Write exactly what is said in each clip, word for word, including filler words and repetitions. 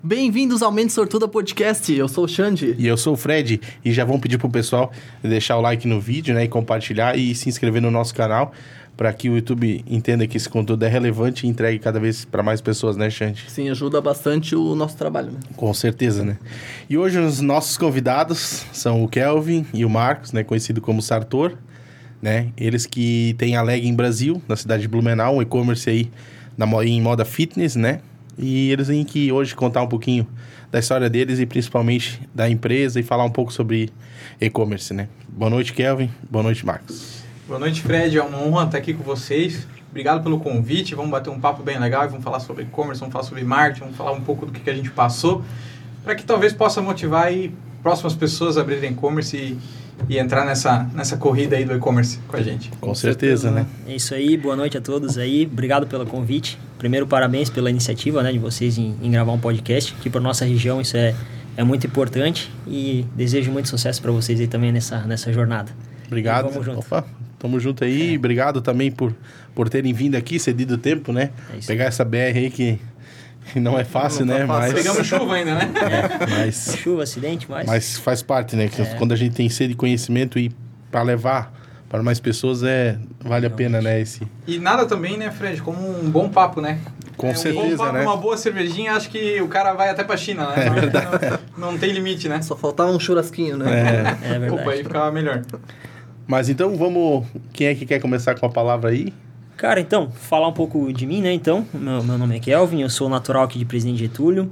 Bem-vindos ao Mente Sortuda Podcast, eu sou o Xande. E eu sou o Fred, e já vamos pedir pro pessoal deixar o like no vídeo, né, e compartilhar e se inscrever no nosso canal, para que o YouTube entenda que esse conteúdo é relevante e entregue cada vez para mais pessoas, né, Xande? Sim, ajuda bastante o nosso trabalho, né? Com certeza, né? E hoje os nossos convidados são o Kelvin e o Marcos, né, conhecido como Sartor, né? Eles que têm a Legging Brasil, na cidade de Blumenau, um e-commerce aí na, em moda fitness, né? E eles vêm aqui hoje contar um pouquinho da história deles e principalmente da empresa e falar um pouco sobre e-commerce, né? Boa noite, Kelvin. Boa noite, Marcos. Boa noite, Fred. É uma honra estar aqui com vocês. Obrigado pelo convite. Vamos bater um papo bem legal. Vamos falar sobre e-commerce, vamos falar sobre marketing, vamos falar um pouco do que a gente passou, para que talvez possa motivar aí próximas pessoas a abrirem e-commerce e, e entrar nessa, nessa corrida aí do e-commerce com a gente. Com certeza, né? É isso aí. Boa noite a todos aí. Obrigado pelo convite. Primeiro, parabéns pela iniciativa, né, de vocês em, em gravar um podcast. Aqui para nossa região isso é, é muito importante e desejo muito sucesso para vocês aí também nessa, nessa jornada. Obrigado. E vamos junto. Opa, tamo junto aí. É. Obrigado também por, por terem vindo aqui, cedido o tempo, né? É Pegar essa B R aí que não é fácil, não, não né? Tá fácil. Mas... Pegamos chuva ainda, né? É, mas... Chuva, acidente, mas... Mas faz parte, né? É. Quando a gente tem sede de conhecimento e para levar para mais pessoas, é, vale a pena, né? Esse... E nada também, né, Fred? Como um bom papo, né? Com é, certeza, um bom papo, né? Uma boa cervejinha, acho que o cara vai até pra China, né? É não, verdade. Não, não tem limite, né? Só faltava um churrasquinho, né? É, é verdade. Opa, aí ficava melhor. Mas então, vamos... Quem é que quer começar com a palavra aí? Cara, então, falar um pouco de mim, né? Então, meu, meu nome é Kelvin, eu sou natural aqui de Presidente Getúlio,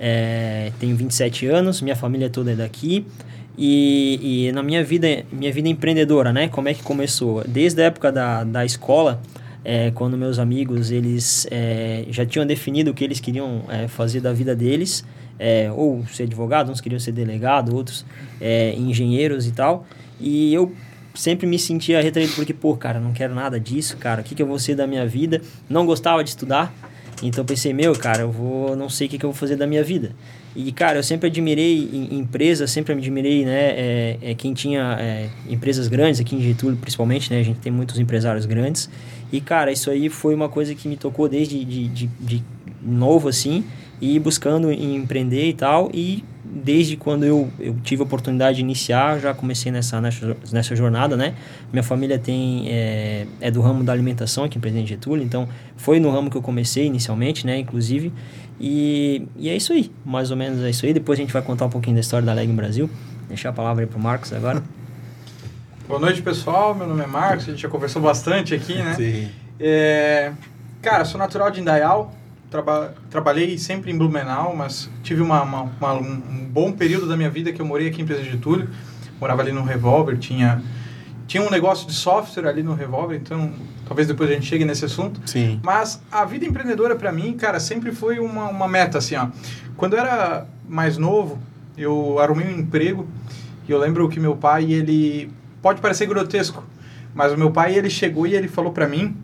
é, tenho vinte e sete anos, minha família toda é daqui. E, e na minha vida, minha vida empreendedora, né? Como é que começou? Desde a época da, da escola, é, quando meus amigos, eles é, já tinham definido o que eles queriam é, fazer da vida deles, é, ou ser advogado, uns queriam ser delegado, outros é, engenheiros e tal. E eu sempre me sentia retraído porque, pô, cara, não quero nada disso, cara. O que, que eu vou ser da minha vida? Não gostava de estudar. Então pensei, meu, cara, eu vou, não sei o que, que eu vou fazer da minha vida. E, cara, eu sempre admirei em, empresas, sempre admirei, né, é, é, quem tinha é, empresas grandes, aqui em Getúlio principalmente, né, a gente tem muitos empresários grandes. E, cara, isso aí foi uma coisa que me tocou desde de, de, de novo, assim, e buscando empreender e tal. E desde quando eu, eu tive a oportunidade de iniciar, já comecei nessa, nessa, nessa jornada, né. Minha família tem, é, é do ramo da alimentação aqui em Presidente Getúlio, então foi no ramo que eu comecei inicialmente, né, inclusive. E, e é isso aí, mais ou menos é isso aí. Depois a gente vai contar um pouquinho da história da Legging Brasil. Deixar a palavra aí pro Marcos agora. Boa noite, pessoal. Meu nome é Marcos, a gente já conversou bastante aqui, né? Sim. É, cara, sou natural de Indaial, traba, trabalhei sempre em Blumenau, mas tive uma, uma, uma, um bom período da minha vida que eu morei aqui em Presidente Getúlio. Morava ali no Revolver, tinha... Tinha um negócio de software ali no Revolver, então talvez depois a gente chegue nesse assunto. Sim. Mas a vida empreendedora para mim, cara, sempre foi uma, uma meta, assim, ó. Quando eu era mais novo, eu arrumei um emprego e eu lembro que meu pai, ele... Pode parecer grotesco, mas o meu pai, ele chegou e ele falou para mim,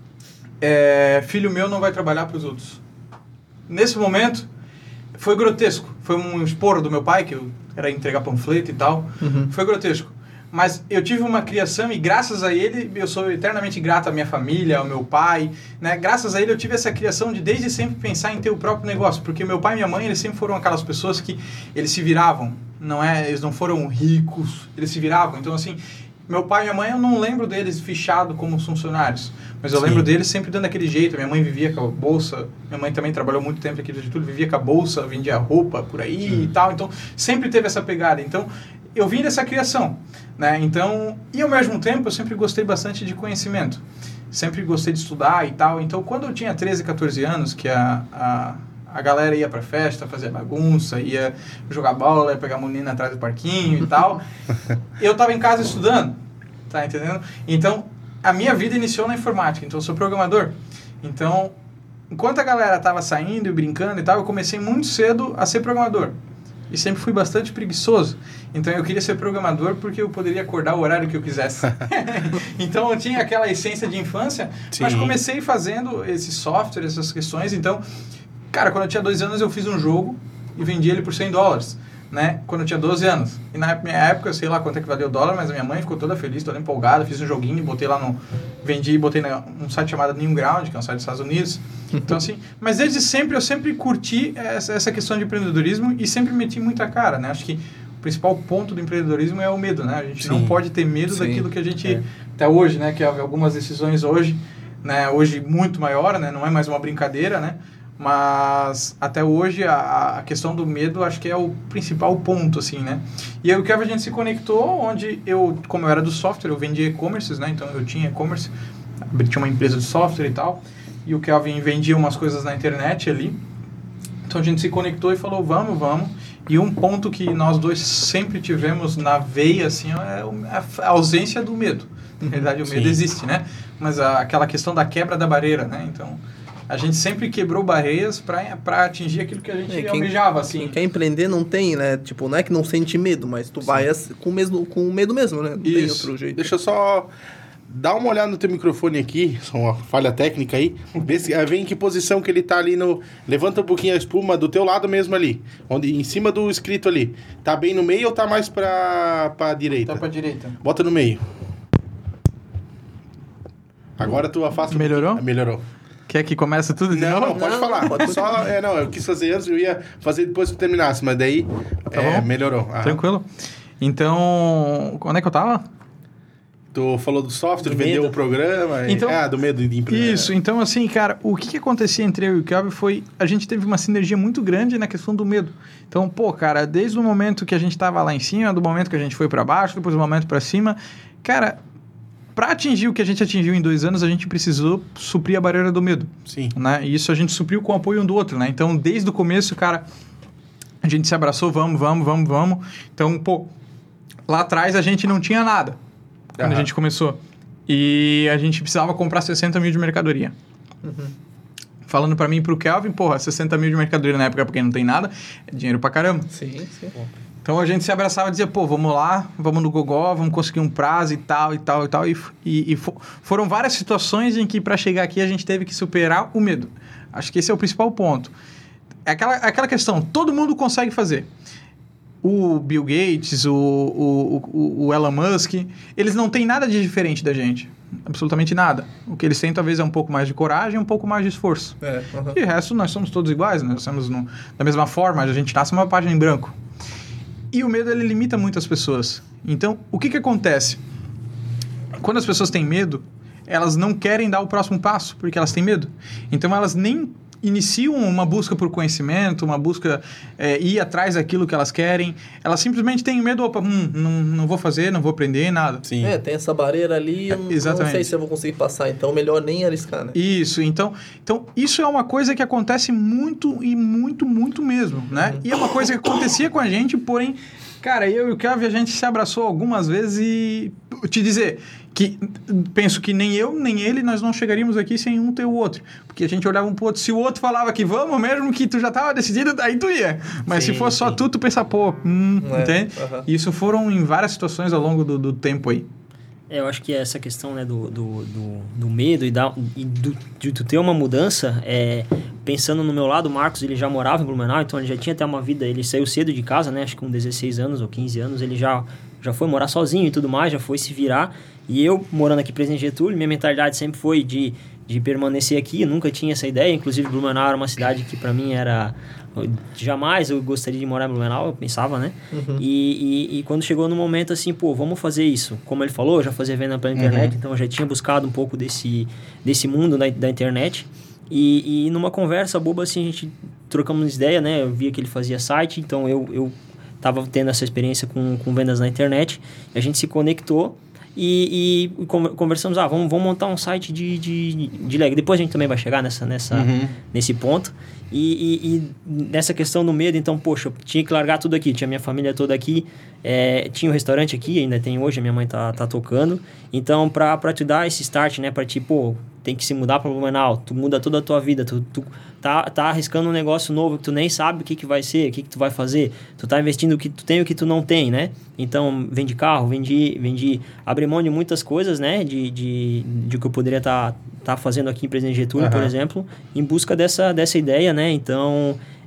é, filho meu não vai trabalhar para os outros. Nesse momento, foi grotesco. Foi um esporro do meu pai, que eu era entregar panfleto e tal. Uhum. Foi grotesco. Mas eu tive uma criação e graças a ele, eu sou eternamente grato à minha família, ao meu pai, né? Graças a ele eu tive essa criação de desde sempre pensar em ter o próprio negócio, porque meu pai e minha mãe, eles sempre foram aquelas pessoas que eles se viravam, não é? Eles não foram ricos, eles se viravam. Então assim, meu pai e minha mãe, eu não lembro deles fichados como funcionários, mas eu Sim. lembro deles sempre dando aquele jeito. Minha mãe vivia com a bolsa, minha mãe também trabalhou muito tempo aqui no Getúlio, vivia com a bolsa, vendia roupa por aí hum. e tal, então sempre teve essa pegada. Então eu vim dessa criação, né? Então, e ao mesmo tempo eu sempre gostei bastante de conhecimento, sempre gostei de estudar e tal. Então quando eu tinha treze, catorze anos, que a, a, a galera ia pra festa, fazia bagunça, ia jogar bola, ia pegar a menina atrás do parquinho e tal, eu tava em casa estudando, tá entendendo? Então a minha vida iniciou na informática, então eu sou programador. Então enquanto a galera tava saindo e brincando e tal, eu comecei muito cedo a ser programador. E sempre fui bastante preguiçoso. Então eu queria ser programador porque eu poderia acordar o horário que eu quisesse. Então eu tinha aquela essência de infância, Sim. mas comecei fazendo esse software, essas questões. Então, cara, quando eu tinha dois anos eu fiz um jogo e vendi ele por cem dólares. né, quando eu tinha doze anos. E na minha época, eu sei lá quanto é que valeu o dólar, mas a minha mãe ficou toda feliz, toda empolgada, fiz um joguinho, botei lá no... Vendi e botei num site chamado Newground, que é um site dos Estados Unidos. Então, assim... Mas desde sempre, eu sempre curti essa, essa questão de empreendedorismo e sempre meti muita cara, né? Acho que o principal ponto do empreendedorismo é o medo, né? A gente Sim. não pode ter medo Sim. daquilo que a gente... É. Até hoje, né? Que algumas decisões hoje, né? Hoje muito maior, né? Não é mais uma brincadeira, né? Mas até hoje a, a questão do medo acho que é o principal ponto, assim, né? E aí o Kevin a gente se conectou, onde eu, como eu era do software, eu vendia e-commerces, né? Então eu tinha e-commerce, tinha uma empresa de software e tal, e o Kevin vendia umas coisas na internet ali. Então a gente se conectou e falou, vamos, vamos. E um ponto que nós dois sempre tivemos na veia, assim, é a ausência do medo. Na verdade, o medo Sim. existe, né? Mas a, aquela questão da quebra da barreira, né? Então... A gente sempre quebrou barreiras para atingir aquilo que a gente é, quem, almejava, assim. Quem quer empreender não tem, né? Tipo, não é que não sente medo, mas tu Sim. vai com, mesmo, com medo mesmo, né? Não Isso. tem outro jeito. Deixa eu só dar uma olhada no teu microfone aqui, só uma falha técnica aí. Vê, se, vê em que posição que ele tá ali no... Levanta um pouquinho a espuma do teu lado mesmo ali, onde, em cima do escrito ali. Tá bem no meio ou tá mais pra, pra direita? Tá pra direita. Bota no meio. Agora tu afasta... Melhorou? Um Melhorou. Quer que comece tudo de não, novo? Não, pode não, falar. Pode Só, é, não, eu quis fazer antes, eu ia fazer depois que terminasse, mas daí tá é, bom? melhorou. Ah. Tranquilo. Então, onde é que eu tava? Tu falou do software, do vendeu medo. o programa. Então, e, ah, do medo de empreender. Isso, então assim, cara, o que, que acontecia entre eu e o Kelvin foi... A gente teve uma sinergia muito grande na questão do medo. Então, pô, cara, desde o momento que a gente tava lá em cima, do momento que a gente foi para baixo, depois do momento para cima, cara... Para atingir o que a gente atingiu em dois anos, a gente precisou suprir a barreira do medo. Sim. Né? E isso a gente supriu com o apoio um do outro, né? Então, desde o começo, cara, a gente se abraçou, vamos, vamos, vamos, vamos. Então, pô, lá atrás a gente não tinha nada quando uhum. a gente começou. E a gente precisava comprar sessenta mil de mercadoria. Uhum. Falando para mim e pro Kelvin, porra, sessenta mil de mercadoria na época, porque não tem nada, é dinheiro pra caramba. Sim, sim. Então a gente se abraçava e dizia, pô, vamos lá, vamos no gogó, vamos conseguir um prazo e tal, e tal, e tal. E, e, e for, foram várias situações em que para chegar aqui a gente teve que superar o medo. Acho que esse é o principal ponto. É aquela, aquela questão, todo mundo consegue fazer. O Bill Gates, o, o, o, o Elon Musk, eles não têm nada de diferente da gente. Absolutamente nada. O que eles têm talvez é um pouco mais de coragem, um pouco mais de esforço. É, uhum. E o resto nós somos todos iguais, né? Nós somos no, da mesma forma, a gente nasce uma página em branco. E o medo, ele limita muitas pessoas. Então, o que que acontece? Quando as pessoas têm medo, elas não querem dar o próximo passo, porque elas têm medo. Então, elas nem iniciam uma busca por conhecimento, uma busca é, ir atrás daquilo que elas querem. Elas simplesmente têm medo, opa, hum, não, não vou fazer, não vou aprender, nada. Sim. É, tem essa barreira ali, eu não, não sei se eu vou conseguir passar, então melhor nem arriscar, né? Isso, então, então isso é uma coisa que acontece muito e muito, muito mesmo, né? Uhum. E é uma coisa que acontecia com a gente, porém, cara, eu e o Kevin, a gente se abraçou algumas vezes e te dizer que penso que nem eu, nem ele, nós não chegaríamos aqui sem um ter o outro. Porque a gente olhava um pro outro, se o outro falava que vamos, mesmo que tu já tava decidido, aí tu ia. Mas sim, se fosse sim. só tu, tu pensa, pô, hum, é, entende? Uh-huh. Isso foram em várias situações ao longo do, do tempo aí. É, eu acho que essa questão, né, do, do, do, do medo e, da, e do, de tu ter uma mudança, é, pensando no meu lado, o Marcos, ele já morava em Blumenau, então ele já tinha até uma vida, ele saiu cedo de casa, né, acho que com dezesseis anos ou quinze anos, ele já, já foi morar sozinho e tudo mais, já foi se virar. E eu, morando aqui em Presidente Getúlio, minha mentalidade sempre foi de, de permanecer aqui, eu nunca tinha essa ideia, inclusive Blumenau era uma cidade que para mim era... Jamais eu gostaria de morar em Blumenau, eu pensava, né? Uhum. E, e, e quando chegou no momento assim, pô, vamos fazer isso. Como ele falou, eu já fazia venda pela internet, uhum. então eu já tinha buscado um pouco desse, desse mundo da, da internet. E, e numa conversa boba assim, a gente trocamos ideia, né? Eu via que ele fazia site, então eu, eu tava tendo essa experiência com, com vendas na internet. A gente se conectou e, e conversamos, ah, vamos, vamos montar um site de, de, de leg. Depois a gente também vai chegar nessa, nessa, uhum. nesse ponto. E, e, e nessa questão do medo, então, poxa, eu tinha que largar tudo aqui. Tinha minha família toda aqui, é, tinha um restaurante aqui, ainda tem hoje, a minha mãe tá, tá tocando. Então, pra, pra te dar esse start, né, pra ti, pô, tem que se mudar para Blumenau, tu muda toda a tua vida, tu, tu tá, tá arriscando um negócio novo que tu nem sabe o que, que vai ser, o que, que tu vai fazer, tu tá investindo o que tu tem e o que tu não tem, né? Então, vendi carro, vendi, vendi abri mão de muitas coisas, né, de, de, de que eu poderia estar tá, tá fazendo aqui em Presidente Getúlio, uhum. por exemplo, em busca dessa, dessa ideia, né? Então,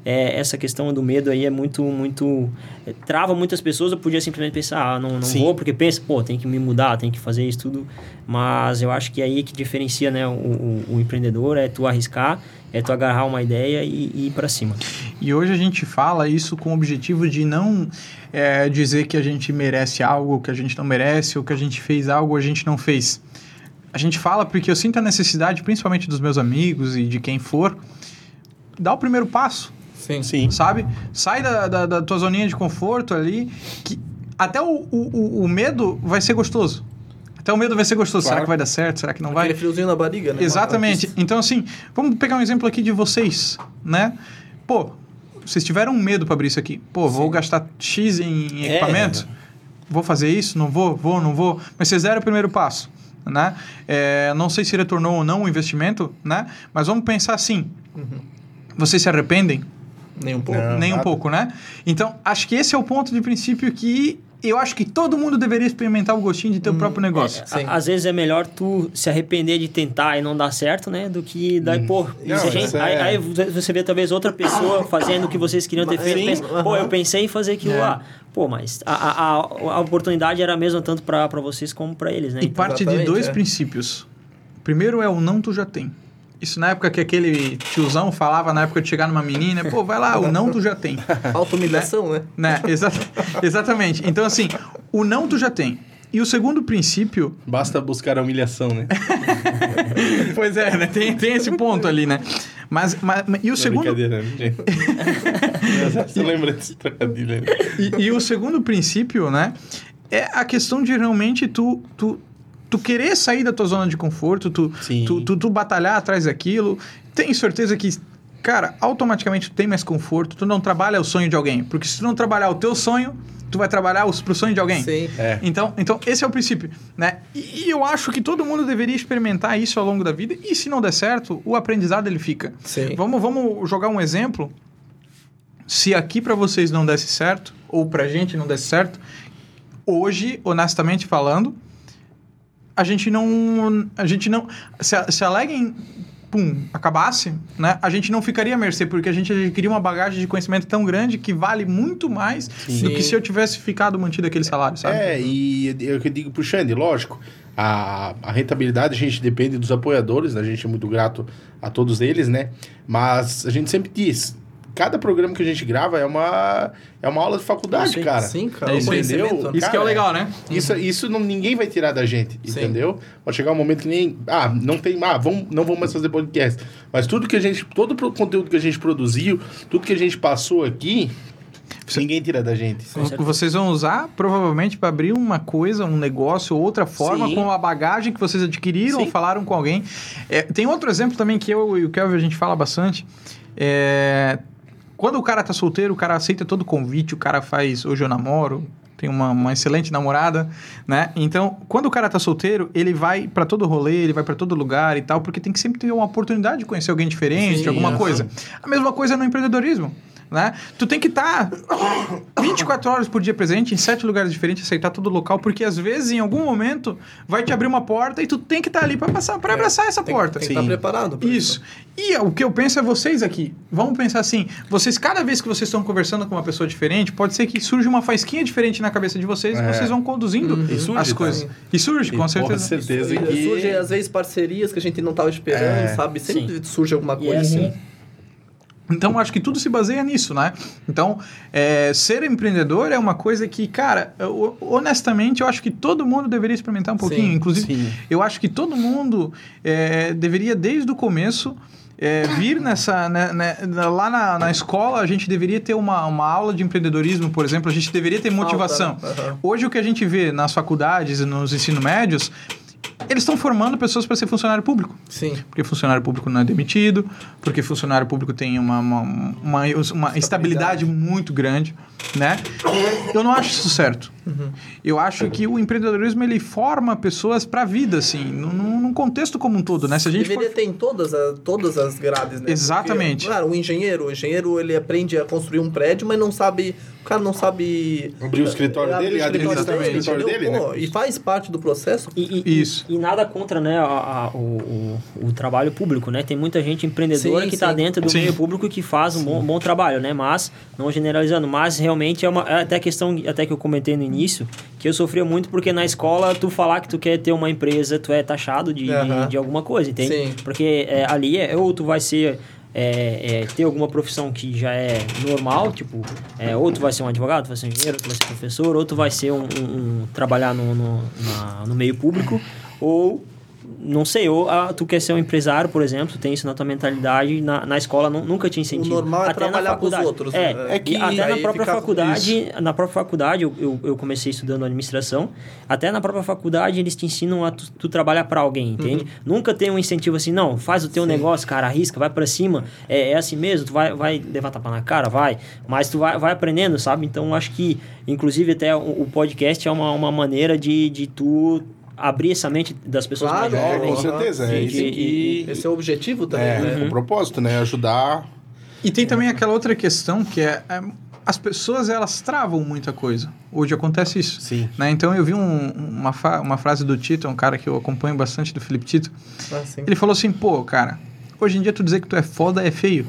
é, essa questão do medo aí é muito, muito... É, trava muitas pessoas. Eu podia simplesmente pensar, ah, não, não vou, porque pensa, pô, tem que me mudar, tem que fazer isso tudo. Mas eu acho que é aí que diferencia, né, o, o, o empreendedor, é tu arriscar, é tu agarrar uma ideia e, e ir para cima. E hoje a gente fala isso com o objetivo de não é, dizer que a gente merece algo, que a gente não merece, ou que a gente fez algo, a gente não fez. A gente fala porque eu sinto a necessidade, principalmente dos meus amigos e de quem for, dar o primeiro passo. Sim. Sim. Sabe? Sai da, da, da tua zoninha de conforto ali, que até o, o, o medo vai ser gostoso. Até o medo vai ser gostoso. Claro. Será que vai dar certo? Será que não vai? Aquele friozinho na barriga, né? Exatamente. Então, assim, vamos pegar um exemplo aqui de vocês, né? Pô, vocês tiveram um medo para abrir isso aqui. Pô, vou gastar X em É. equipamento? Vou fazer isso? Não vou? Vou? Não vou? Mas vocês deram o primeiro passo, né? É, não sei se retornou ou não o investimento, né? Mas vamos pensar assim. Uhum. Vocês se arrependem? Nem um pouco. Não. Nem um nada. pouco, né? Então, acho que esse é o ponto de princípio que eu acho que todo mundo deveria experimentar o gostinho de ter o próprio negócio. Sim. A- Às vezes é melhor tu se arrepender de tentar e não dar certo, né? Do que daí, pô... Não, se a gente- isso é- aí, aí você vê talvez outra pessoa fazendo o que vocês queriam ter Mas- feito. sim, Pensa, pô, aham. eu pensei em fazer aquilo É. lá. Pô, mas a, a, a, a oportunidade era a mesma tanto pra pra vocês como pra eles, né? E Então, parte de Exatamente, dois é. princípios. Primeiro é o não tu já tem. Isso na época que aquele tiozão falava, na época de chegar numa menina, pô, vai lá, o não tu já tem. Auto-humilhação, né? Né? Exa- exatamente. Então, assim, o não tu já tem. E o segundo princípio... Basta buscar a humilhação, né? Pois é, né? Tem, tem esse ponto ali, né? Mas, mas, e o Não, segundo... brincadeira, né, gente? Você lembra desse trocadilho, né? E, e o segundo princípio, né? É a questão de realmente tu... tu Tu querer sair da tua zona de conforto, tu, Sim. tu, tu, tu batalhar atrás daquilo. Tenho certeza que, cara, automaticamente tu tem mais conforto, tu não trabalha o sonho de alguém. Porque se tu não trabalhar o teu sonho, tu vai trabalhar os, pro sonho de alguém. Sim. É. Então, então, esse é o princípio, né? E, e eu acho que todo mundo deveria experimentar isso ao longo da vida. E se não der certo, o aprendizado ele fica. Sim. Vamos, vamos jogar um exemplo. Se aqui pra vocês não desse certo, ou pra gente não desse certo, hoje, honestamente falando, a gente não... A gente não... Se a, se a Legend, pum, acabasse, né? A gente não ficaria à mercê, porque a gente adquiriria uma bagagem de conhecimento tão grande que vale muito mais Sim. do que se eu tivesse ficado mantido aquele salário, sabe? É, e eu que digo pro Xande, lógico, a, a rentabilidade a gente depende dos apoiadores, né? A gente é muito grato a todos eles, né? Mas a gente sempre diz, cada programa que a gente grava é uma, é uma aula de faculdade, Sim, cara. Sim, cara. É o isso aí, conhecimento, entendeu? né? Isso que é o Cara, legal, né? Isso, isso não, ninguém vai tirar da gente, Sim. entendeu? Pode chegar um momento que nem... Ah, não tem... Ah, vamos, não vamos mais fazer podcast. Mas tudo que a gente... Todo o conteúdo que a gente produziu, tudo que a gente passou aqui, ninguém tira da gente. O que vocês vão usar, provavelmente, para abrir uma coisa, um negócio, outra forma, Sim. com a bagagem que vocês adquiriram ou Sim. falaram com alguém. É, tem outro exemplo também que eu e o Kelvin a gente fala bastante. É, quando o cara tá solteiro, o cara aceita todo o convite, o cara faz... Hoje eu namoro, tenho uma, uma excelente namorada, né? Então, quando o cara tá solteiro, ele vai para todo rolê, ele vai para todo lugar e tal, porque tem que sempre ter uma oportunidade de conhecer alguém diferente, Sim, de alguma aham. coisa. A mesma coisa no empreendedorismo. Né? Tu tem que estar vinte e quatro horas por dia presente em sete lugares diferentes, aceitar todo local, porque às vezes, em algum momento, vai te abrir uma porta e tu tem que estar ali para passar, para abraçar essa Tem, porta. tem que estar Sim. preparado. pra Isso. E o que eu penso é vocês aqui. Vamos pensar assim, vocês, cada vez que vocês estão conversando com uma pessoa diferente, pode ser que surja uma faísquinha diferente na cabeça de vocês É. e vocês vão conduzindo Uhum. E surge, as coisas. tá? E surge, com E, certeza. com certeza E que... surge, às vezes, parcerias que a gente não estava esperando, É. sabe? Sempre Sim. surge alguma E coisa. é assim. Então, acho que tudo se baseia nisso, né? Então, é, ser empreendedor é uma coisa que, cara, eu, honestamente, eu acho que todo mundo deveria experimentar um pouquinho. Sim, Inclusive, sim. eu acho que todo mundo é, deveria, desde o começo, é, vir nessa... Né, né, lá na, na escola, a gente deveria ter uma, uma aula de empreendedorismo, por exemplo. A gente deveria ter motivação. Falta, né? Aham. Hoje, o que a gente vê nas faculdades e nos ensino médios, eles estão formando pessoas para ser funcionário público. Sim. Porque funcionário público não é demitido, porque funcionário público tem uma, uma, uma, uma estabilidade muito grande, né? Eu não acho isso certo. Uhum. Eu acho que o empreendedorismo, ele forma pessoas para a vida, assim, num, num contexto como um todo, né? Se a gente Deveria for... ter em todas, a, todas as grades, né? Exatamente. Porque, claro, o engenheiro, o engenheiro, ele aprende a construir um prédio, mas não sabe... O cara não sabe... Abrir o escritório abrir dele, o escritório administrar o dele, escritório entendeu? dele, Pô, né? E faz parte do processo. E, e, Isso. E, e nada contra, né, a, a, o, o, o trabalho público, né? Tem muita gente empreendedora Sim, que está sim. dentro do Sim. meio público que faz um bom, bom trabalho, né? Mas, não generalizando, mas realmente é uma... É até a questão, até que eu comentei no início, que eu sofria muito porque na escola, tu falar que tu quer ter uma empresa, tu é taxado de, Uhum. de, de alguma coisa, entende? Sim. Porque é, ali, é, ou tu vai ser... É, é, ter alguma profissão que já é normal, tipo, é, ou tu vai ser um advogado, tu vai ser um engenheiro, tu vai ser professor, ou tu vai ser um, um, um trabalhar no, no, na, no meio público, ou não sei, ou ah, tu quer ser um empresário, por exemplo, tem isso na tua mentalidade, na, na escola não, nunca te incentivo. O normal é até na trabalhar pros faculdade. outros, É, né? É que e até na aí própria fica- faculdade, na própria faculdade, eu, eu, eu comecei estudando administração, até na própria faculdade eles te ensinam a tu, tu trabalhar para alguém, entende? Uhum. Nunca tem um incentivo assim, não, faz o teu Sim. negócio, cara, arrisca, vai para cima, é, é assim mesmo, tu vai, vai levar tapa na cara, vai, mas tu vai, vai aprendendo, sabe? Então, acho que, inclusive, até o, o podcast é uma, uma maneira de, de tu abrir essa mente das pessoas Claro, mais é, jovens. com certeza. É de- isso de- que... Esse é o objetivo também, É, né? o propósito, né? Ajudar... E tem também aquela outra questão que é, é as pessoas, elas travam muita coisa. Hoje acontece isso. Sim. Né? Então, eu vi um, uma, fa- uma frase do Tito, um cara que eu acompanho bastante, do Felipe Tito. Ah, sim. Ele falou assim, pô, cara, hoje em dia tu dizer que tu é foda é feio.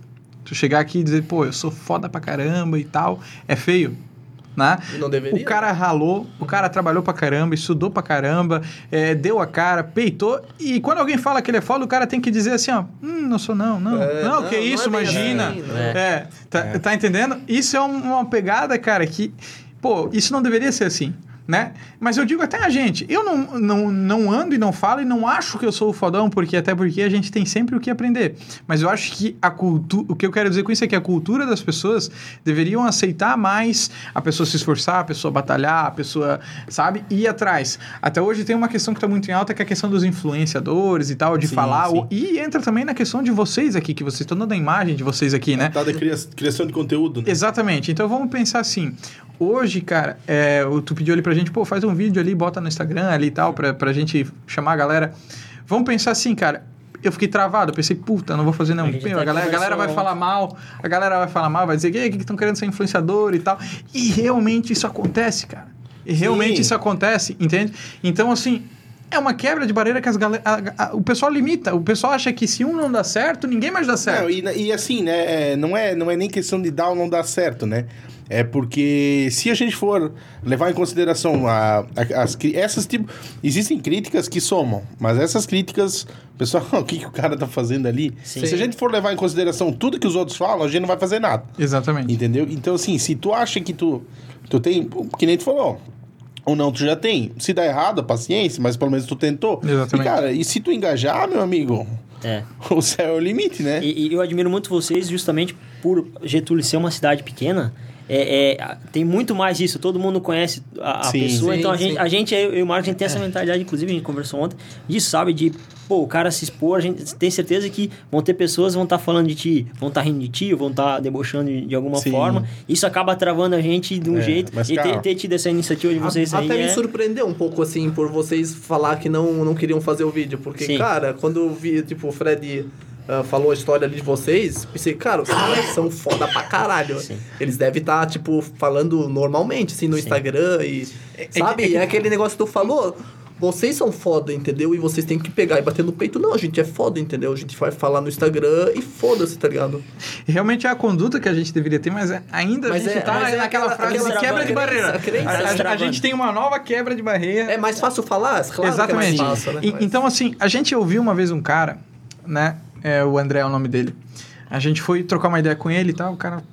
Tu chegar aqui e dizer, pô, eu sou foda pra caramba e tal, é feio. Né? E não deveria. O cara ralou, o cara trabalhou pra caramba, estudou pra caramba, é, deu a cara, peitou. E quando alguém fala que ele é foda, o cara tem que dizer assim, ó, hum, não sou não, não. É, não, não, que não isso, é bem imagina. assim, né? É, tá, É. tá entendendo? Isso é um- uma pegada, cara, que, pô, isso não deveria ser assim. Né? Mas eu digo até a gente, eu não, não, não ando e não falo e não acho que eu sou o fodão, porque até porque a gente tem sempre o que aprender. Mas eu acho que a cultura, o que eu quero dizer com isso é que a cultura das pessoas deveriam aceitar mais a pessoa se esforçar, a pessoa batalhar, a pessoa, sabe, ir atrás. Até hoje tem uma questão que está muito em alta, que é a questão dos influenciadores e tal, de Sim, falar. sim. o- e entra também na questão de vocês aqui, que vocês estão dando a imagem de vocês aqui, né? Tá da cria- criação de conteúdo, né? Exatamente. Então vamos pensar assim. Hoje, cara, é, o- tu pediu ali pra gente, pô, faz um vídeo ali, bota no Instagram ali e tal, pra, pra gente chamar a galera. Vamos pensar assim, cara. Eu fiquei travado, eu pensei, puta, não vou fazer não. A gente Meu, até a galera, a galera vai conversou falar mal, a galera vai falar mal, vai dizer que estão querendo ser influenciador e tal. E realmente isso acontece, cara. E realmente Sim. isso acontece, entende? Então, assim, é uma quebra de barreira que as galera, a- a- o pessoal limita. O pessoal acha que se um não dá certo, ninguém mais dá certo. Não, e, e assim, né? é, Não é, não é nem questão de dar ou não dar certo, né? É porque se a gente for levar em consideração a, a- as, cri- essas tipo... Existem críticas que somam, mas essas críticas... Pessoal, o que, que o cara tá fazendo ali? Sim. Se a gente for levar em consideração tudo que os outros falam, a gente não vai fazer nada. Exatamente. Entendeu? Então, assim, se tu acha que tu, tu tem... Que nem tu falou... Ou não, tu já tem. Se dá errado, paciência, mas pelo menos tu tentou. Exatamente. E, cara, e se tu engajar, meu amigo... É. O céu é o limite, né? E, e eu admiro muito vocês justamente por Getúlio ser uma cidade pequena. É, é, tem muito mais isso. Todo mundo conhece a, a Sim, pessoa. sim, então a gente, sim. a gente, eu e o Marcos, a gente tem essa mentalidade. Inclusive, a gente conversou ontem. Disso, sabe? De, pô, o cara se expor. A gente tem certeza que vão ter pessoas que vão estar falando de ti, vão estar rindo de ti, vão estar debochando de, de alguma Sim. forma. Isso acaba travando a gente de um É, jeito. mas, E cara, ter, ter tido essa iniciativa de vocês aí Até me é... surpreendeu um pouco, assim, por vocês falar que não, não queriam fazer o vídeo. Porque, Sim. cara, quando eu vi, tipo, o Fred ah, falou a história ali de vocês, pensei, cara, os caras são foda pra caralho. Sim. Eles devem estar, tipo, falando normalmente, assim, no Sim. Instagram e... sabe? é que- É aquele negócio que tu falou... Vocês são foda, entendeu? E vocês têm que pegar e bater no peito. Não, a gente é foda, entendeu? A gente vai falar no Instagram e foda-se, tá ligado? Realmente é a conduta que a gente deveria ter, mas é- ainda Mas a gente é- tá mas é naquela aquela- frase aquela de quebra de crença, barreira. a crença. A, a- a Travando. gente tem uma nova quebra de barreira. É mais fácil falar? Claro Exatamente. que é mais fácil, né? E- Mas- Então, assim, a gente ouviu uma vez um cara, né? É, o André é o nome dele. A gente foi trocar uma ideia com ele e tal, o cara...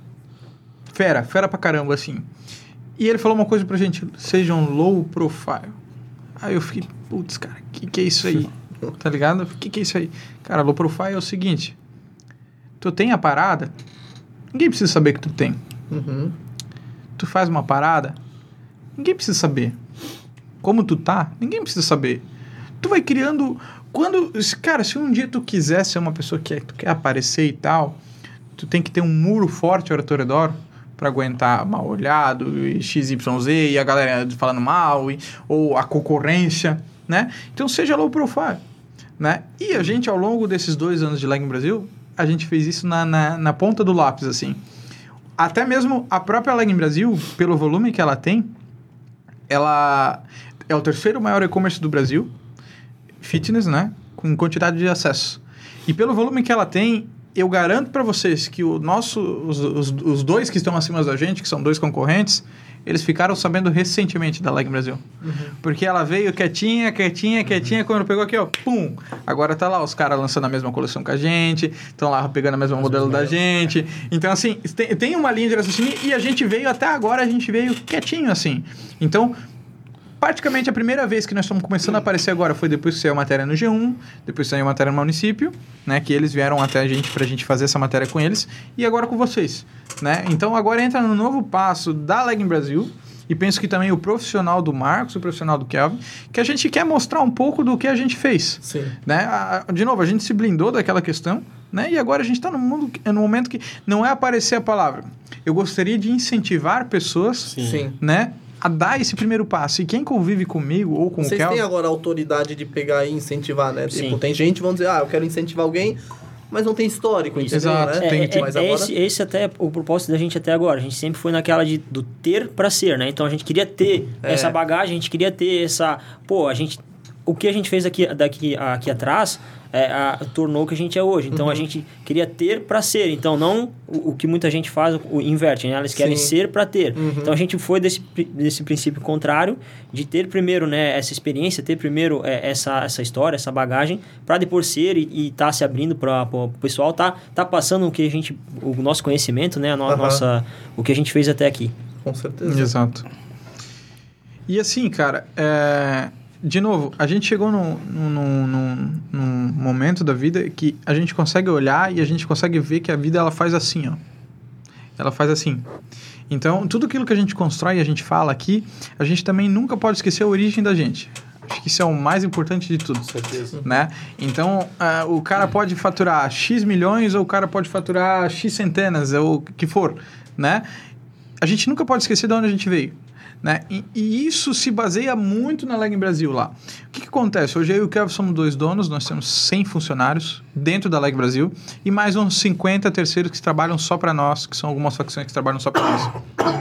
Fera, fera pra caramba, assim. E ele falou uma coisa pra gente, sejam low profile. Aí eu fiquei, putz, cara, o que, que é isso aí? Tá ligado? O que, que é isso aí? Cara, low profile é o seguinte, tu tem a parada, ninguém precisa saber que tu tem. Uhum. Tu faz uma parada, ninguém precisa saber. Como tu tá, ninguém precisa saber. Tu vai criando... Quando... Cara, se um dia tu quiser ser uma pessoa que tu quer aparecer e tal, tu tem que ter um muro forte ao teu redor, para aguentar mal olhado, e X Y Z, e a galera falando mal, e, ou a concorrência, né? Então, seja low profile, né? E a gente, ao longo desses dois anos de Lag Brasil, a gente fez isso na, na, na ponta do lápis, assim. Até mesmo a própria Lag Brasil, pelo volume que ela tem, ela é o terceiro maior e-commerce do Brasil, fitness, né? Com quantidade de acesso. E pelo volume que ela tem, eu garanto para vocês que o nosso, os, os, os dois que estão acima da gente, que são dois concorrentes, eles ficaram sabendo recentemente da Lag Brasil. Uhum. Porque ela veio quietinha, quietinha, quietinha, uhum. quando pegou aqui, ó, pum! Agora tá lá os caras lançando a mesma coleção que a gente, estão lá pegando a mesma Mas modelo da gente. Então, assim, tem, tem uma linha de raciocínio e a gente veio, até agora, a gente veio quietinho, assim. Então, praticamente a primeira vez que nós estamos começando a aparecer agora foi depois que saiu a matéria no G um, depois saiu a matéria no município, né, que eles vieram até a gente pra gente fazer essa matéria com eles, e agora com vocês, né? Então agora entra no novo passo da Lag Brasil, e penso que também o profissional do Marcos, o profissional do Kelvin, que a gente quer mostrar um pouco do que a gente fez. Sim. Né? A, de novo, a gente se blindou daquela questão, né? E agora a gente está no mundo, no momento que não é aparecer a palavra. Eu gostaria de incentivar pessoas, Sim. né, a dar esse primeiro passo. E quem convive comigo ou com Vocês o Kelvin... têm agora a autoridade de pegar e incentivar, né? Sim. Tipo, tem gente, vamos dizer, ah, eu quero incentivar alguém, mas não tem histórico, entendeu? Exato. Né? Tem, É, tem. é, Mas é agora... esse, esse até é o propósito da gente até agora. A gente sempre foi naquela de, do ter para ser, né? Então a gente queria ter É. essa bagagem, a gente queria ter essa... Pô, a gente... O que a gente fez aqui, daqui, aqui atrás é, a, tornou o que a gente é hoje. Então, uhum. a gente queria ter para ser. Então, não o, o que muita gente faz, o, o inverte, né? Elas querem Sim. ser para ter. Uhum. Então, a gente foi desse, desse princípio contrário de ter primeiro, né, essa experiência, ter primeiro é, essa, essa história, essa bagagem, para depois ser e estar tá se abrindo para o pessoal, tá, tá passando o que a gente, o nosso conhecimento, né? A no, uhum. nossa, o que a gente fez até aqui. Com certeza. Exato. E assim, cara, é... de novo, a gente chegou num, num, num, num momento da vida que a gente consegue olhar e a gente consegue ver que a vida ela faz assim, ó. Ela faz assim. Então, tudo aquilo que a gente constrói e a gente fala aqui, a gente também nunca pode esquecer a origem da gente. Acho que isso é o mais importante de tudo. Com certeza. Né? Então, uh, o cara pode faturar X milhões ou o cara pode faturar X centenas, ou o que for, né? A gente nunca pode esquecer de onde a gente veio. Né? E, e isso se baseia muito na Lag Brasil lá. O que, que acontece? Hoje eu e o Kevin somos dois donos, nós temos cem funcionários dentro da Lag Brasil e mais uns cinquenta terceiros que trabalham só para nós, que são algumas facções que trabalham só para nós.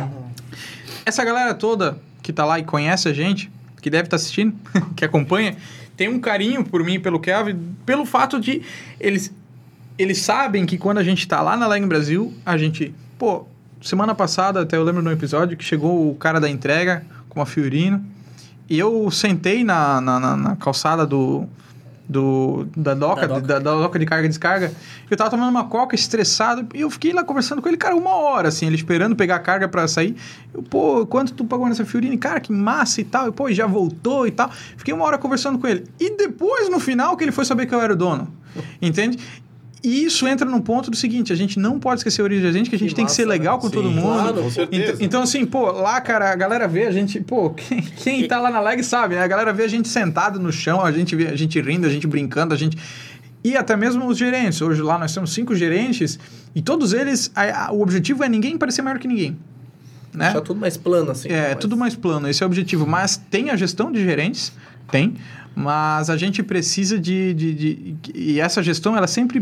Essa galera toda que tá lá e conhece a gente, que deve estar tá assistindo, que acompanha, tem um carinho por mim e pelo Kevin, pelo fato de eles, eles sabem que quando a gente tá lá na Lag Brasil, a gente, pô, semana passada, até eu lembro no episódio, que chegou o cara da entrega com a Fiorino e eu sentei na, na, na, na calçada do, do, da, doca, da, doca. Da, da doca de carga e descarga. Eu tava tomando uma coca, estressado, e eu fiquei lá conversando com ele, cara, uma hora, assim, ele esperando pegar a carga pra sair. Eu, pô, quanto tu pagou nessa Fiorino? Cara, que massa e tal. E, pô, já voltou e tal. Fiquei uma hora conversando com ele. E depois, no final, que ele foi saber que eu era o dono. Entende? E isso entra no ponto do seguinte, a gente não pode esquecer a origem da gente, que a gente que tem massa, que ser legal né? com Sim, todo mundo. Claro, com certeza. Então, então, assim, pô, lá, cara, a galera vê a gente, pô, quem, quem tá lá na Lag sabe, né? A galera vê a gente sentado no chão, a gente vê a gente rindo, a gente brincando, a gente... E até mesmo os gerentes. Hoje lá nós temos cinco gerentes e todos eles, a, a, o objetivo é ninguém parecer maior que ninguém. Né? Deixar tudo mais plano, assim. É, mas... tudo mais plano, esse é o objetivo. Mas tem a gestão de gerentes, tem, mas a gente precisa de... de, de e essa gestão, ela sempre...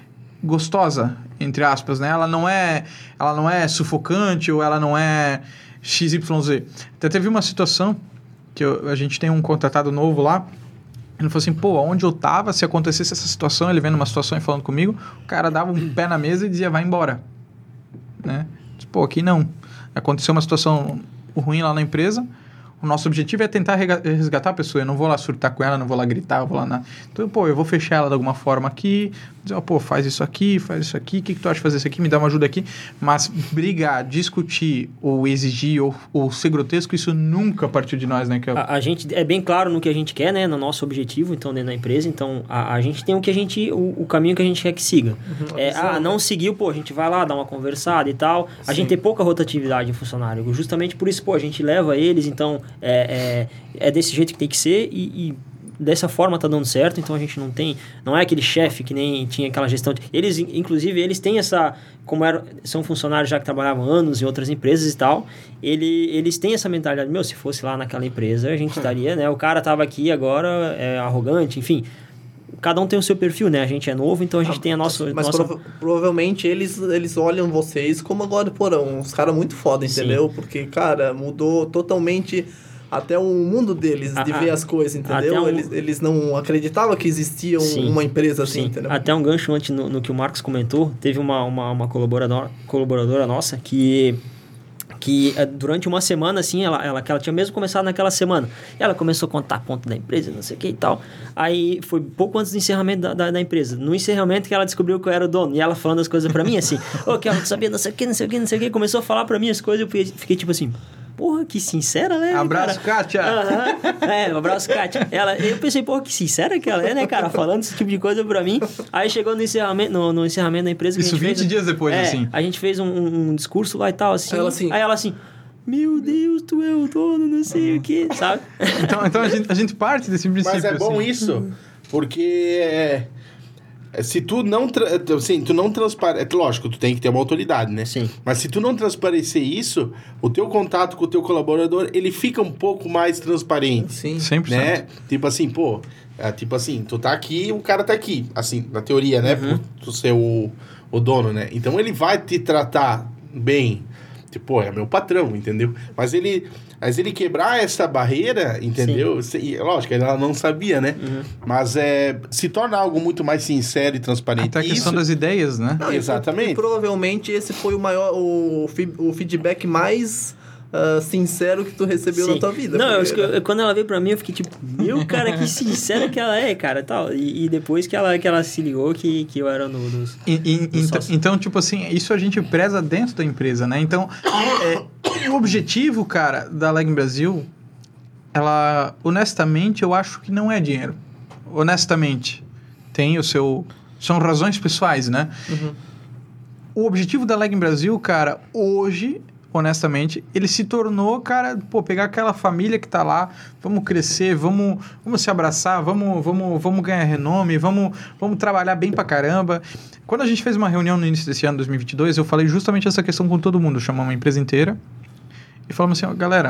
gostosa, entre aspas, né? Ela não é, ela não é sufocante ou ela não é X Y Z. Até teve uma situação que eu, a gente tem um contratado novo lá, ele falou assim, pô, onde eu tava, se acontecesse essa situação, ele vendo uma situação e falando comigo, o cara dava um pé na mesa e dizia, vai embora. Né? Pô, aqui não. Aconteceu uma situação ruim lá na empresa, o nosso objetivo é tentar resgatar a pessoa. Eu não vou lá surtar com ela, não vou lá gritar, eu vou lá na... Então, pô, eu vou fechar ela de alguma forma aqui, dizer, ó, pô, faz isso aqui, faz isso aqui, o que, que tu acha de fazer isso aqui? Me dá uma ajuda aqui. Mas brigar, discutir, ou exigir, ou, ou ser grotesco, isso nunca partiu de nós, né? Que eu... a, a gente é bem claro no que a gente quer, né? No nosso objetivo, então, dentro da empresa. Então, a, a gente tem o que a gente... O, o caminho que a gente quer que siga. Uhum, é, ah, não seguiu, pô, a gente vai lá, dá uma conversada e tal. A Sim. gente tem pouca rotatividade em funcionário. Justamente por isso, pô, a gente leva eles, então... é, é É desse jeito que tem que ser e, e dessa forma tá dando certo, então a gente não tem, não é aquele chefe que nem tinha aquela gestão de, eles, inclusive, eles têm essa, como eram, são funcionários já que trabalhavam anos em outras empresas e tal, ele, eles têm essa mentalidade, meu, se fosse lá naquela empresa, a gente estaria, né, o cara tava aqui agora, é arrogante, enfim, cada um tem o seu perfil, né, a gente é novo, então a gente ah, tem a nossa... Mas nossa... prova- provavelmente eles, eles olham vocês como agora, porão, uns caras muito foda, entendeu? Sim. Porque, cara, mudou totalmente... Até o mundo deles, de ah, ver as coisas, entendeu? Um... Eles, eles não acreditavam que existia um, uma empresa assim, sim. entendeu? Até um gancho antes no, no que o Marcos comentou, teve uma, uma, uma colaboradora, colaboradora nossa que, que durante uma semana, assim, ela, ela, que ela tinha mesmo começado naquela semana, ela começou a contar ponto da empresa, não sei o que e tal. Aí foi pouco antes do encerramento da, da, da empresa. No encerramento que ela descobriu que eu era o dono, e ela falando as coisas pra mim, assim, ô, oh, que ela não sabia, não sei o que, não sei o que, não sei o que, começou a falar pra mim as coisas, eu fiquei tipo assim... Porra, que sincera, né? Abraço, cara? Kátia! Uhum. É, um abraço, Kátia. Ela, eu pensei, porra, que sincera que ela é, né, cara? Falando esse tipo de coisa pra mim. Aí chegou no encerramento, no, no encerramento da empresa... Que Isso a gente vinte fez, dias depois, é, assim. A gente fez um, um discurso lá e tal, assim. Aí ela assim... Aí ela assim meu Deus, tu é o dono, não sei uhum. o quê, sabe? Então, então a, gente, a gente parte desse princípio. Mas é bom assim. isso, porque... É... Se tu não, tra- assim, tu não transparece... Lógico, tu tem que ter uma autoridade, né? Sim. Mas se tu não transparecer isso, o teu contato com o teu colaborador, ele fica um pouco mais transparente. Sim, cem por cento. Né? Tipo assim, pô... É, tipo assim, tu tá aqui, o cara tá aqui. Assim, na teoria, né? Uhum. Por tu ser o, o dono, né? Então, ele vai te tratar bem. Tipo, pô, é meu patrão, entendeu? Mas ele... Mas ele quebrar essa barreira, entendeu? Sim. Lógico, ela não sabia, né? Uhum. Mas é, se torna algo muito mais sincero e transparente. Até a questão Isso... das ideias, né? Não, exatamente. E, e provavelmente esse foi o maior, o, o feedback mais uh, sincero que tu recebeu Sim. na tua vida. Não, eu, eu, quando ela veio pra mim, eu fiquei tipo, meu, cara, que sincera que ela é, cara, tal. E, e depois que ela, que ela se ligou que, que eu era no dos, e, e, dos então, então, tipo assim, isso a gente preza dentro da empresa, né? Então, é, o objetivo, cara, da Leg Brasil, ela, honestamente, eu acho que não é dinheiro. Honestamente. Tem o seu... São razões pessoais, né? Uhum. O objetivo da Leg Brasil, cara, hoje... honestamente, ele se tornou, cara, pô, pegar aquela família que tá lá, vamos crescer, vamos, vamos se abraçar, vamos, vamos, vamos ganhar renome, vamos, vamos trabalhar bem pra caramba. Quando a gente fez uma reunião no início desse ano, dois mil e vinte e dois, eu falei justamente essa questão com todo mundo, chamamos a empresa inteira e falamos assim, ó, galera,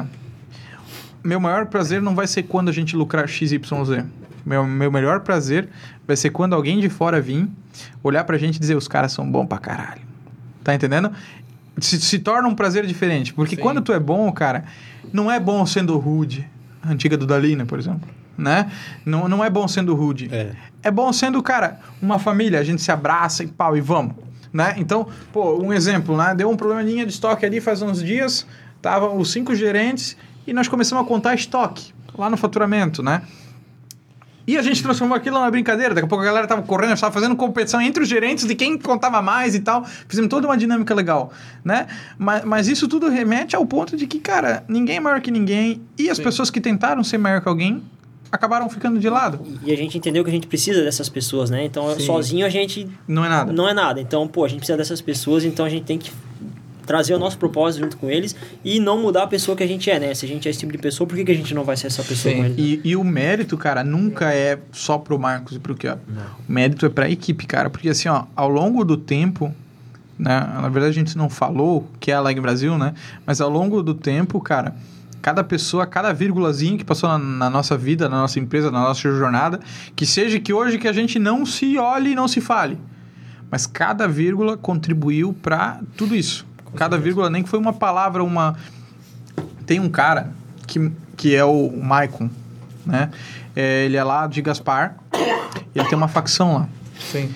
meu maior prazer não vai ser quando a gente lucrar X Y Z. Meu, meu melhor prazer vai ser quando alguém de fora vir, olhar pra gente e dizer, os caras são bons pra caralho. Tá entendendo? Se, se torna um prazer diferente. Porque Sim. quando tu é bom, cara, não é bom sendo rude. A antiga do Dalina, por exemplo. Né? Não, não é bom sendo rude. É. é bom sendo, cara, uma família. A gente se abraça e pau, e vamos. Né? Então, pô, um exemplo, né? Deu um probleminha de estoque ali faz uns dias. Estavam os cinco gerentes e nós começamos a contar estoque lá no faturamento, né? E a gente transformou aquilo numa brincadeira. Daqui a pouco a galera tava correndo, estava fazendo competição entre os gerentes de quem contava mais e tal. Fizemos toda uma dinâmica legal, né? Mas, mas isso tudo remete ao ponto de que, cara, ninguém é maior que ninguém. E as Sim. pessoas que tentaram ser maior que alguém acabaram ficando de lado. E a gente entendeu que a gente precisa dessas pessoas, né? Então, Sim. sozinho a gente... Não é nada. Não é nada. Então, pô, a gente precisa dessas pessoas, então a gente tem que trazer o nosso propósito junto com eles e não mudar a pessoa que a gente é, né? Se a gente é esse tipo de pessoa, por que, que a gente não vai ser essa pessoa Sim. com eles? E, e o mérito, cara, nunca é só pro Marcos e pro Kiel. O mérito é pra equipe, cara. Porque assim, ó, ao longo do tempo, né? Na verdade, a gente não falou que é a Leg Brasil, né? Mas ao longo do tempo, cara, cada pessoa, cada vírgulazinha que passou na, na nossa vida, na nossa empresa, na nossa jornada, que seja que hoje que a gente não se olhe e não se fale. Mas cada vírgula contribuiu pra tudo isso. Cada vírgula, nem que foi uma palavra, uma... Tem um cara que, que é o, o Maicon, né? É, ele é lá de Gaspar. Ele tem uma facção lá. Sim.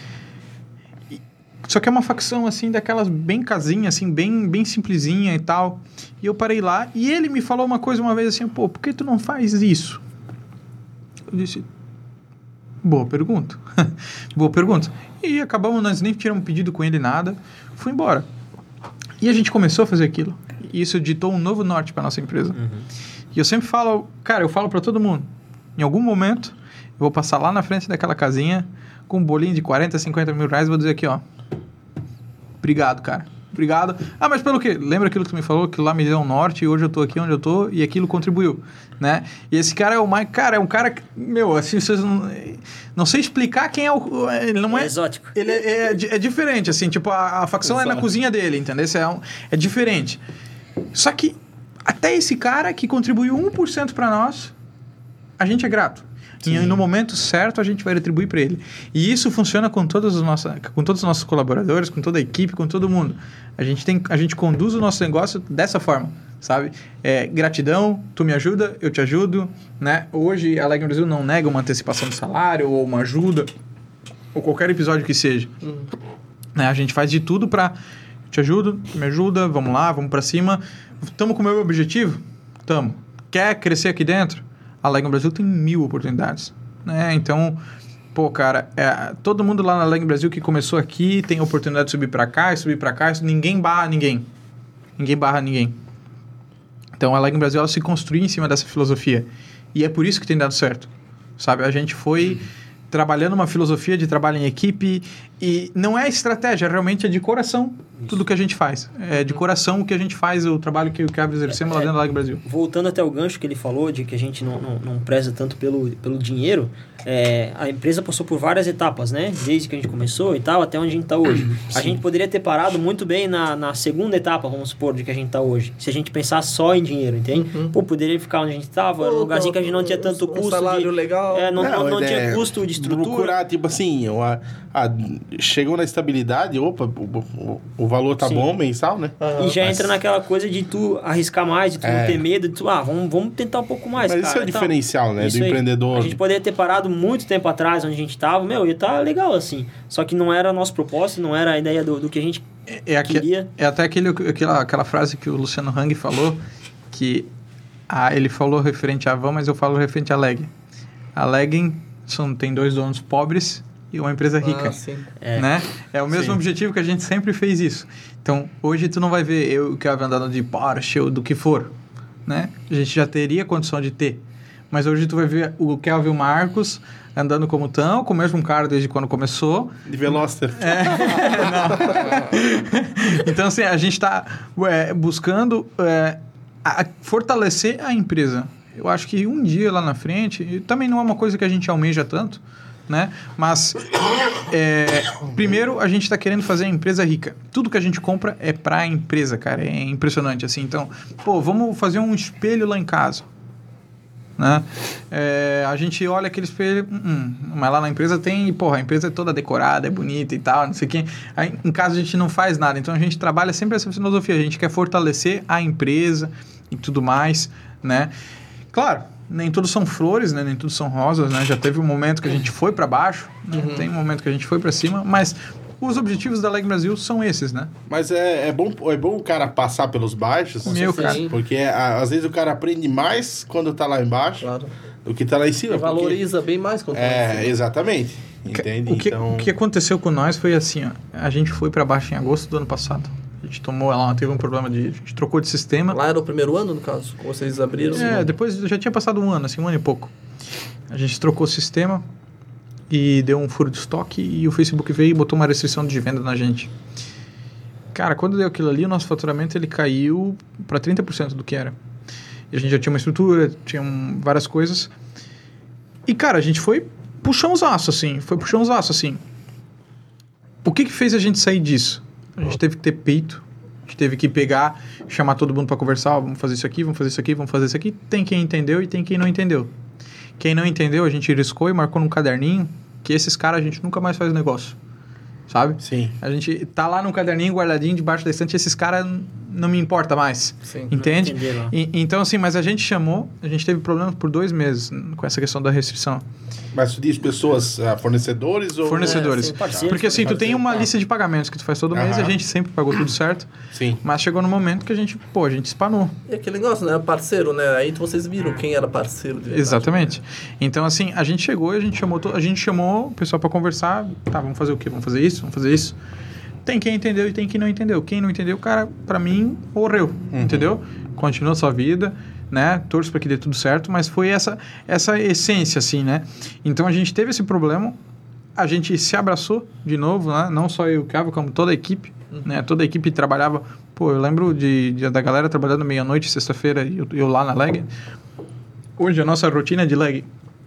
E, só que é uma facção, assim, daquelas bem casinha, assim, bem, bem simplesinha e tal. E eu parei lá e ele me falou uma coisa uma vez assim, pô, por que tu não faz isso? Eu disse... Boa pergunta. Boa pergunta. E acabamos, nós nem tiramos pedido com ele, nada. Fui embora. E a gente começou a fazer aquilo. E isso ditou um novo norte para nossa empresa. Uhum. E eu sempre falo... Cara, eu falo para todo mundo. Em algum momento, eu vou passar lá na frente daquela casinha com um bolinho de quarenta, cinquenta mil reais e vou dizer aqui, ó. Obrigado, cara. obrigado. Ah, mas pelo quê? Lembra aquilo que tu me falou, que lá me deu um norte e hoje eu tô aqui onde eu tô e aquilo contribuiu, né? E esse cara é o mais... Cara, é um cara que, meu, assim, vocês não... Não sei explicar quem é o... Ele não é... É exótico. Ele é, é, é diferente, assim, tipo, a, a facção Exato. é na cozinha dele, entendeu? É, um, é diferente. Só que até esse cara que contribuiu um por cento para nós, a gente é grato. Sim. E no momento certo a gente vai retribuir para ele. E isso funciona com todos os nossos, com todos os nossos colaboradores, com toda a equipe, com todo mundo. A gente, tem, a gente conduz o nosso negócio dessa forma, sabe? É, gratidão, tu me ajuda, eu te ajudo, né? Hoje a Alegre Brasil não nega uma antecipação de salário ou uma ajuda, ou qualquer episódio que seja. Uhum. Né? A gente faz de tudo para te ajudo, tu me ajuda, vamos lá, vamos para cima. Estamos com o meu objetivo? Estamos. Quer crescer aqui dentro? A Alegre Brasil tem mil oportunidades, né? Então, pô, cara, é, todo mundo lá na Alegre Brasil que começou aqui tem a oportunidade de subir para cá e subir para cá. Ninguém barra ninguém. Ninguém barra ninguém. Então, a Alegre Brasil, ela se construiu em cima dessa filosofia. E é por isso que tem dado certo, sabe? A gente foi trabalhando uma filosofia de trabalho em equipe e não é estratégia, realmente é de coração tudo que a gente faz. É de coração o que a gente faz, o trabalho que o Kevin exercemos é, lá dentro da Alegre Brasil. Voltando até o gancho que ele falou de que a gente não, não, não preza tanto pelo, pelo dinheiro, é, a empresa passou por várias etapas, né? Desde que a gente começou e tal, até onde a gente está hoje. Sim. A gente poderia ter parado muito bem na, na segunda etapa, vamos supor, de que a gente está hoje. Se a gente pensar só em dinheiro, entende? Uhum. Pô, poderia ficar onde a gente estava, um lugarzinho que a gente não tinha tanto custo. Um salário de, legal. É, não, não, não, não é, tinha custo de estrutura. Procurar, tipo assim, a, a, chegou na estabilidade, opa, o, o, o valor tá Sim. bom, mensal, né? Uhum. E já Mas... entra naquela coisa de tu arriscar mais, de tu é. não ter medo, de tu, ah, vamos, vamos tentar um pouco mais, Mas cara. isso é o então, diferencial, né? Do aí. empreendedor. A gente poderia ter parado muito tempo atrás, onde a gente tava, meu, ia tá legal assim. Só que não era nosso propósito, não era a ideia do, do que a gente é, é aqui, queria. É até aquele, aquela, aquela frase que o Luciano Hang falou, que ah, ele falou referente a Van, mas eu falo referente a Leg. A Leg são, tem dois donos pobres e uma empresa rica. Ah, sim. É. Né? É o mesmo sim. objetivo que a gente sempre fez isso. Então, hoje tu não vai ver eu que eu andando de Porsche ou do que for, né? A gente já teria condição de ter. Mas hoje tu vai ver o Kelvin e o Marcos andando como estão, com o mesmo carro desde quando começou. De Veloster. É, então, assim, a gente está é, buscando é, a, fortalecer a empresa. Eu acho que um dia lá na frente, também não é uma coisa que a gente almeja tanto, né? Mas, é, primeiro, a gente está querendo fazer a empresa rica. Tudo que a gente compra é para a empresa, cara. É impressionante, assim. Então, pô, vamos fazer um espelho lá em casa. Né? É, a gente olha aquele espelho, hum, mas lá na empresa tem, porra, a empresa é toda decorada, é bonita e tal, não sei o quê. Aí, em casa a gente não faz nada, então a gente trabalha sempre essa filosofia, a gente quer fortalecer a empresa e tudo mais, né? Claro, nem tudo são flores, né? Nem tudo são rosas, né? Já teve um momento que a gente foi para baixo, né? Uhum. Tem um momento que a gente foi para cima, mas os objetivos da Alegre Brasil são esses, né? Mas é, é, bom, é bom o cara passar pelos baixos. Meu, cara. Porque a, às vezes o cara aprende mais quando tá lá embaixo claro. do que tá lá em cima. Porque valoriza bem mais quando tá lá em cima. É, exatamente. Entende? O que, então... o que aconteceu com nós foi assim, ó. A gente foi para baixo em agosto do ano passado. A gente tomou lá, teve um problema de... A gente trocou de sistema. Lá era o primeiro ano, no caso? Vocês abriram? É, assim, depois já tinha passado um ano, assim, um ano e pouco. A gente trocou o sistema... E deu um furo de estoque e o Facebook veio e botou uma restrição de venda na gente. Cara, quando deu aquilo ali, o nosso faturamento ele caiu para trinta por cento do que era. E a gente já tinha uma estrutura, tinha um, várias coisas. E, cara, a gente foi puxão os aços, assim. Foi puxão os aços, assim. O que que fez a gente sair disso? A gente teve que ter peito. A gente teve que pegar, chamar todo mundo para conversar. Vamos fazer isso aqui, vamos fazer isso aqui, vamos fazer isso aqui. Tem quem entendeu e tem quem não entendeu. Quem não entendeu, a gente riscou e marcou num caderninho que esses caras a gente nunca mais faz negócio, sabe? Sim. A gente tá lá num caderninho guardadinho debaixo da estante e esses caras não me importa mais, Sim, entende? E, então, assim, mas a gente chamou, a gente teve problemas por dois meses com essa questão da restrição. Mas tu diz pessoas, uh, fornecedores ou... Fornecedores. É, sim, parceiro, Porque assim, tu tem uma tá. lista de pagamentos que tu faz todo mês e a gente sempre pagou tudo certo. Sim. Mas chegou no momento que a gente, pô, a gente espanou. E aquele negócio, né? Parceiro, né? Aí vocês viram quem era parceiro de verdade. Exatamente. Né? Então, assim, a gente chegou e a gente chamou, to... a gente chamou o pessoal para conversar. Tá, vamos fazer o quê? Vamos fazer isso? Vamos fazer isso? Tem quem entendeu e tem quem não entendeu. Quem não entendeu, cara, pra mim, morreu, uhum. entendeu? Continua a sua vida, né? Torço para que dê tudo certo, mas foi essa, essa essência, assim, né? Então, a gente teve esse problema a gente se abraçou de novo, né? Não só eu e o Kelvin, como toda a equipe, uhum. né? Toda a equipe trabalhava... Pô, eu lembro de, de, da galera trabalhando meia-noite, sexta-feira, e eu, eu lá na Leg. Hoje, a nossa rotina de Leg,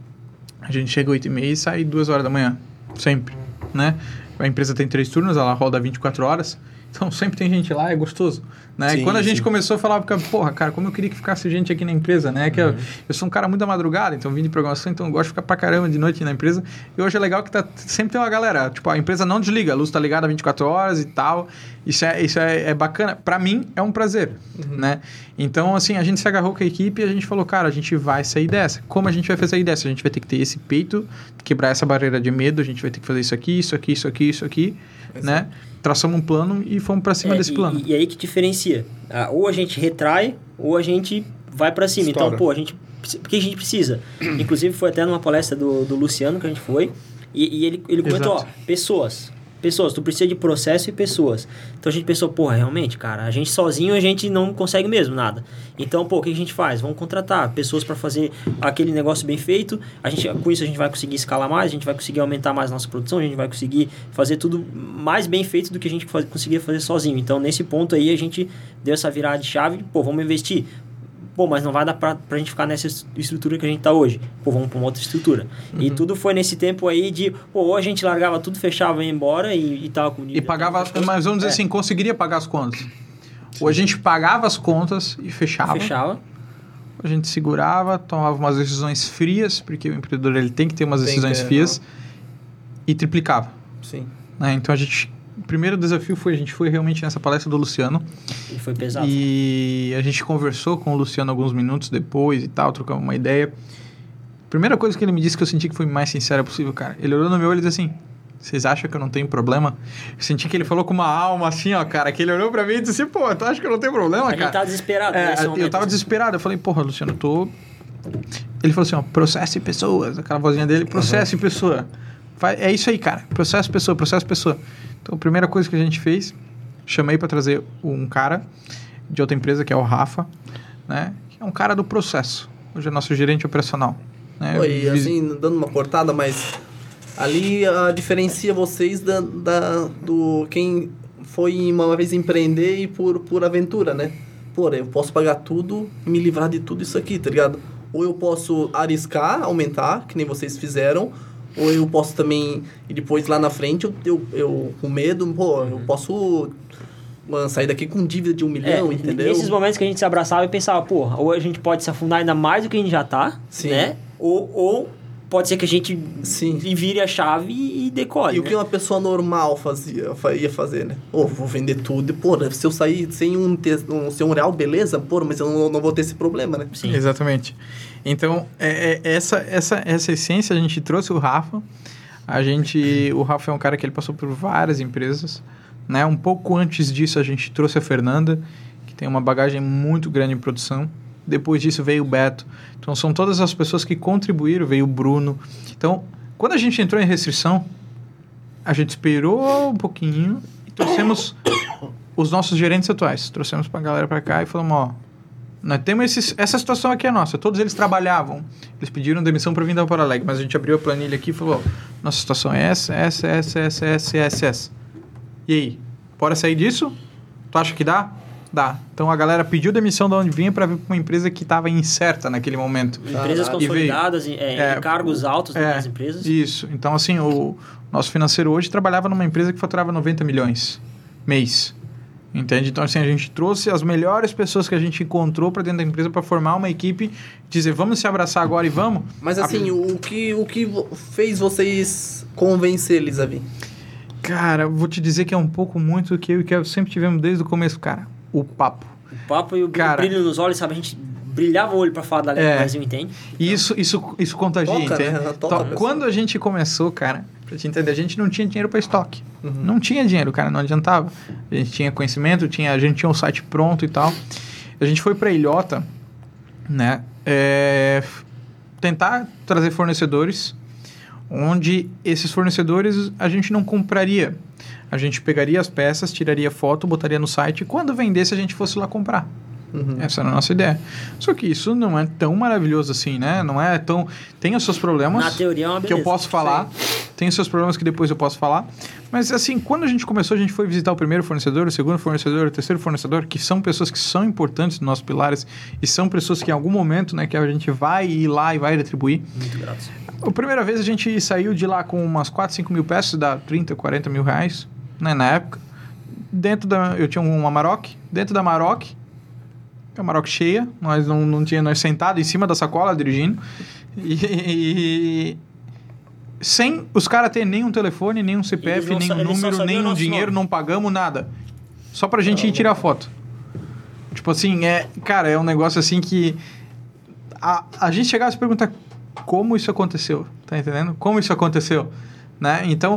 a gente chega às oito e meia e sai duas horas da manhã, sempre, né? A empresa tem três turnos, ela roda vinte e quatro horas, então sempre tem gente lá, é gostoso, né? Sim, e quando a gente sim. começou a falar, porra, cara, como eu queria que ficasse gente aqui na empresa, né? Que uhum. eu, eu sou um cara muito da madrugada, então vim de programação, então eu gosto de ficar pra caramba de noite na empresa. E hoje é legal que tá, sempre tem uma galera, tipo, a empresa não desliga, a luz tá ligada vinte e quatro horas e tal. Isso é, isso é, é bacana. Pra mim, é um prazer, uhum. né? Então, assim, a gente se agarrou com a equipe e a gente falou, cara, a gente vai sair dessa. Como a gente vai sair dessa? A gente vai ter que ter esse peito, quebrar essa barreira de medo, a gente vai ter que fazer isso aqui, isso aqui, isso aqui, isso aqui, Exato. né? Traçamos um plano e fomos pra cima é, desse e, plano. E, e aí que diferencia. Ah, ou a gente retrai, ou a gente vai pra cima. Estoura. Então, pô, a gente... Porque a gente precisa. Inclusive, foi até numa palestra do, do Luciano que a gente foi, e, e ele, ele comentou, Exato. ó, pessoas... Pessoas, tu precisa de processo e pessoas. Então a gente pensou, porra, realmente, cara, a gente sozinho a gente não consegue mesmo nada. Então, pô, o que a gente faz? Vamos contratar pessoas para fazer aquele negócio bem feito. A gente, com isso a gente vai conseguir escalar mais, a gente vai conseguir aumentar mais a nossa produção, a gente vai conseguir fazer tudo mais bem feito do que a gente faz, conseguia fazer sozinho. Então, nesse ponto aí, a gente deu essa virada de chave, pô, vamos investir. Pô, mas não vai dar pra, pra gente ficar nessa estrutura que a gente tá hoje. Pô, vamos pra uma outra estrutura. Uhum. E tudo foi nesse tempo aí de... Pô, ou a gente largava tudo, fechava e ia embora e, e tava com... E pagava... Mas vamos dizer é. assim, conseguiria pagar as contas. Sim. Ou a gente pagava as contas e fechava. Fechava. A gente segurava, tomava umas decisões frias, porque o empreendedor ele tem que ter umas tem decisões ter, frias. Não. E triplicava. Sim. Né? Então a gente... O primeiro desafio foi, a gente foi realmente nessa palestra do Luciano. E foi pesado. E a gente conversou com o Luciano alguns minutos depois e tal, trocamos uma ideia. Primeira coisa que ele me disse que eu senti que foi mais sincera possível, cara. Ele olhou no meu olho e disse assim, vocês acham que eu não tenho problema? Eu senti que ele falou com uma alma assim, ó, cara, que ele olhou pra mim e disse assim, pô, tu acha que eu não tenho problema, cara? A gente tava desesperado. É, nesse momento, eu tava desesperado. Eu falei, porra, Luciano, eu tô... Ele falou assim, ó, processo e pessoas. Aquela vozinha dele, processo uhum. e pessoa. É isso aí, cara. Processo, pessoa, processo, pessoa. Então, a primeira coisa que a gente fez, chamei para trazer um cara de outra empresa, que é o Rafa, né? Que é um cara do processo. Hoje é nosso gerente operacional. Né? Oi, assim, dando uma cortada, mas ali a diferencia vocês da, da, do quem foi uma vez empreender e por, por aventura, né? Pô, eu posso pagar tudo e me livrar de tudo isso aqui, tá ligado? Ou eu posso arriscar, aumentar, que nem vocês fizeram, ou eu posso também, e depois lá na frente, eu, eu, eu com medo, pô, eu posso mano, sair daqui com dívida de um milhão, é, entendeu? Nesses momentos que a gente se abraçava e pensava, pô, ou a gente pode se afundar ainda mais do que a gente já tá, Sim. né? Ou, ou pode ser que a gente Sim. vire a chave e decole. E né? o que uma pessoa normal fazia, ia fazer, né? Ou vou vender tudo, e, pô, se eu sair sem um, ter, um, sem um real, beleza, pô, mas eu não, não vou ter esse problema, né? Sim. Exatamente. Então, é, é, essa, essa, essa essência, a gente trouxe o Rafa. A gente, o Rafa é um cara que ele passou por várias empresas, né? Um pouco antes disso, a gente trouxe a Fernanda, que tem uma bagagem muito grande em produção. Depois disso veio o Beto. Então, são todas as pessoas que contribuíram. Veio o Bruno. Então, quando a gente entrou em restrição, a gente esperou um pouquinho e trouxemos os nossos gerentes atuais. Trouxemos para a galera para cá e falamos, ó, nós temos esses, essa situação aqui é nossa. Todos eles trabalhavam. Eles pediram demissão para vir da Paraleg, mas a gente abriu a planilha aqui e falou, ó, nossa situação é essa, essa, essa, essa, essa, essa, essa. E aí? Bora sair disso? Tu acha que dá? Dá. Então a galera pediu demissão de onde vinha para vir para uma empresa que estava incerta naquele momento. Empresas ah, consolidadas, veio, é, é, cargos altos é, das empresas. Isso. Então, assim, o nosso financeiro hoje trabalhava numa empresa que faturava noventa milhões mês. Entende? Então, assim, a gente trouxe as melhores pessoas que a gente encontrou para dentro da empresa para formar uma equipe, dizer, vamos se abraçar agora e vamos. Mas, assim, a... o, que, o que fez vocês convencer eles a vir? Cara, vou te dizer que é um pouco muito do que eu e o Kevin sempre tivemos desde o começo, cara. O papo. O papo e o cara, brilho nos olhos, sabe? A gente brilhava o olho pra falar da língua é, Brasil, entende? E então, isso, isso, isso contagia, toca, entende? Né? Toca então, quando a gente começou, cara, pra te entender, a gente não tinha dinheiro pra estoque. Uhum. Não tinha dinheiro, cara, não adiantava. A gente tinha conhecimento, tinha, a gente tinha um site pronto e tal. A gente foi pra Ilhota, né? É, tentar trazer fornecedores, onde esses fornecedores a gente não compraria. A gente pegaria as peças, tiraria foto, botaria no site e quando vendesse a gente fosse lá comprar. Uhum. Essa era a nossa ideia. Só que isso não é tão maravilhoso assim, né? Não é tão... Tem os seus problemas... Na teoria é uma beleza. Que eu posso falar. Sim. Tem os seus problemas que depois eu posso falar. Mas, assim, quando a gente começou, a gente foi visitar o primeiro fornecedor, o segundo fornecedor, o terceiro fornecedor, que são pessoas que são importantes nos nossos pilares e são pessoas que em algum momento, né, que a gente vai ir lá e vai retribuir. Muito grato. A primeira vez a gente saiu de lá com umas quatro, cinco mil peças, dá trinta, quarenta mil reais, né, na época. Dentro da... Eu tinha uma Amarok. Dentro da Amarok... a Amarok cheia, nós não, não tinha nós sentado em cima da sacola dirigindo e, e sem os caras terem nenhum telefone, nenhum C P F, nenhum número, nenhum dinheiro, nome. Não pagamos nada, só pra gente ir tirar foto. Tipo assim, é, cara, é um negócio assim que a, a gente chegava a se perguntar como isso aconteceu, tá entendendo? Como isso aconteceu, né? Então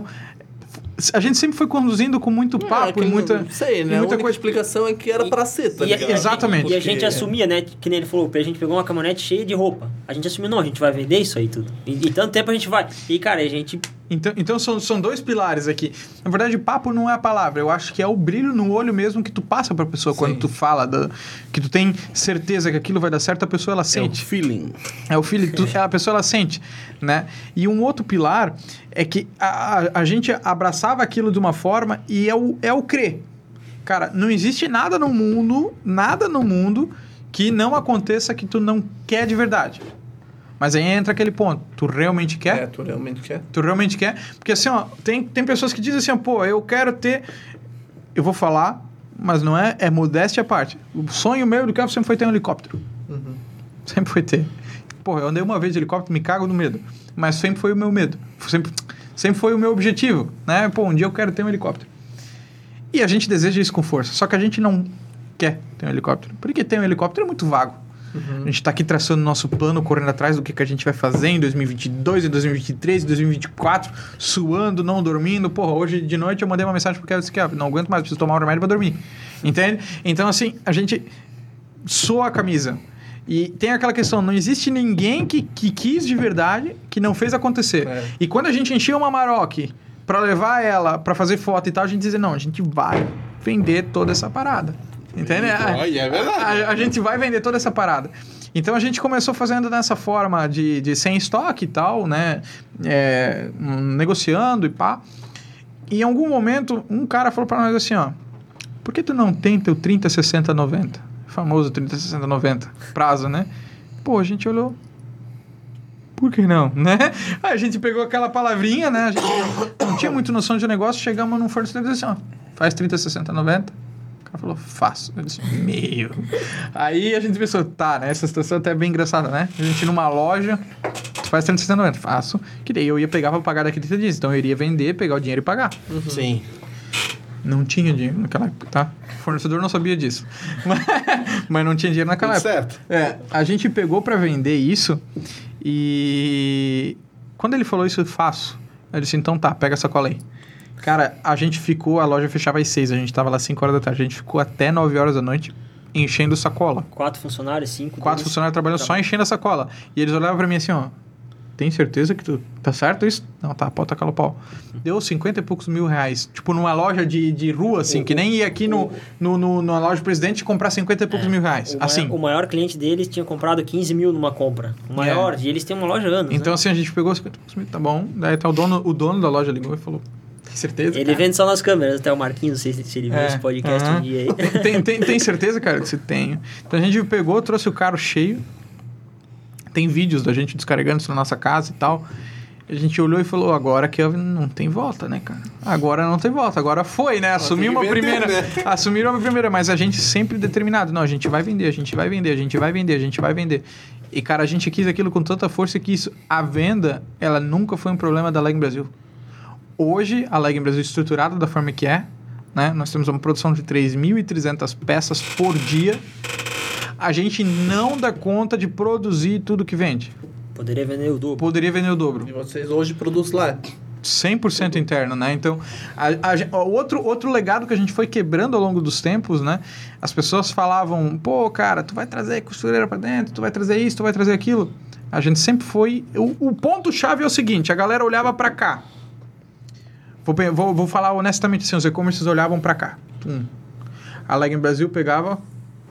a gente sempre foi conduzindo com muito papo é, e muita... Não sei, né? Muita a única explicação é que era pra ser, tá e, ligado? E Exatamente. E a gente assumia, né? Que nem ele falou, a gente pegou uma caminhonete cheia de roupa. A gente assumiu, não, a gente vai vender isso aí tudo. E, e tanto tempo a gente vai. E, cara, a gente... Então, então são, são dois pilares aqui. Na verdade, papo não é a palavra. Eu acho que é o brilho no olho mesmo que tu passa pra pessoa. Sim. Quando tu fala, do, que tu tem certeza que aquilo vai dar certo, a pessoa, ela sente. É o feeling. É o feeling. Tu, a pessoa, ela sente, né? E um outro pilar é que a, a, a gente abraçava aquilo de uma forma e é o, é o crer. Cara, não existe nada no mundo, nada no mundo que não aconteça que tu não quer de verdade. Mas aí entra aquele ponto. Tu realmente quer? É, tu realmente quer. Tu realmente quer? Porque assim, ó, tem, tem pessoas que dizem assim, ó, pô, eu quero ter... Eu vou falar, mas não é... É modéstia à parte. O sonho meu do carro sempre foi ter um helicóptero. Uhum. Sempre foi ter. Pô, eu andei uma vez de helicóptero, me cago no medo. Mas sempre foi o meu medo. Sempre, sempre foi o meu objetivo, né? Pô, um dia eu quero ter um helicóptero. E a gente deseja isso com força. Só que a gente não quer ter um helicóptero. Porque ter um helicóptero é muito vago. Uhum. A gente está aqui traçando nosso plano, correndo atrás do que, que a gente vai fazer em dois mil e vinte e dois, em dois mil e vinte e três, em dois mil e vinte e quatro, suando, não dormindo. Porra, hoje de noite eu mandei uma mensagem pro Kevin, disse que ah, não aguento mais, preciso tomar um remédio para dormir. Entende? Então, assim, a gente soa a camisa. E tem aquela questão, não existe ninguém que, que quis de verdade que não fez acontecer. É. E quando a gente enchia uma Amarok para levar ela, para fazer foto e tal, a gente dizia, não, a gente vai vender toda essa parada. Entende? Olha, é verdade. A, a, a gente vai vender toda essa parada. Então, a gente começou fazendo dessa forma de, de sem estoque e tal, né? É, negociando e pá. E em algum momento, um cara falou pra nós assim, ó, por que tu não tem teu trinta, sessenta, noventa? O famoso trinta, sessenta, noventa. Prazo, né? Pô, a gente olhou... Por que não, né? Aí a gente pegou aquela palavrinha, né? A gente não tinha muito noção de negócio, chegamos num fornecedor e disse assim, ó, faz trinta, sessenta, noventa. O cara falou, faço. Eu disse, meu. Aí a gente pensou, tá, né? Essa situação até é bem engraçada, né? A gente numa loja, faz trinta, sessenta, noventa. Faço. Que daí eu ia pegar pra pagar daqui trinta dias. Então eu iria vender, pegar o dinheiro e pagar. Uhum. Sim. Não tinha dinheiro naquela época, tá? O fornecedor não sabia disso. Mas, mas não tinha dinheiro naquela Tudo época. Certo. É, a gente pegou pra vender isso e... Quando ele falou isso, eu faço. Eu disse, então tá, pega essa cola aí. Cara, a gente ficou, a loja fechava às seis, a gente tava lá às cinco horas da tarde, a gente ficou até nove horas da noite enchendo sacola. Quatro funcionários, cinco... Quatro deles, funcionários trabalhando só enchendo a sacola. E eles olhavam pra mim assim, ó, tem certeza que tu... Tá certo isso? Não, tá, pode tacar o pau. Deu cinquenta e poucos mil reais. Tipo, numa loja de, de rua, assim, o, que nem ir aqui o, no, no, no, na loja do presidente comprar cinquenta e poucos é, mil reais. O assim. Maior, o maior cliente deles tinha comprado quinze mil numa compra. O maior, é. E eles têm uma loja há anos, Então, né? assim, a gente pegou cinquenta e poucos mil, tá bom. Daí tá o dono, o dono da loja ligou e falou... Certeza, ele cara? Vende só nas câmeras, até o Marquinhos, não sei se ele viu é, esse podcast uh-huh. um dia aí. Tem, tem, tem certeza, cara, que você tem. Então a gente pegou, trouxe o carro cheio. Tem vídeos da gente descarregando isso na nossa casa e tal. A gente olhou e falou, agora que não tem volta, né, cara? Agora não tem volta, agora foi, né? Assumimos a primeira, né? Assumiram a primeira, mas a gente sempre determinado. Não, a gente vai vender, a gente vai vender, a gente vai vender, a gente vai vender. E, cara, a gente quis aquilo com tanta força que isso, a venda, ela nunca foi um problema da Leg Brasil. Hoje, a Leg Brasil estruturada da forma que é, né? Nós temos uma produção de três mil e trezentas peças por dia. A gente não dá conta de produzir tudo que vende. Poderia vender o dobro. Poderia vender o dobro. E vocês hoje produzem lá? cem por cento interno, né? Então, a, a, outro, outro legado que a gente foi quebrando ao longo dos tempos, né? As pessoas falavam, pô, cara, tu vai trazer costureira pra dentro, tu vai trazer isso, tu vai trazer aquilo. A gente sempre foi... O, o ponto-chave é o seguinte, a galera olhava pra cá. Vou, vou, vou falar honestamente assim, os e-commerces olhavam pra cá. Hum. A Leg Brasil pegava,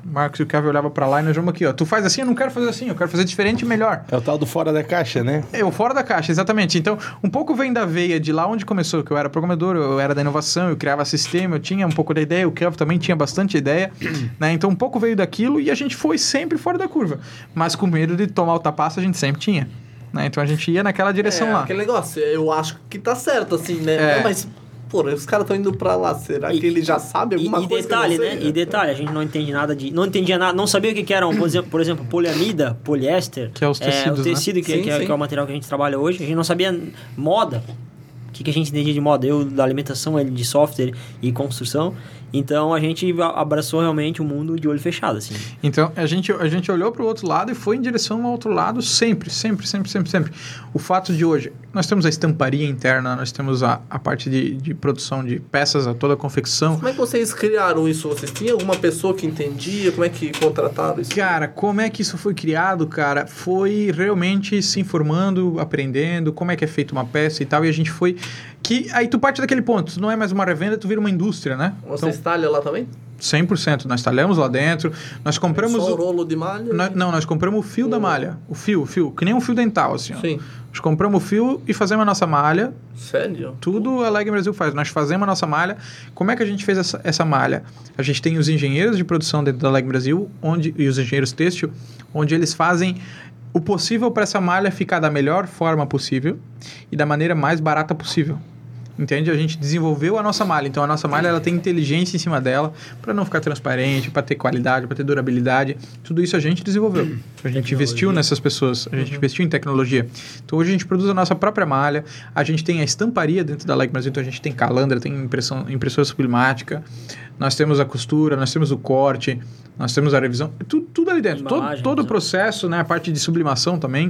O Marcos e o Kevin olhavam pra lá e nós vamos aqui, ó. Tu faz assim, eu não quero fazer assim, eu quero fazer diferente e melhor. É o tal do fora da caixa, né? É, o fora da caixa, exatamente. Então, um pouco vem da veia de lá onde começou, que eu era programador, eu era da inovação, eu criava sistema, eu tinha um pouco da ideia, o Kevin também tinha bastante ideia, né? Então, um pouco veio daquilo e a gente foi sempre fora da curva. Mas com medo de tomar o tapaço, a gente sempre tinha. Né? Então, a gente ia naquela direção é, lá. Aquele negócio, eu acho que tá certo, assim, né? É. Não, mas... Pô, os caras estão indo pra lá, será e, que ele já sabe alguma e, e coisa? Detalhe, que né? E detalhe, a gente não entende nada de... Não entendia nada, não sabia o que, que era, um, por, exemplo, por exemplo, poliamida, poliéster. Que é os tecidos, é, o tecido né? que, sim, que, é, que é o material que a gente trabalha hoje. A gente não sabia moda. O que, que a gente entendia de moda? Eu da alimentação, ele de software e construção. Então, a gente abraçou realmente o mundo de olho fechado, assim. Então, a gente, a gente olhou para o outro lado e foi em direção ao outro lado sempre, sempre, sempre, sempre, sempre. O fato de hoje, nós temos a estamparia interna, nós temos a, a parte de, de produção de peças, a toda a confecção. Como é que vocês criaram isso? Vocês tinham alguma pessoa que entendia? Como é que contrataram isso? Cara, como é que isso foi criado, cara? Foi realmente se informando, aprendendo, como é que é feita uma peça e tal, e a gente foi... Que aí tu parte daquele ponto, tu não é mais uma revenda, tu vira uma indústria, né? Você então, talha lá também? cem por cento, nós talhamos lá dentro, nós compramos... Só o o rolo de malha? Nós, não, nós compramos o fio o... da malha, o fio, o fio, que nem um fio dental, assim, ó. Sim. Nós compramos o fio e fazemos a nossa malha. Sério? Tudo a Leg Brasil faz, nós fazemos a nossa malha. Como é que a gente fez essa, essa malha? A gente tem os engenheiros de produção dentro da Leg Brasil, onde, e os engenheiros têxtil, onde eles fazem o possível para essa malha ficar da melhor forma possível e da maneira mais barata possível. Entende? A gente desenvolveu a nossa malha. Então, a nossa malha ela tem inteligência em cima dela para não ficar transparente, para ter qualidade, para ter durabilidade. Tudo isso a gente desenvolveu. A gente tecnologia. investiu nessas pessoas. A gente uhum. investiu em tecnologia. Então, hoje a gente produz a nossa própria malha. A gente tem a estamparia dentro da Leg Brasil. Então, a gente tem calandra, tem impressão, impressora sublimática. Nós temos a costura, nós temos o corte, nós temos a revisão. Tudo, tudo ali dentro. Embalagem, todo todo o processo, né? A parte de sublimação também.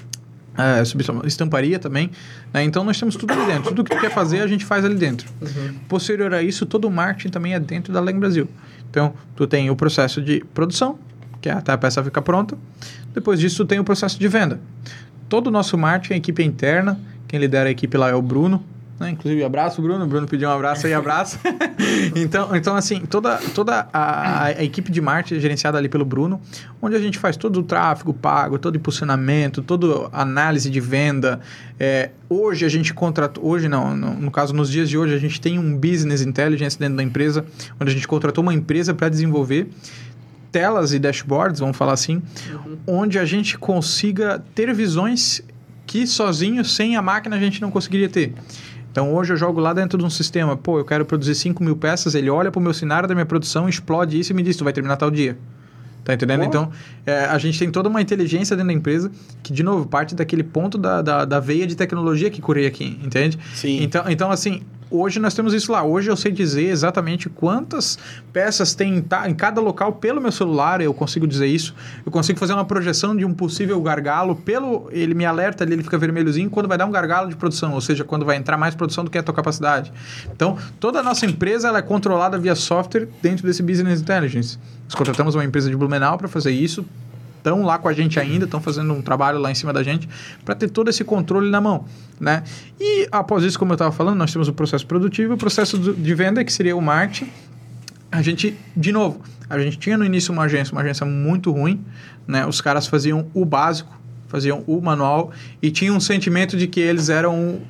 É, estamparia também, né? Então nós temos tudo ali dentro, tudo que tu quer fazer a gente faz ali dentro. Uhum. Posterior a isso, todo o marketing também é dentro da Leg Brasil. Então tu tem o processo de produção, que é até a peça ficar pronta. Depois disso tu tem o processo de venda. Todo o nosso marketing, a equipe é interna, quem lidera a equipe lá é o Bruno, né? Inclusive abraço Bruno, o Bruno pediu um abraço aí, abraço. então, então assim, toda, toda a, a equipe de marketing é gerenciada ali pelo Bruno, onde a gente faz todo o tráfego pago, todo o impulsionamento, toda a análise de venda. É, hoje a gente contratou, hoje não, no, no caso nos dias de hoje a gente tem um business intelligence dentro da empresa, onde a gente contratou uma empresa para desenvolver telas e dashboards, vamos falar assim, uhum. onde a gente consiga ter visões que sozinho, sem a máquina, a gente não conseguiria ter. Então, hoje eu jogo lá dentro de um sistema, pô, eu quero produzir cinco mil peças, ele olha para o meu cenário da minha produção, explode isso e me diz, tu vai terminar tal dia. Tá entendendo? Oh. Então, é, a gente tem toda uma inteligência dentro da empresa que, de novo, parte daquele ponto da, da, da veia de tecnologia que curei aqui, entende? Sim. Então, então, assim, hoje nós temos isso lá. Hoje eu sei dizer exatamente quantas peças tem em, em cada local pelo meu celular, eu consigo dizer isso. Eu consigo fazer uma projeção de um possível gargalo pelo... Ele me alerta ali, ele fica vermelhozinho quando vai dar um gargalo de produção, ou seja, quando vai entrar mais produção do que a tua capacidade. Então, toda a nossa empresa ela é controlada via software dentro desse Business Intelligence. Nós contratamos uma empresa de Blumenau para fazer isso, estão lá com a gente ainda, estão fazendo um trabalho lá em cima da gente para ter todo esse controle na mão, né? E após isso, como eu estava falando, nós temos o processo produtivo, o processo de venda, que seria o marketing. A gente, de novo, a gente tinha no início uma agência, uma agência muito ruim, né? Os caras faziam o básico, faziam o manual e tinham um sentimento de que eles eram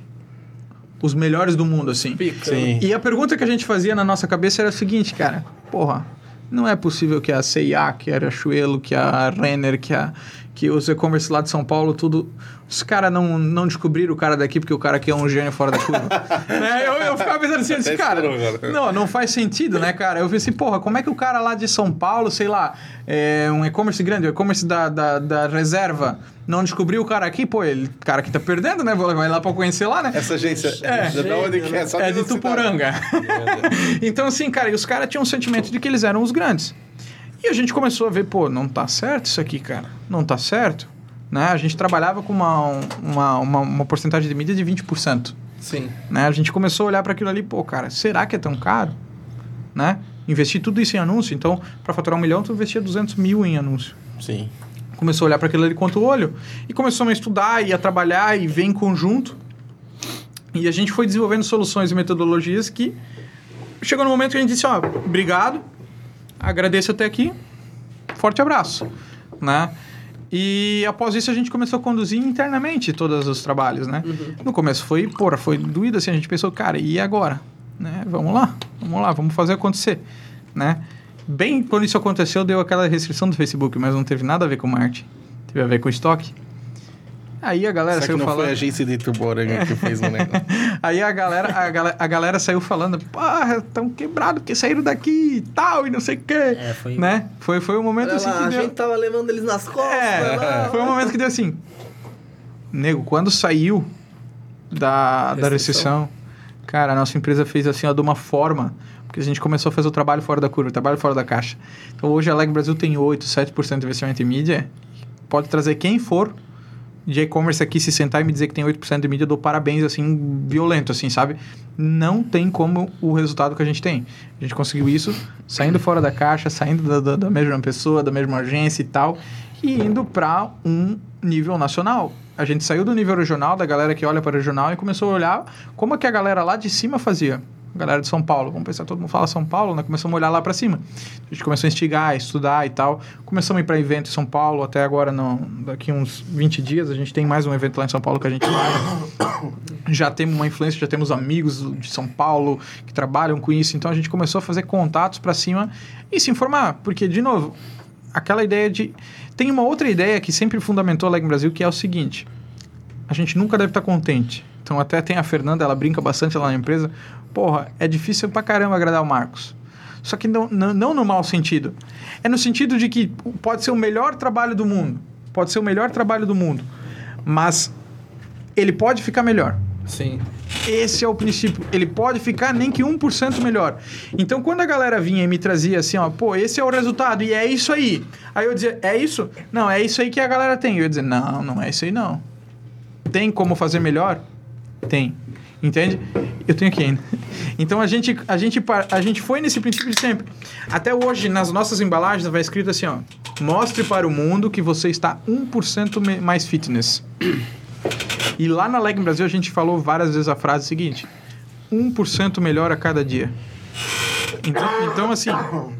os melhores do mundo, assim. Sim. E a pergunta que a gente fazia na nossa cabeça era a seguinte, cara, porra, não é possível que a C e A, que a Riachuelo, que a Renner, que, a, que os e-commerce lá de São Paulo, tudo... Os caras não, não descobriram o cara daqui porque o cara aqui é um gênio fora da curva. né? eu, eu ficava pensando assim, esse cara... Não, não faz sentido, né, cara? Eu falei assim, porra, como é que o cara lá de São Paulo, sei lá, é um e-commerce grande, o e-commerce da, da, da reserva, não descobriu o cara aqui? Pô, ele, o cara aqui tá perdendo, né? Vai lá pra conhecer lá, né? Essa agência... É, de onde que é? Só é de Tuporanga. Então, assim, cara, e os caras tinham um sentimento de que eles eram os grandes. E a gente começou a ver, pô, não tá certo isso aqui, cara. Não tá certo. Né? A gente trabalhava com uma, uma, uma, uma porcentagem de mídia de vinte por cento. Sim. Né? A gente começou a olhar para aquilo ali, pô, cara, será que é tão caro? Né? Investir tudo isso em anúncio. Então, para faturar um milhão, tu investia duzentos mil em anúncio. Sim. Começou a olhar para aquilo ali quanto olho. E começamos a estudar e a trabalhar e ver em conjunto. E a gente foi desenvolvendo soluções e metodologias que... Chegou no momento que a gente disse, ó, obrigado, agradeço até aqui, forte abraço, né? E após isso a gente começou a conduzir internamente todos os trabalhos, né? Uhum. No começo foi, porra, foi doído assim, a gente pensou, cara, e agora? Né? Vamos lá, vamos lá, vamos fazer acontecer, né? Bem, quando isso aconteceu, deu aquela restrição do Facebook, mas não teve nada a ver com marketing, teve a ver com estoque. Aí a galera Será saiu que não falando... foi a agência de Ituboranga que fez o negócio? Aí a galera, a, galera, a galera saiu falando, pá, estão quebrados porque saíram daqui e tal, e não sei o quê. É, foi... Né? Foi, foi um momento Olha assim lá, que a deu... gente tava levando eles nas costas. É, lá, foi um momento que deu assim... Nego, quando saiu da, da recessão, cara, a nossa empresa fez assim, ó, de uma forma... Porque a gente começou a fazer o trabalho fora da curva, o trabalho fora da caixa. Então hoje a Leg Brasil tem oito, sete por cento de investimento em mídia. Pode trazer quem for... de e-commerce aqui, se sentar e me dizer que tem oito por cento de mídia, eu dou parabéns, assim, violento, assim, sabe? Não tem como o resultado que a gente tem. A gente conseguiu isso saindo fora da caixa, saindo da, da, da mesma pessoa, da mesma agência e tal, e indo para um nível nacional. A gente saiu do nível regional, da galera que olha para o regional, e começou a olhar como é que a galera lá de cima fazia. A galera de São Paulo, vamos pensar, todo mundo fala São Paulo, né? Começamos a olhar lá para cima. A gente começou a instigar, a estudar e tal. Começamos a ir para evento em São Paulo, até agora, não, daqui uns vinte dias, a gente tem mais um evento lá em São Paulo que a gente vai. Já temos uma influência, já temos amigos de São Paulo que trabalham com isso. Então, a gente começou a fazer contatos para cima e se informar. Porque, de novo, aquela ideia de... Tem uma outra ideia que sempre fundamentou a Leg Brasil, que é o seguinte. A gente nunca deve estar contente. Então, até tem a Fernanda, ela brinca bastante lá na empresa. Porra, é difícil pra caramba agradar o Marcos. Só que não, não, não no mau sentido. É no sentido de que pode ser o melhor trabalho do mundo. Pode ser o melhor trabalho do mundo. Mas ele pode ficar melhor. Sim. Esse é o princípio. Ele pode ficar nem que um por cento melhor. Então, quando a galera vinha e me trazia assim, ó, pô, esse é o resultado e é isso aí. Aí eu dizia, é isso? Não, é isso aí que a galera tem. Eu ia dizer, não, não é isso aí não. Tem como fazer melhor? Tem. Entende? Eu tenho aqui ainda. Então, a gente, a, gente, a gente foi nesse princípio de sempre. Até hoje, nas nossas embalagens, vai escrito assim, ó. Mostre para o mundo que você está um por cento mais fitness. E lá na Leg Brasil, a gente falou várias vezes a frase seguinte. um por cento melhor a cada dia. Então, então, assim,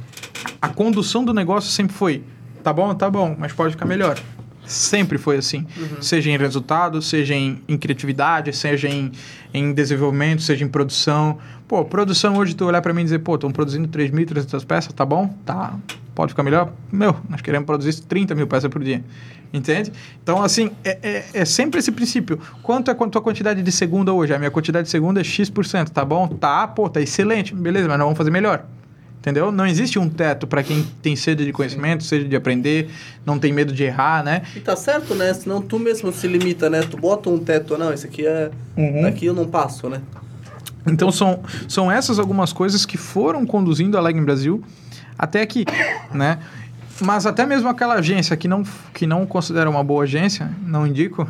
a condução do negócio sempre foi, tá bom, tá bom, mas pode ficar melhor. Sempre foi assim. Uhum. Seja em resultado, seja em, em criatividade, seja em, em desenvolvimento, seja em produção. Pô, produção hoje, tu olhar pra mim e dizer, pô, estão produzindo três mil e trezentas peças, tá bom? Tá. Pode ficar melhor? Meu, nós queremos produzir trinta mil peças por dia. Entende? Então, assim, é, é, é sempre esse princípio. Quanto é a tua quantidade de segunda hoje? A minha quantidade de segunda é X por cento, tá bom? Tá, pô, tá excelente. Beleza, mas nós vamos fazer melhor. Entendeu? Não existe um teto para quem tem sede de conhecimento, sede de aprender, não tem medo de errar, né? E tá certo, né? Senão tu mesmo se limita, né? Tu bota um teto, não, isso aqui é... Uhum. Daqui eu não passo, né? Então, são, são essas algumas coisas que foram conduzindo a Leg Brasil até aqui, né? Mas até mesmo aquela agência que não, que não considera uma boa agência, não indico,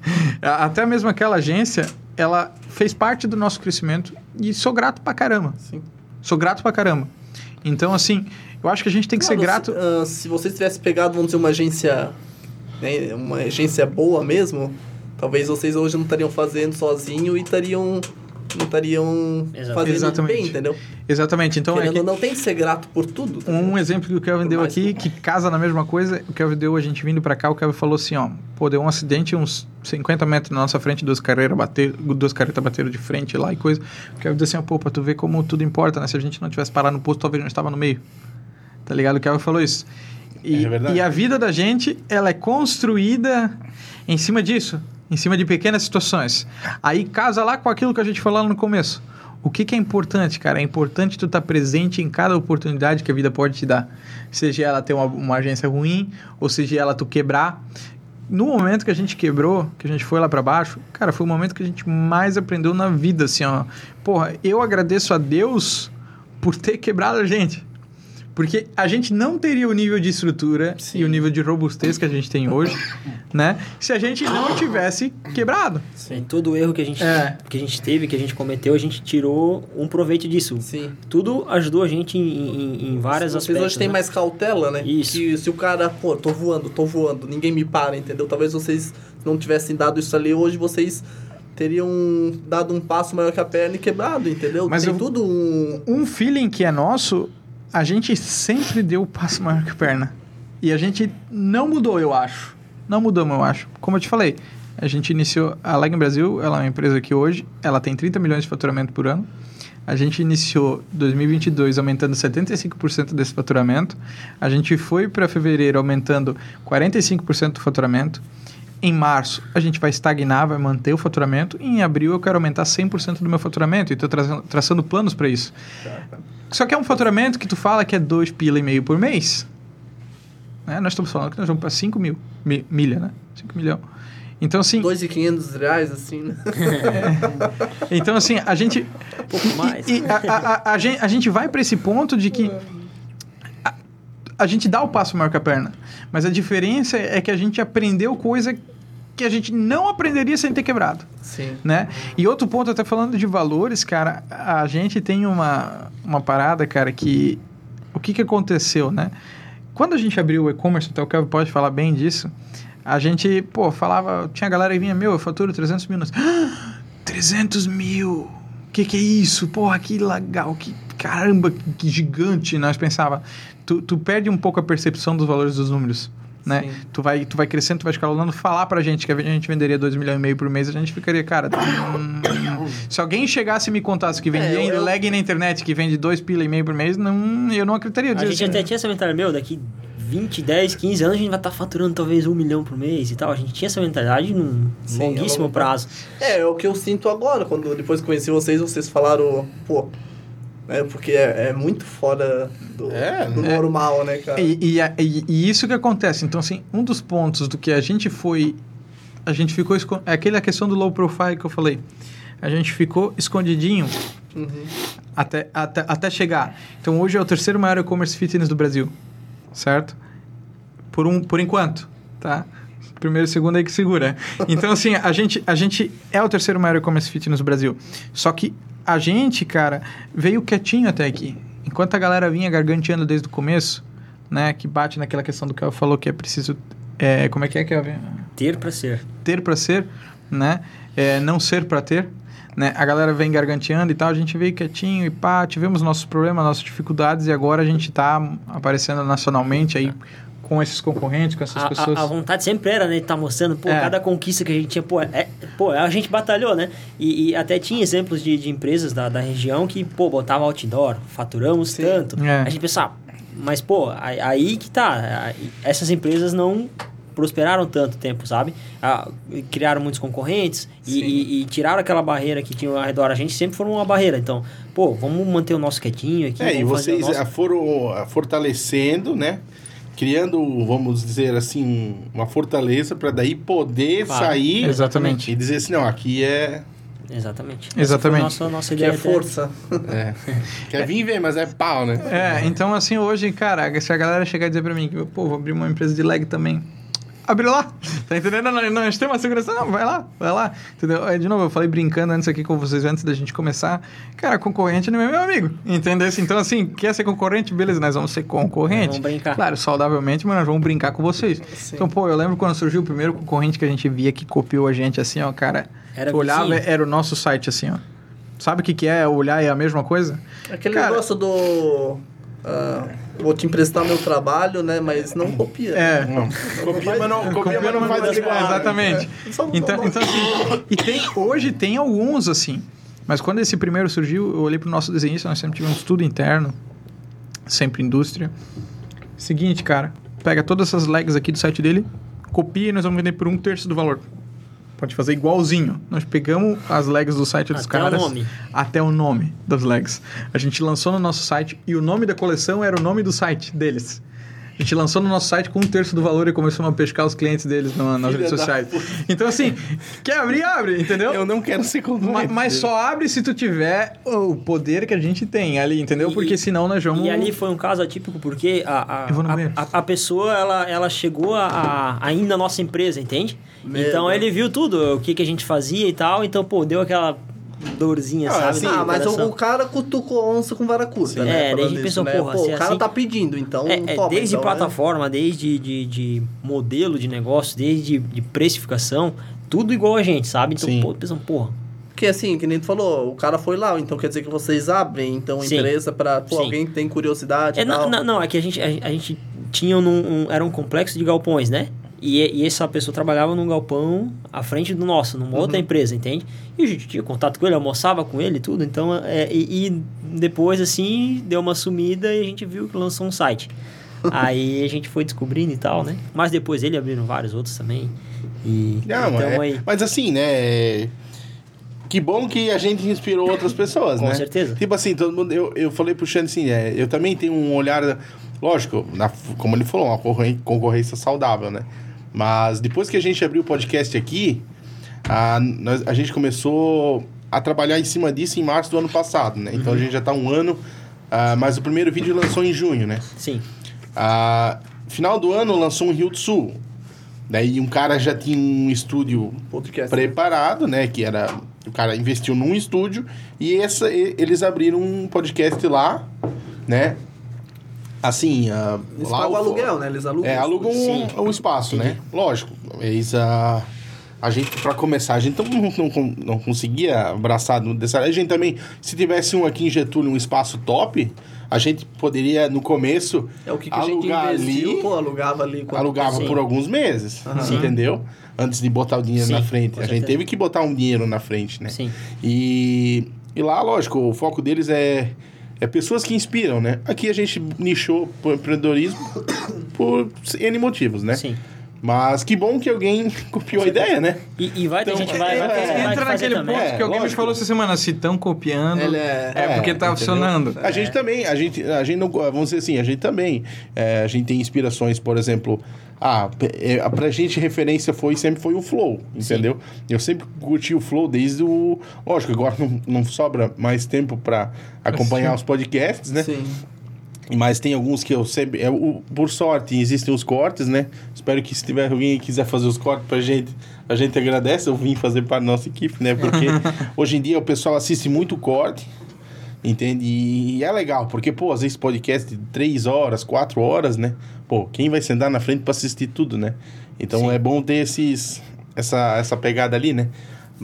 até mesmo aquela agência, ela fez parte do nosso crescimento e sou grato pra caramba. Sim. Sou grato pra caramba. Então, assim, eu acho que a gente tem que claro, ser grato... Se, uh, se vocês tivessem pegado, vamos dizer, uma agência, né, uma agência boa mesmo, talvez vocês hoje não estariam fazendo sozinho e estariam... não estariam fazendo Exatamente. bem, entendeu? Exatamente. Então, Querendo é que... não tem que ser grato por tudo. Tá um exemplo que o Kelvin deu aqui, que casa na mesma coisa, o Kelvin deu a gente vindo pra cá, o Kelvin falou assim, ó, pô, deu um acidente uns cinquenta metros na nossa frente, duas carreiras bateram, duas caretas bateram de frente lá e coisa. O Kelvin disse assim, ó, pô, pra tu ver como tudo importa, né? Se a gente não tivesse parado no posto, talvez não estava no meio. Tá ligado? O Kelvin falou isso. E, é e a vida da gente, ela é construída em cima disso, em cima de pequenas situações. Aí casa lá com aquilo que a gente falou lá no começo. O que, que é importante, cara? É importante tu estar presente em cada oportunidade que a vida pode te dar. Seja ela ter uma, uma agência ruim, ou seja ela tu quebrar. No momento que a gente quebrou, que a gente foi lá para baixo, cara, foi o momento que a gente mais aprendeu na vida, assim, ó. Porra, eu agradeço a Deus por ter quebrado a gente. Porque a gente não teria o nível de estrutura Sim. e o nível de robustez que a gente tem hoje, né? Se a gente não tivesse quebrado. Sim. Todo o erro que a, gente, é. que a gente teve, que a gente cometeu, a gente tirou um proveito disso. Sim. Tudo ajudou a gente em, em, em várias Vocês aspectos. Vocês hoje têm né? mais cautela, né? Isso. Que se o cara, pô, tô voando, tô voando, ninguém me para, entendeu? Talvez vocês não tivessem dado isso ali, hoje vocês... teriam dado um passo maior que a perna e quebrado, entendeu? Mas tem eu, tudo um... Um feeling que é nosso... A gente sempre deu o passo maior que a perna. E a gente não mudou, eu acho. Não mudamos, eu acho. Como eu te falei, a gente iniciou... A Leg Brasil, ela é uma empresa que hoje ela tem trinta milhões de faturamento por ano. A gente iniciou dois mil e vinte e dois aumentando setenta e cinco por cento desse faturamento. A gente foi para fevereiro aumentando quarenta e cinco por cento do faturamento. Em março, a gente vai estagnar, vai manter o faturamento. E em abril, eu quero aumentar cem por cento do meu faturamento. E estou tra- traçando planos para isso. Certo. Só que é um faturamento que tu fala que é dois pila e meio por mês. Né? Nós estamos falando que nós vamos para cinco mil. Mi, milha, né? cinco milhões. Então, assim... dois mil e quinhentos reais, assim, né? É. Então, assim, a gente... Um pouco mais. E, e a, a, a, a, gente, a gente vai para esse ponto de que... A, a gente dá o passo maior que a perna. Mas a diferença é que a gente aprendeu coisa que a gente não aprenderia sem ter quebrado. Sim. Né? E outro ponto, até falando de valores, cara, a gente tem uma, uma parada, cara, que... O que, que aconteceu, né? Quando a gente abriu o e-commerce, até o Kevin pode falar bem disso... A gente, pô, falava... Tinha galera que vinha, meu, eu faturo trezentos mil. Nós, ah, trezentos mil? Que que é isso? Porra, que legal, que caramba, que, que gigante. Nós pensava, tu, tu perde um pouco a percepção dos valores dos números, né? Tu vai, tu vai crescendo, tu vai escalonando. Falar pra gente que a gente venderia dois milhões e meio por mês, a gente ficaria, cara... Hum, se alguém chegasse e me contasse que vendia é, eu, leg na internet, que vende dois pila e meio por mês, não, eu não acreditaria. A gente assim, até tinha essa mentalidade, meu, daqui... vinte, dez, quinze anos a gente vai estar tá faturando talvez um milhão por mês e tal. A gente tinha essa mentalidade num Sim, longuíssimo prazo. É, é o que eu sinto agora. Quando depois que conheci vocês, vocês falaram, pô, é porque é, é muito fora do, é, do é, normal, né, cara? E, e, e, e isso que acontece. Então, assim, um dos pontos do que a gente foi... A gente ficou... Escond... É aquela questão do low profile que eu falei. A gente ficou escondidinho uhum. até, até, até chegar. Então, hoje é o terceiro maior e-commerce fitness do Brasil. Certo? Por, um, por enquanto, tá? Primeiro e segundo aí que segura. Então, assim, a gente, a gente é o terceiro maior e-commerce fitness no Brasil. Só que a gente, cara, veio quietinho até aqui. Enquanto a galera vinha garganteando desde o começo, né? Que bate naquela questão do que ela falou, que é preciso... É, como é que é que é? Ter pra ser. Ter pra ser, né? É, não ser pra ter. Né? A galera vem garganteando e tal, a gente veio quietinho e pá, tivemos nossos problemas, nossas dificuldades e agora a gente tá aparecendo nacionalmente aí com esses concorrentes, com essas a, pessoas. A, a vontade sempre era, né, de tá mostrando, pô, é. cada conquista que a gente tinha, pô, é, pô a gente batalhou, né? E, e até tinha exemplos de, de empresas da, da região que, pô, botava outdoor, faturamos Sim. tanto. É. A gente pensava, mas, pô, aí, aí que tá, essas empresas não... prosperaram tanto tempo, sabe? Ah, criaram muitos concorrentes e, e, e tiraram aquela barreira que tinha ao redor. A gente sempre foi uma barreira. Então, pô, vamos manter o nosso quietinho aqui. É, e vocês nosso... foram fortalecendo, né? Criando, vamos dizer assim, uma fortaleza para daí poder claro. sair Exatamente. e dizer assim, não, aqui é... Exatamente. Exatamente. Nossa, nossa que ideia é força. É. Quer vir ver, mas é pau, né? É, então assim, hoje, cara, se a galera chegar e dizer para mim que, pô, vou abrir uma empresa de leg também... Abre lá, tá entendendo? Não, não, a gente tem uma segurança, não, vai lá, vai lá, entendeu? Aí, de novo, eu falei brincando antes aqui com vocês, antes da gente começar, cara, concorrente não é meu amigo, entendeu? Então, assim, quer ser concorrente? Beleza, nós vamos ser concorrente. Vamos brincar. Claro, saudavelmente, mas nós vamos brincar com vocês. Sim. Então, pô, eu lembro quando surgiu o primeiro concorrente que a gente via que copiou a gente, assim, ó, cara, era tu olhava, vizinho. Era o nosso site, assim, ó. Sabe o que que é olhar e é a mesma coisa? Aquele cara, negócio do... Uh, vou te emprestar meu trabalho, né? Mas não copia. É. Não. Copia, mas não, copia, mas não faz igual. Exatamente. É. Então, então assim, e tem, hoje tem alguns, assim. Mas quando esse primeiro surgiu, eu olhei pro nosso desenhista, nós sempre tivemos tudo interno. Sempre indústria. Seguinte, cara. Pega todas essas legs aqui do site dele, copia e nós vamos vender por um terço do valor. Pode fazer igualzinho. Nós pegamos as legs do site dos até caras... Até o nome. Até o nome das legs. A gente lançou no nosso site e o nome da coleção era o nome do site deles. A gente lançou no nosso site com um terço do valor e começou a pescar os clientes deles na, nas redes sociais. Então, assim, quer abrir, abre, entendeu? Eu não quero ser concorrente. Mas, mas só abre se tu tiver o poder que a gente tem ali, entendeu? E, porque senão nós vamos... E ali foi um caso atípico porque a, a, Eu vou no a, a, a pessoa, ela, ela chegou a, a, ainda na nossa empresa, entende? Meu então, Deus. Ele viu tudo, o que, que a gente fazia e tal. Então, pô, deu aquela... dorzinha, ah, sabe? Assim, ah, mas o, o cara cutucou onça com vara curta, Sim. né? É, daí a gente pensou, né? porra, Pô, assim, o cara tá pedindo, então é, toma, desde então, plataforma, né? desde de, de modelo de negócio, desde de precificação, tudo igual a gente, sabe? Então, Sim. pô, pensamos, porra. Porque assim, que nem tu falou, o cara foi lá, então quer dizer que vocês abrem, então, Sim. empresa pra, pô, Sim. alguém que tem curiosidade é, e tal. Não, não, é que a gente, a, a gente tinham num, um, era um complexo de galpões, né? E, e essa pessoa trabalhava num galpão à frente do nosso, numa uhum. outra empresa, entende? E a gente tinha contato com ele, almoçava com ele e tudo. Então, é, e, e depois, assim, deu uma sumida e a gente viu que lançou um site. Aí a gente foi descobrindo e tal, né? Mas depois ele abriram vários outros também. E Não, então, é, aí... Mas assim, né... Que bom que a gente inspirou outras pessoas, com né? Com certeza. Tipo assim, todo mundo... Eu, eu falei pro Xande assim, é, eu também tenho um olhar... Lógico, na, como ele falou, uma concorrência saudável, né? Mas depois que a gente abriu o podcast aqui, a, nós, a gente começou a trabalhar em cima disso em março do ano passado, né? Então, uhum. a gente já tá um ano... Uh, mas o primeiro vídeo lançou em junho, né? Sim. Uh, final do ano lançou um Rio do Sul. Daí um cara já tinha um estúdio podcast, preparado, né? Que era... O cara investiu num estúdio e essa, eles abriram um podcast lá, né? Assim... Uh, eles lá pagam o aluguel, né? Eles alugam É, alugam o um, um espaço, né? Lógico. Eles... Uh, A gente, pra começar, a gente não, não, não conseguia abraçar dessa área. A gente também, se tivesse um aqui em Getúlio, um espaço top, a gente poderia, no começo, é o que, que alugar a gente investiu, ali, pô, alugava ali. Alugava Sim. por alguns meses, uhum. entendeu? Antes de botar o dinheiro Sim, na frente. A gente certeza. teve que botar um dinheiro na frente, né? Sim. E, e lá, lógico, o foco deles é, é pessoas que inspiram, né? Aqui a gente nichou por empreendedorismo por N motivos, né? Sim. Mas que bom que alguém copiou a ideia, né? E, e vai ter então, gente vai, é, vai, vai, é, vai entra naquele também. ponto É, que alguém lógico. me falou essa semana, se estão copiando, Ele é, é porque tá entendeu? funcionando. A gente também, a gente, a gente não, vamos dizer assim, a gente também, é, a gente tem inspirações, por exemplo, ah, é, pra gente referência foi, sempre foi o Flow, entendeu? Sim. Eu sempre curti o Flow desde o... Lógico, agora não, não sobra mais tempo pra acompanhar Sim. os podcasts, né? Sim. Mas tem alguns que eu sempre... É, o, por sorte, existem os cortes, né? Espero que se tiver alguém que quiser fazer os cortes pra gente, a gente agradece. Eu vim fazer para a nossa equipe, né? Porque hoje em dia o pessoal assiste muito corte, entende? E é legal, porque, pô, às vezes podcast de três horas, quatro horas, né? Pô, quem vai sentar na frente para assistir tudo, né? Então Sim. é bom ter esses, essa, essa pegada ali, né?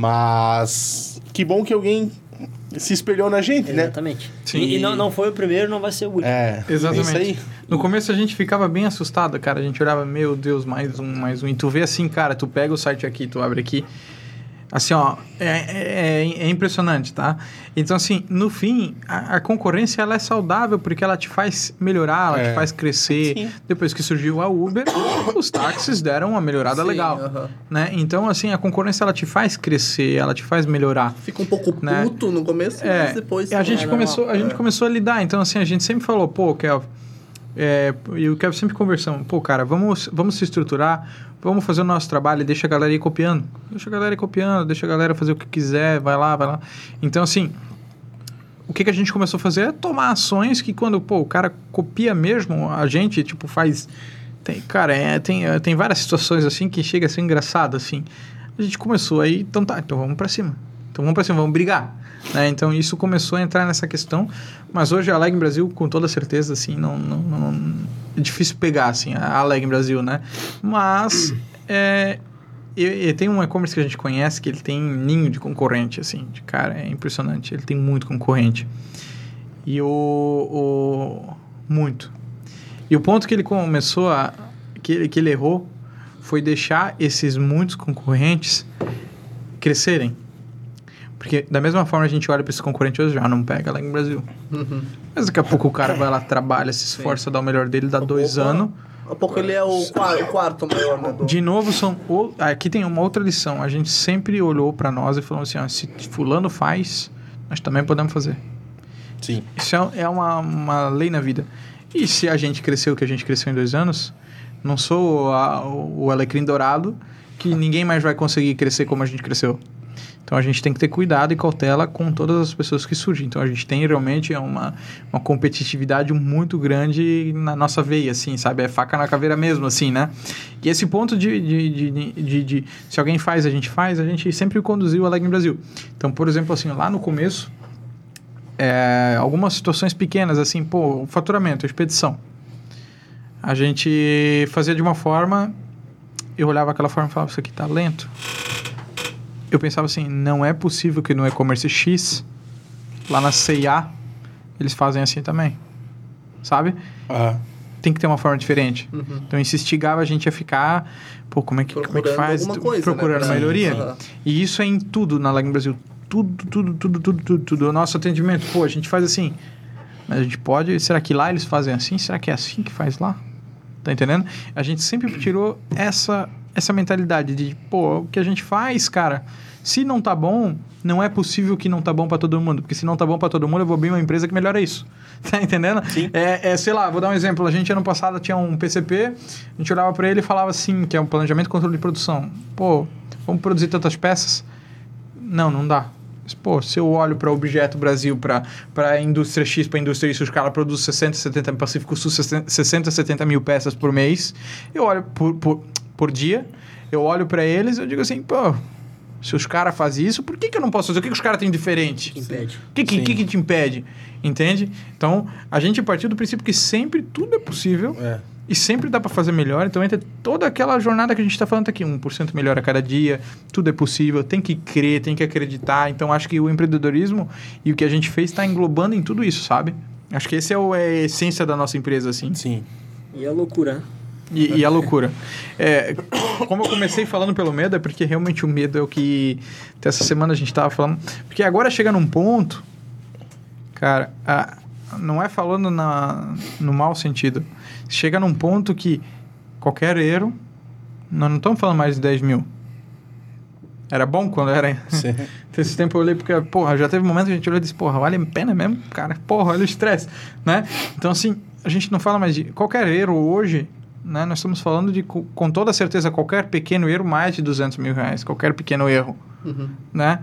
Mas que bom que alguém... se espelhou na gente, Exatamente. né? Sim. E, e não, não foi o primeiro, não vai ser o último. É, exatamente. Isso aí. No começo a gente ficava bem assustado, cara. A gente olhava, meu Deus, mais um, mais um. E tu vê assim, cara, tu pega o site aqui, tu abre aqui. Assim, ó, é, é, é impressionante, tá? Então, assim, no fim, a, a concorrência, ela é saudável porque ela te faz melhorar, ela é. te faz crescer. Sim. Depois que surgiu a Uber, os táxis deram uma melhorada Sim, legal, uh-huh. né? Então, assim, a concorrência, ela te faz crescer, ela te faz melhorar. Fica um pouco né? puto no começo, é, mas depois... A gente, começou, a gente é. começou a lidar. Então, assim, a gente sempre falou, pô, Kelvin... É, e o Kelvin sempre conversando, pô, cara, vamos, vamos se estruturar, vamos fazer o nosso trabalho e deixa a galera ir copiando. Deixa a galera ir copiando, deixa a galera fazer o que quiser, vai lá, vai lá. Então, assim, o que, que a gente começou a fazer é tomar ações que quando, pô, o cara copia mesmo, a gente, tipo, faz... Tem, cara, é, tem, tem várias situações, assim, que chega a ser engraçado, assim. A gente começou aí, então tá, então vamos pra cima. Então vamos pra cima, vamos brigar. Né? Então isso começou a entrar nessa questão, mas hoje a Aleg Brasil, com toda certeza, assim, não, não, não é difícil pegar assim, a Aleg Brasil, né? Mas é, e, e tem um e-commerce que a gente conhece que ele tem ninho de concorrente, assim, de cara, é impressionante, ele tem muito concorrente. E o, o muito. E o ponto que ele começou a que ele, que ele errou foi deixar esses muitos concorrentes crescerem. Porque da mesma forma a gente olha para esse concorrente hoje, já não pega lá no Brasil. Uhum. Mas daqui a pouco o cara vai lá, trabalha, se esforça, Sim. dá o melhor dele, dá dois pouco, anos. Daqui a pouco ele é o quarto, o quarto maior, né? Do... De novo, são o... aqui tem uma outra lição. A gente sempre olhou para nós e falou assim, ó, se fulano faz, nós também podemos fazer. Sim. Isso é, é uma, uma lei na vida. E se a gente cresceu o que a gente cresceu em dois anos, não sou a, o alecrim dourado, que ninguém mais vai conseguir crescer como a gente cresceu. Então, a gente tem que ter cuidado e cautela com todas as pessoas que surgem. Então, a gente tem realmente uma, uma competitividade muito grande na nossa veia, assim, sabe? É faca na caveira mesmo, assim, né? E esse ponto de, de, de, de, de, de se alguém faz, a gente faz, a gente sempre conduziu a Aleg Brasil. Então, por exemplo, assim, lá no começo, é, algumas situações pequenas, assim, pô, faturamento, expedição. A gente fazia de uma forma, eu olhava aquela forma e falava, isso aqui tá lento. Eu pensava assim, não é possível que no e-commerce X, lá na C e A, eles fazem assim também, sabe? Ah. tem que ter uma forma diferente. Uhum. Então, isso instigava a gente a ficar... Pô, como é que, como é que faz? Coisa, procurando né, melhoria. Uhum. E isso é em tudo na Lag Brasil. Tudo, tudo, tudo, tudo, tudo, tudo. O nosso atendimento, pô, a gente faz assim. Mas a gente pode... Será que lá eles fazem assim? Será que é assim que faz lá? Tá entendendo? A gente sempre tirou essa, essa mentalidade de, pô, o que a gente faz, cara... Se não tá bom, não é possível que não tá bom para todo mundo. Porque se não tá bom para todo mundo, eu vou abrir uma empresa que melhora isso. Tá entendendo? Sim. É, é, sei lá, vou dar um exemplo. A gente, ano passado, tinha um P C P. A gente olhava para ele e falava assim, que é um planejamento e controle de produção. Pô, vamos produzir tantas peças? Não, não dá. Mas, pô, se eu olho para o Objeto Brasil, para a indústria X, para a indústria Y, os caras produzem sessenta, setenta, Pacífico Sul, sessenta, setenta mil peças por mês. Eu olho por, por, por dia. Eu olho para eles e eu digo assim, pô... Se os caras fazem isso, por que, que eu não posso fazer? O que, que os caras têm diferente? Que impede. O que, que, que, que te impede? Entende? Então, a gente partiu do princípio que sempre tudo é possível É. e sempre dá para fazer melhor. Então, entra toda aquela jornada que a gente está falando aqui, um por cento melhor a cada dia, tudo é possível, tem que crer, tem que acreditar. Então, acho que o empreendedorismo e o que a gente fez está englobando em tudo isso, sabe? Acho que esse é, o, é a essência da nossa empresa, assim. Sim. E a loucura, né? E, e a loucura. É, como eu comecei falando pelo medo, é porque realmente o medo é o que... Até essa semana a gente estava falando... Porque agora chega num ponto... Cara, a, não é falando na, no mau sentido. Chega num ponto que qualquer erro... Nós não estamos falando mais de dez mil. Era bom quando era... Sim. Esse tempo eu olhei porque... Porra, já teve um momento que a gente olhou e disse... Porra, vale a pena mesmo? Cara, porra, olha o estresse, né? Então, assim, a gente não fala mais de... Qualquer erro hoje... Né? Nós estamos falando de, com toda certeza, qualquer pequeno erro, mais de duzentos mil reais. Qualquer pequeno erro. Uhum. Né?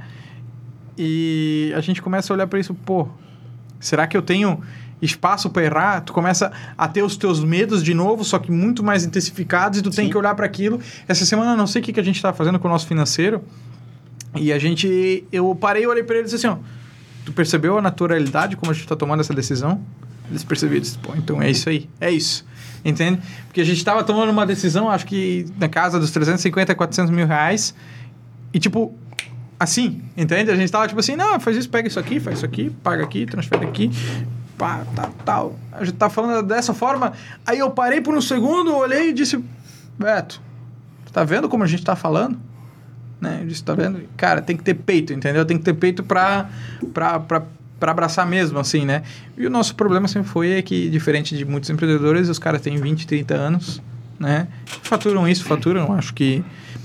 E a gente começa a olhar para isso, pô, será que eu tenho espaço para errar? Tu começa a ter os teus medos de novo, só que muito mais intensificados, e tu Sim. tem que olhar para aquilo. Essa semana, eu não sei o que, que a gente está fazendo com o nosso financeiro, e a gente... Eu parei e olhei para ele e disse assim, ó, tu percebeu a naturalidade como a gente está tomando essa decisão? Eles perceberam, disse, pô, então é isso aí, é isso. Entende? Porque a gente estava tomando uma decisão, acho que na casa dos trezentos e cinquenta, quatrocentos mil reais. E tipo, assim, entende? A gente estava tipo assim, não, faz isso, pega isso aqui, faz isso aqui, paga aqui, transfere aqui, pá, tal, tal. A gente tá falando dessa forma. Aí eu parei por um segundo, olhei e disse, Beto, tá vendo como a gente tá falando? Né? Eu disse, tá vendo? Cara, tem que ter peito, entendeu? Tem que ter peito pra... pra, pra para abraçar mesmo, assim, né? E o nosso problema sempre foi é que, diferente de muitos empreendedores, os caras têm vinte, trinta anos, né? Faturam isso, faturam, acho que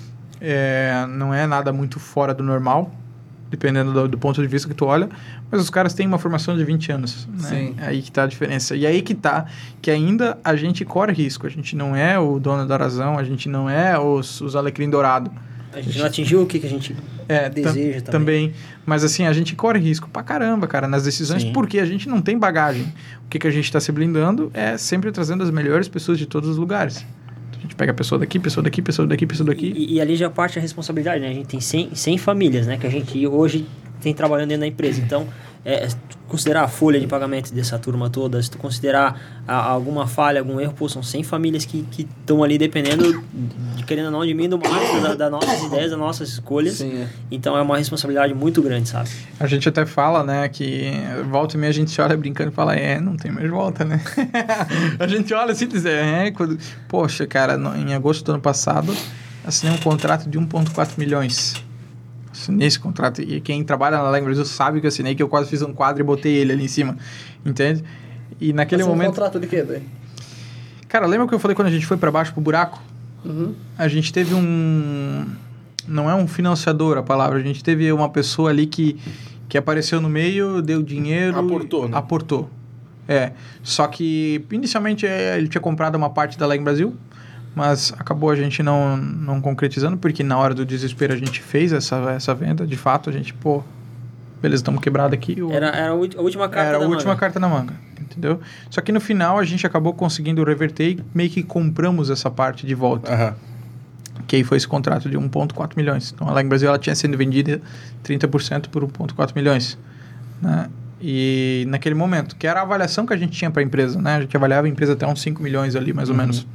é, não é nada muito fora do normal, dependendo do, do ponto de vista que tu olha, mas os caras têm uma formação de vinte anos, né? Sim. Aí que tá a diferença. E aí que tá, que ainda a gente corre risco, a gente não é o dono da razão, a gente não é os, os alecrim dourado. A gente não atingiu o que, que a gente é, deseja tam, também. também. Mas assim, a gente corre risco pra caramba, cara, nas decisões, Sim. porque a gente não tem bagagem. O que, que a gente está se blindando é sempre trazendo as melhores pessoas de todos os lugares. Então, a gente pega pessoa daqui, pessoa daqui, pessoa daqui, pessoa daqui. E, e ali já parte a responsabilidade, né? A gente tem cem, cem famílias, né? Que a gente hoje tem trabalhando dentro da empresa. Então, é, se tu considerar a folha de pagamento dessa turma toda, se tu considerar a, alguma falha, algum erro, pô, são cem famílias que estão ali dependendo, de, querendo ou não, de mim, do Marcos, das da nossas ideias, das nossas escolhas. Sim, é. Então, é uma responsabilidade muito grande, sabe? A gente até fala, né, que volta e meia a gente olha brincando e fala, é, não tem mais volta, né? A gente olha assim e diz, é, quando... Poxa, cara, no, em agosto do ano passado, assinei um contrato de um vírgula quatro milhões. Assinei esse contrato, e quem trabalha na Lag Brasil sabe que eu assinei, que eu quase fiz um quadro e botei ele ali em cima, entende? E naquele Mas momento... um contrato de quê, daí? Cara, lembra que eu falei quando a gente foi pra baixo pro buraco? Uhum. A gente teve um... Não é um financiador a palavra, a gente teve uma pessoa ali que, que apareceu no meio, deu dinheiro... Aportou, né? Aportou, é. Só que, inicialmente, ele tinha comprado uma parte da Lag Brasil, mas acabou a gente não, não concretizando, porque na hora do desespero a gente fez essa, essa venda. De fato, a gente, pô, beleza, estamos quebrados aqui. O, era, era a última carta era da a última manga. carta na manga, entendeu? Só que no final a gente acabou conseguindo reverter e meio que compramos essa parte de volta. Uhum. Que aí foi esse contrato de um vírgula quatro milhões. Então, a Lag Brasil ela tinha sido vendida trinta por cento por um vírgula quatro milhões, né? E naquele momento, que era a avaliação que a gente tinha para a empresa, né? A gente avaliava a empresa até uns cinco milhões ali, mais ou uhum. menos.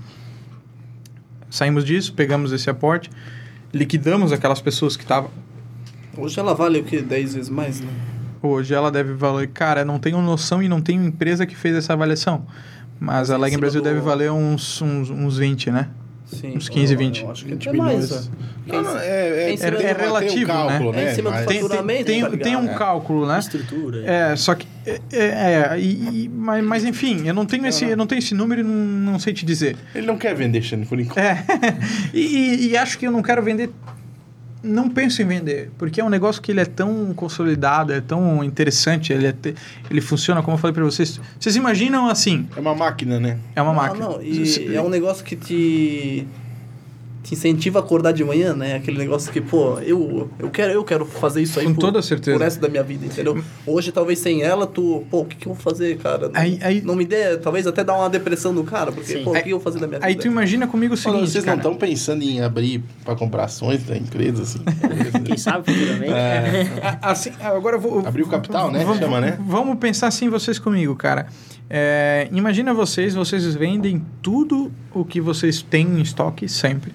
Saímos disso, pegamos esse aporte, liquidamos aquelas pessoas que estavam... Hoje ela vale o quê? dez vezes mais, né? Hoje ela deve valer... Cara, não tenho noção e não tenho empresa que fez essa avaliação. Mas a Legging Brasil do... deve valer uns, uns, uns vinte, né? Sim. Uns quinze, vinte. Eu acho que até mais. Não, não, é, é, é, é relativo, cálculo, né? né? É em cima do tem, faturamento, tem, tá tem, tem um é. cálculo, né? Estrutura. É, só que... É, é, e, e, mas, mas, enfim, eu não tenho, esse, eu não tenho esse número e não, não sei te dizer. Ele não quer vender, Xande, por enquanto. É. e, e, e acho que eu não quero vender... Não penso em vender, porque é um negócio que ele é tão consolidado, é tão interessante, ele, é te, ele funciona, como eu falei para vocês. Vocês imaginam assim... É uma máquina, né? É uma não, máquina. Não, e é um negócio que te... te incentiva a acordar de manhã, né? Aquele negócio que, pô, eu, eu, quero, eu quero fazer isso aí com por, toda certeza. por resto da minha vida, entendeu? Hoje, talvez sem ela, tu, pô, o que, que eu vou fazer, cara? Não, aí, aí, não me dê, talvez até dar uma depressão no cara, porque, sim. pô, aí, o que eu vou fazer da minha aí vida? Aí tu imagina comigo o seguinte, Olha, vocês cara. não estão pensando em abrir para comprar ações da empresa, assim? Quem sabe futuramente. É. assim, agora eu vou... Abrir o capital, né? Vamos, Chama, né? Vamos pensar assim vocês comigo, cara. É, imagina vocês, vocês vendem tudo o que vocês têm em estoque sempre.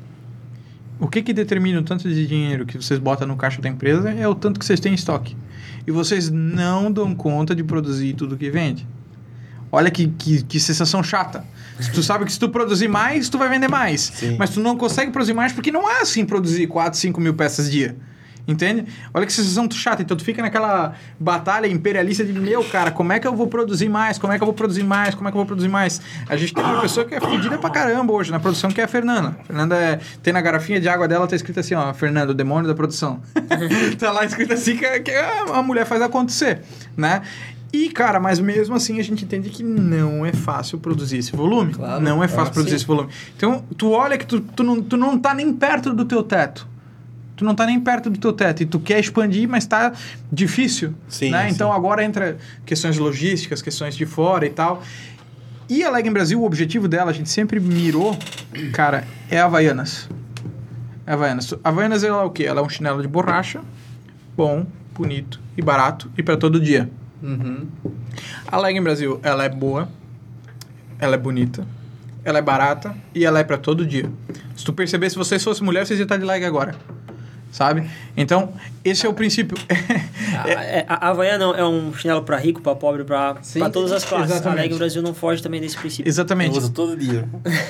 O que que determina o tanto de dinheiro que vocês botam no caixa da empresa é o tanto que vocês têm em estoque. E vocês não dão conta de produzir tudo que vende. Olha que, que, que sensação chata. Tu sabe que se tu produzir mais, tu vai vender mais. Sim. Mas tu não consegue produzir mais porque não é assim produzir quatro, cinco mil peças dia. Entende? Olha que sensação chata. Então tu fica naquela batalha imperialista de, meu, cara, como é que eu vou produzir mais? Como é que eu vou produzir mais? Como é que eu vou produzir mais? A gente tem uma pessoa que é fodida pra caramba hoje na produção, que é a Fernanda. A Fernanda é, tem na garrafinha de água dela, tá escrito assim, ó, Fernanda, o demônio da produção. Tá lá escrito assim que, que a mulher faz acontecer, né? E, cara, mas mesmo assim a gente entende que não é fácil produzir esse volume. Claro. Não é fácil Ah, produzir sim. esse volume. Então, tu olha que tu, tu, não, tu não tá nem perto do teu teto. Tu não tá nem perto do teu teto e tu quer expandir, mas tá difícil, Sim, né? sim. Então agora entra questões logísticas, questões de fora e tal. E a Legging Brasil, o objetivo dela, a gente sempre mirou, cara, é Havaianas. É Havaianas. Havaianas, ela é o quê? Ela é um chinelo de borracha, bom, bonito e barato e para todo dia. Uhum. A Legging Brasil, ela é boa, ela é bonita, ela é barata e ela é para todo dia. Se tu perceber, se vocês fossem mulher, vocês iam estar de legging agora. Sabe? Então, esse é o princípio. é, a, a Havaiana é um chinelo para rico, para pobre, para todas as classes. Exatamente. A Legging Brasil não foge também desse princípio. Exatamente. Eu uso todo dia.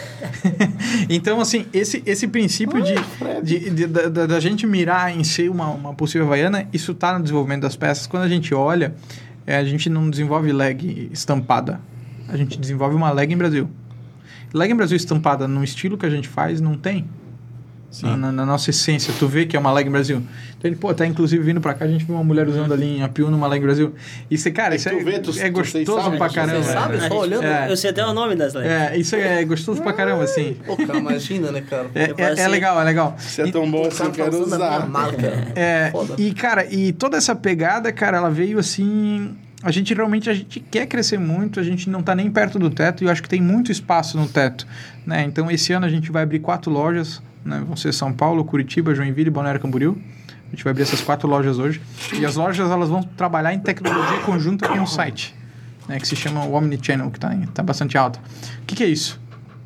Então, assim, esse, esse princípio de, de, de, de, da, da gente mirar em ser uma, uma possível Havaiana, isso está no desenvolvimento das peças. Quando a gente olha, é, a gente não desenvolve leg estampada. A gente desenvolve uma Legging Brasil. Legging Brasil estampada no estilo que a gente faz, não tem. Na, na, na nossa essência, tu vê que é uma Legging Brasil. Então ele, pô, tá inclusive vindo pra cá, a gente viu uma mulher usando ali em Apiúna uma Legging Brasil. Isso, cara, isso é, vê, tu, é gostoso sabe, pra caramba. Você sabe, só olhando. É. Eu sei até o nome das Leggings. É, isso é gostoso pra caramba, assim. Pô, cara, imagina, né, cara? É, é, é legal, é legal. Isso é tão bom assim, eu quero usar. Marca. É, Foda. e, cara, e toda essa pegada, cara, ela veio assim... A gente realmente, a gente quer crescer muito, a gente não tá nem perto do teto e eu acho que tem muito espaço no teto, né? Então, esse ano a gente vai abrir quatro lojas, né? Vão ser São Paulo, Curitiba, Joinville e Balneário Camboriú. A gente vai abrir essas quatro lojas hoje. E as lojas, elas vão trabalhar em tecnologia conjunta com o site, né? Que se chama o Omnichannel, que tá, em, tá bastante alta. O que que é isso?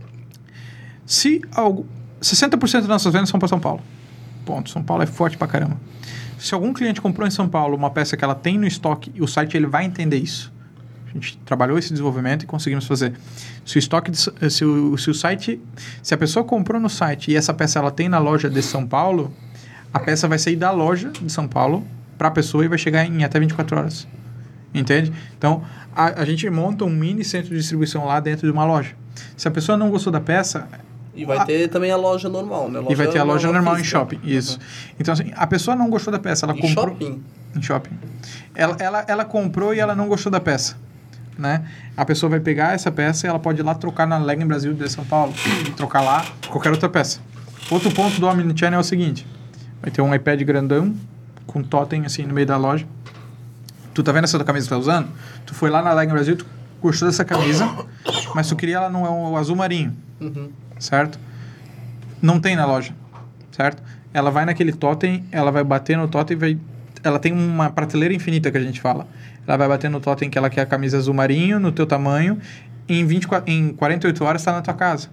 Se algo, sessenta por cento das nossas vendas são para São Paulo. Ponto. São Paulo é forte pra caramba. Se algum cliente comprou em São Paulo uma peça que ela tem no estoque e o site ele vai entender isso. A gente trabalhou esse desenvolvimento e conseguimos fazer. Se o estoque, de, se, o, se o site, se a pessoa comprou no site e essa peça ela tem na loja de São Paulo, a peça vai sair da loja de São Paulo para a pessoa e vai chegar em até vinte e quatro horas. Entende? Então, a, a gente monta um mini centro de distribuição lá dentro de uma loja. Se a pessoa não gostou da peça... E vai ter também a loja normal, né? Loja e vai ter a loja normal física. em shopping, isso. Uhum. Então, assim, a pessoa não gostou da peça, ela em comprou... shopping? Em shopping. Ela, ela, ela comprou e ela não gostou da peça, né? A pessoa vai pegar essa peça e ela pode ir lá trocar na Legging Brasil de São Paulo, trocar lá qualquer outra peça. Outro ponto do Omnichannel é o seguinte, vai ter um iPad grandão, com totem, assim, no meio da loja. Tu tá vendo essa tua camisa que tu tá usando? Tu foi lá na Legging Brasil, tu gostou dessa camisa, mas tu queria ela no azul marinho. Uhum. Certo? Não tem na loja, certo? Ela vai naquele totem, ela vai bater no totem e vai... Ela tem uma prateleira infinita que a gente fala. Ela vai bater no totem que ela quer a camisa azul marinho, no teu tamanho, e em, vinte, em quarenta e oito horas está na tua casa.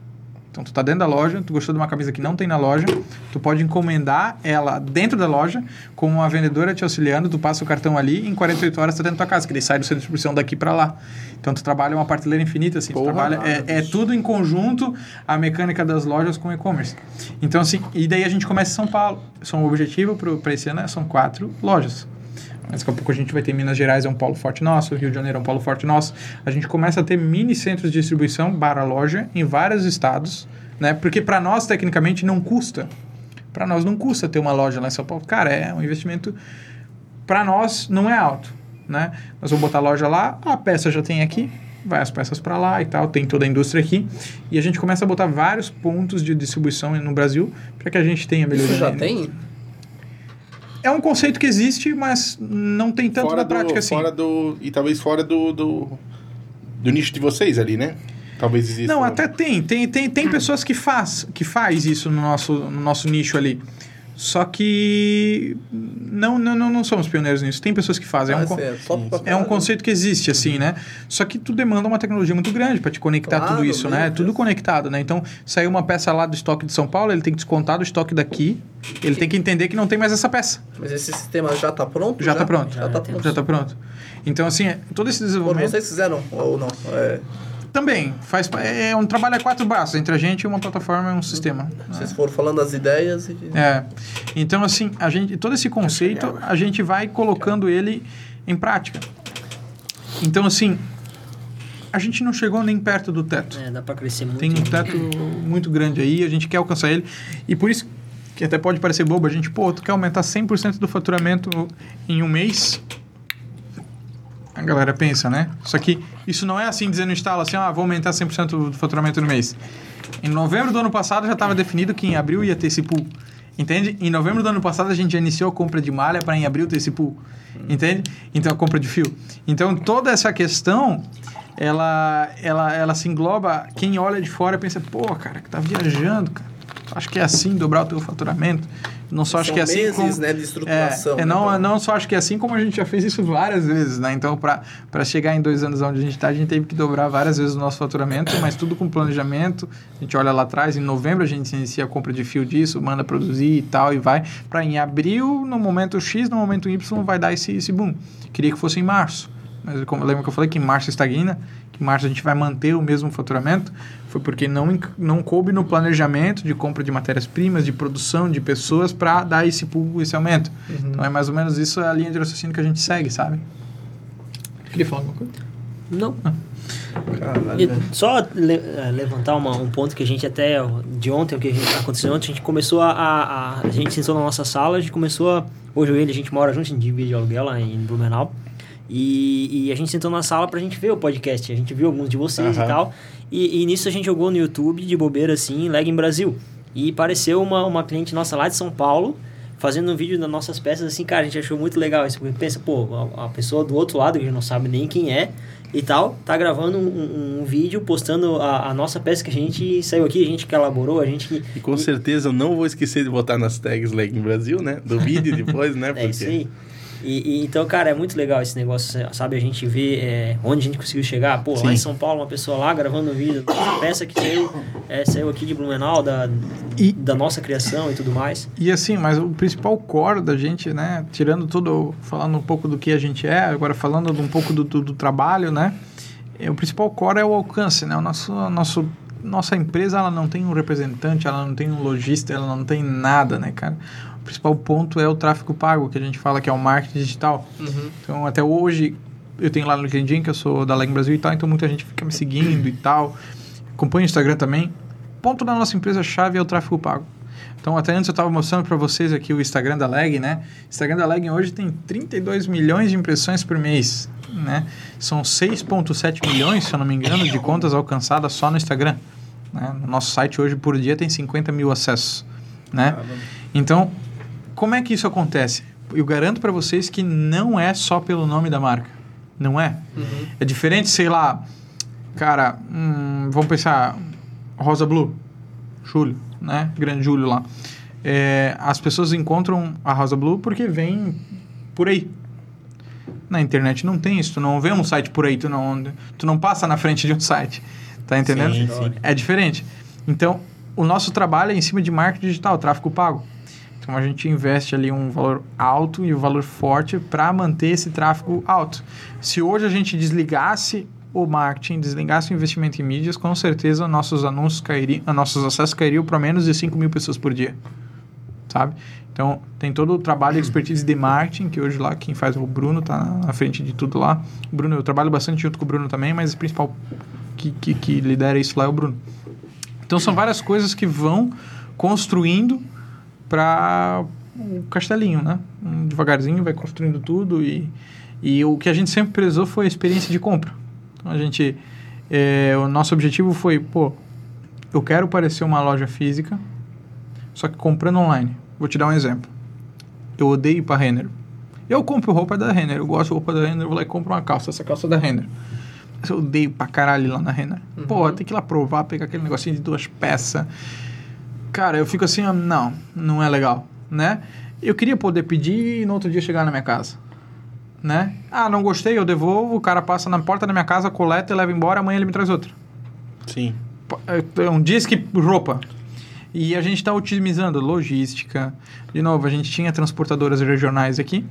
Então, tu tá dentro da loja, tu gostou de uma camisa que não tem na loja, tu pode encomendar ela dentro da loja, com uma vendedora te auxiliando, tu passa o cartão ali, em quarenta e oito horas tá dentro da tua casa, que ele sai do centro de distribuição daqui para lá. Então, tu trabalha uma prateleira infinita, assim, tu trabalha, é, é tudo em conjunto, a mecânica das lojas com e-commerce. Então, assim, e daí a gente começa em São Paulo. São o objetivo para esse ano, são quatro lojas. Mas daqui a pouco a gente vai ter Minas Gerais, é um polo forte nosso, Rio de Janeiro é um polo forte nosso. A gente começa a ter mini centros de distribuição barra loja em vários estados, né? Porque para nós, tecnicamente, não custa. Para nós não custa ter uma loja lá em São Paulo. Cara, é um investimento, para nós, não é alto, né? Nós vamos botar a loja lá, a peça já tem aqui, vai as peças para lá e tal, tem toda a indústria aqui. E a gente começa a botar vários pontos de distribuição no Brasil para que a gente tenha melhoria. Isso já tem? É um conceito que existe, mas não tem tanto fora na prática do, assim. Fora do, e talvez fora do, do, do nicho de vocês ali, né? Talvez exista. Não, até tem. Tem, tem, tem pessoas que faz, que faz isso no nosso, no nosso nicho ali. Só que não, não, não, não somos pioneiros nisso. Tem pessoas que fazem. Ah, é, um, é, só é um conceito que existe, assim, né? Só que tu demanda uma tecnologia muito grande para te conectar Claro, tudo isso, né? Tudo conectado, né? Então, saiu uma peça lá do estoque de São Paulo, ele tem que descontar do estoque daqui. Ele tem que entender que não tem mais essa peça. Mas esse sistema já está pronto? Já está pronto. Já está pronto. Já está pronto. Então, assim, todo esse desenvolvimento... Por vocês fizeram ou não? É... Também. Faz, é um trabalho a quatro braços. Entre a gente, uma plataforma e um sistema. Vocês foram falando as ideias e... É. Então, assim, a gente, todo esse conceito, a gente vai colocando ele em prática. Então, assim, a gente não chegou nem perto do teto. É, dá para crescer muito. Tem um teto muito grande aí, a gente quer alcançar ele. E por isso, que até pode parecer bobo, a gente, pô, tu quer aumentar cem por cento do faturamento em um mês... A galera pensa, né? Só que isso não é assim, dizendo no estalo assim, ah, vou aumentar cem por cento do faturamento no mês. Em novembro do ano passado já estava definido que em abril ia ter esse pool. Entende? Em novembro do ano passado a gente já iniciou a compra de malha para em abril ter esse pool. Entende? Então, a compra de fio. Então, toda essa questão, ela, ela, ela se engloba... Quem olha de fora pensa, pô, cara, que tá viajando, cara. Acho que é assim, dobrar o teu faturamento. Não só São acho que é assim meses, como... né, de estruturação. É, é né, não, pra... não só acho que é assim, como a gente já fez isso várias vezes, né? Então, para chegar em dois anos onde a gente está, a gente teve que dobrar várias vezes o nosso faturamento, mas tudo com planejamento. A gente olha lá atrás, em novembro a gente inicia a compra de fio disso, manda produzir e tal, e vai. Para em abril, no momento X, no momento Y, vai dar esse, esse boom. Queria que fosse em março. Mas como lembra que eu falei que em março estagna, que em março a gente vai manter o mesmo faturamento, foi porque não, não coube no planejamento de compra de matérias-primas, de produção de pessoas para dar esse pulo, esse aumento. Uhum. Então é mais ou menos isso a linha de raciocínio que a gente segue, sabe? Queria falar alguma coisa? Não. Ah. E só le levantar uma, um ponto que a gente até de ontem, o que aconteceu ontem, a gente começou a, a, a gente sentou na nossa sala, a gente começou a, hoje eu e ele, a gente mora junto, a gente divide aluguel lá em Blumenau. E, e a gente sentou na sala pra gente ver o podcast. A gente viu alguns de vocês uhum. e tal. E, e nisso a gente jogou no YouTube, de bobeira assim, Leg em Brasil. E apareceu uma, uma cliente nossa lá de São Paulo, fazendo um vídeo das nossas peças assim. Cara, a gente achou muito legal isso. Porque pensa, pô, a, a pessoa do outro lado, que a gente não sabe nem quem é e tal, tá gravando um, um, um vídeo, postando a, a nossa peça que a gente saiu aqui, a gente que elaborou, a gente que... E com e... certeza eu não vou esquecer de botar nas tags Leg em Brasil, né? Do vídeo depois, né? Porque... É isso aí. E, e, então, cara, é muito legal esse negócio, sabe? A gente vê é, onde a gente conseguiu chegar. Pô, Sim. lá em São Paulo, uma pessoa lá gravando um vídeo, uma peça que saiu, é, saiu aqui de Blumenau, da, e, da nossa criação e tudo mais. E assim, mas o principal core da gente, né? Tirando tudo, falando um pouco do que a gente é, agora falando um pouco do, do, do trabalho, né? É, o principal core é o alcance, né? O nosso, nosso, nossa empresa, ela não tem um representante, ela não tem um lojista, ela não tem nada, né, cara? O principal ponto é o tráfego pago, que a gente fala que é o marketing digital. Uhum. Então, até hoje, eu tenho lá no LinkedIn, que eu sou da Leg Brasil e tal, então muita gente fica me seguindo e tal. Acompanho o Instagram também. O ponto da nossa empresa-chave é o tráfego pago. Então, até antes eu estava mostrando para vocês aqui o Instagram da Leg, né? O Instagram da Leg hoje tem trinta e dois milhões de impressões por mês, né? São seis vírgula sete milhões, se eu não me engano, de contas alcançadas só no Instagram. Né? No nosso site hoje, por dia, tem cinquenta mil acessos, né? Então... Como é que isso acontece? Eu garanto para vocês que não é só pelo nome da marca. Não é. Uhum. É diferente, sei lá... Cara, hum, vamos pensar... Rosa Blue. Júlio, né? Grande Júlio lá. É, as pessoas encontram a Rosa Blue porque vem por aí. Na internet não tem isso. Tu não vê um site por aí. Tu não, tu não passa na frente de um site. Tá entendendo? Sim, sim. É diferente. Então, o nosso trabalho é em cima de marketing digital, tráfego pago. Então, a gente investe ali um valor alto e um valor forte para manter esse tráfego alto. Se hoje a gente desligasse o marketing, desligasse o investimento em mídias, com certeza nossos anúncios cairiam, nossos acessos cairiam para menos de cinco mil pessoas por dia, sabe? Então, tem todo o trabalho e expertise de marketing, que hoje lá quem faz é o Bruno, tá na frente de tudo lá. O Bruno, eu trabalho bastante junto com o Bruno também, mas o principal que, que, que lidera isso lá é o Bruno. Então, são várias coisas que vão construindo para o castelinho, né? Devagarzinho vai construindo tudo e, e o que a gente sempre prezou foi a experiência de compra. Então, a gente... É, o nosso objetivo foi, pô, eu quero parecer uma loja física, só que comprando online. Vou te dar um exemplo. Eu odeio ir pra Renner. Eu compro roupa da Renner. Eu gosto de roupa da Renner. Eu vou lá e compro uma calça. Essa calça é da Renner. Mas eu odeio pra caralho lá na Renner. Uhum. Pô, tem que ir lá provar, pegar aquele negocinho de duas peças. Cara, eu fico assim, não, não é legal, né? Eu queria poder pedir e no outro dia chegar na minha casa, né? Ah, não gostei, eu devolvo. O cara passa na porta da minha casa, coleta e leva embora. Amanhã ele me traz outra. Sim. É um disque roupa. E a gente está otimizando logística. De novo, a gente tinha transportadoras regionais aqui.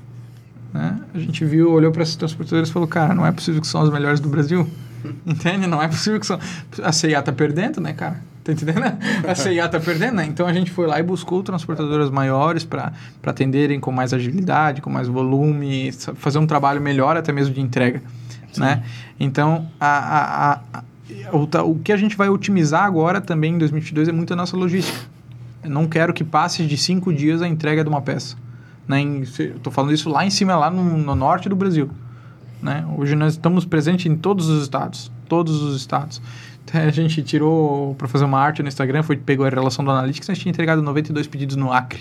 Né? A gente viu, olhou para essas transportadoras e falou, cara, não é possível que são as melhores do Brasil. Entende? Não é possível que são... A C e A tá perdendo, né, cara? Tá entendendo? A C e A tá perdendo, né? Então, a gente foi lá e buscou transportadoras maiores para atenderem com mais agilidade, com mais volume, fazer um trabalho melhor até mesmo de entrega. Né? Então, a... a, a O, o que a gente vai otimizar agora também em dois mil e vinte e dois é muito a nossa logística. Eu não quero que passe de cinco dias a entrega de uma peça. Né? Estou falando isso lá em cima, lá no, no norte do Brasil. Né? Hoje nós estamos presentes em todos os estados. Todos os estados. Então, a gente tirou para fazer uma arte no Instagram, foi, pegou a relação do Analytics, a gente tinha entregado noventa e dois pedidos no Acre.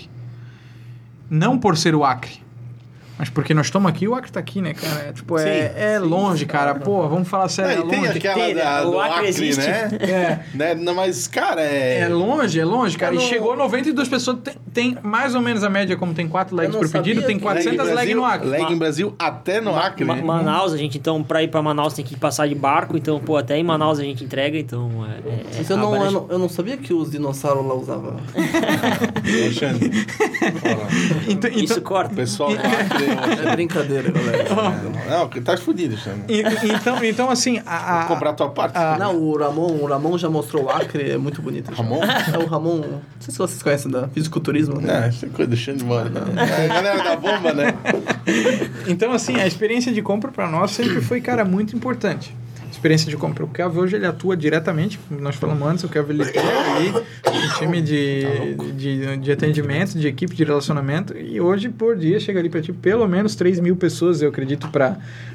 Não por ser o Acre, mas porque nós estamos aqui, o Acre está aqui, né, cara? É, tipo, sim, é, é sim, longe, cara. Pô, vamos falar sério, é, é longe. Tem aquela tem, da, do o Acre, Acre existe. Né? É. né? Não, mas, cara, é... É longe, é longe, cara. Não... E chegou noventa e duas pessoas, tem, tem mais ou menos a média, como tem quatro legs por pedido, tem quatrocentas legs no Acre. Leg em Brasil até no Ma Acre. Ma Manaus, a gente, então, pra ir pra Manaus tem que passar de barco, então, pô, até em Manaus a gente entrega, então... É, é, mas eu não, eu, não, eu não sabia que os dinossauros lá usavam... Alexandre. então, então, isso corta. O pessoal do Acre... É brincadeira. Galera. Não, tá fudido, chama. Então, então, assim... A, a, Vou comprar a tua parte. A, não, o Ramon, o Ramon já mostrou o Acre, é muito bonito. Ramon? É o Ramon... Não sei se vocês conhecem da fisiculturismo. Né? Não, isso é coisa do Xande, mano. É a galera da bomba, né? Então, assim, a experiência de compra pra nós sempre foi, cara, muito importante. Experiência de compra. O Kelvin hoje ele atua diretamente, como nós falamos antes, o Kelvin ele tem ali um time de, de, de atendimento, de equipe de relacionamento, e hoje por dia chega ali para ti pelo menos três mil pessoas, eu acredito, para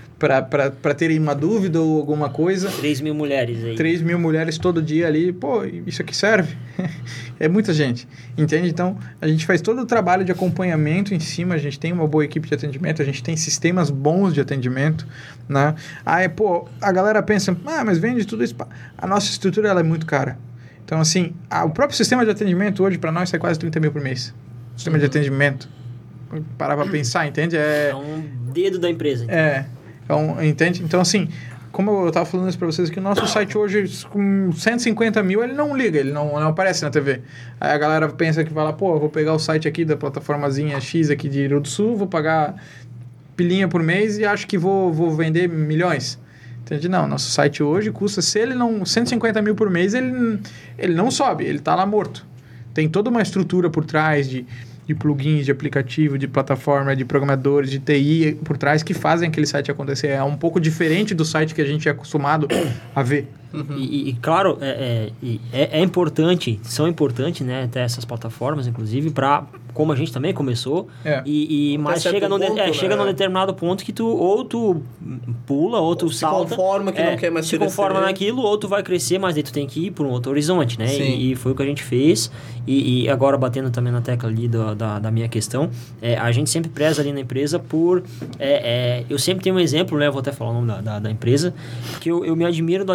para terem uma dúvida ou alguma coisa. três mil mulheres aí. três mil mulheres todo dia ali. Pô, isso aqui serve? É muita gente, entende? Então, a gente faz todo o trabalho de acompanhamento em cima, a gente tem uma boa equipe de atendimento, a gente tem sistemas bons de atendimento, né? Aí, pô, a galera pensa, ah, mas vende tudo isso. A nossa estrutura, ela é muito cara. Então, assim, a, o próprio sistema de atendimento hoje, para nós, é quase trinta mil por mês. Sistema uhum. de atendimento. Parar pra pensar, entende? É, é um dedo da empresa. Então. É. Então, entende? Então, assim, como eu estava falando isso para vocês, que o nosso site hoje, com cento e cinquenta mil, ele não liga, ele não, não aparece na T V. Aí a galera pensa que vai lá, pô, eu vou pegar o site aqui da plataformazinha X aqui de Rio do Sul, vou pagar pilinha por mês e acho que vou, vou vender milhões. Entende? Não, nosso site hoje custa, se ele não... cento e cinquenta mil por mês, ele, ele não sobe, ele está lá morto. Tem toda uma estrutura por trás de... de plugins, de aplicativo, de plataforma, de programadores, de T I por trás que fazem aquele site acontecer. É um pouco diferente do site que a gente é acostumado a ver. Uhum. E, e, claro, é, é, é importante, são importantes, né, até essas plataformas, inclusive, para como a gente também começou, é. e, e mas chega num, ponto, de, é, né? chega num determinado ponto que tu ou tu pula, ou tu ou salta. Se conforma que é, não quer mais se crescer. conforma naquilo, ou tu vai crescer, mas aí tu tem que ir para um outro horizonte, né? E, e foi o que a gente fez. E, e agora, batendo também na tecla ali do, da, da minha questão, é, a gente sempre preza ali na empresa por... É, é, eu sempre tenho um exemplo, né? Eu vou até falar o nome da, da, da empresa, porque eu, eu me admiro do atendimento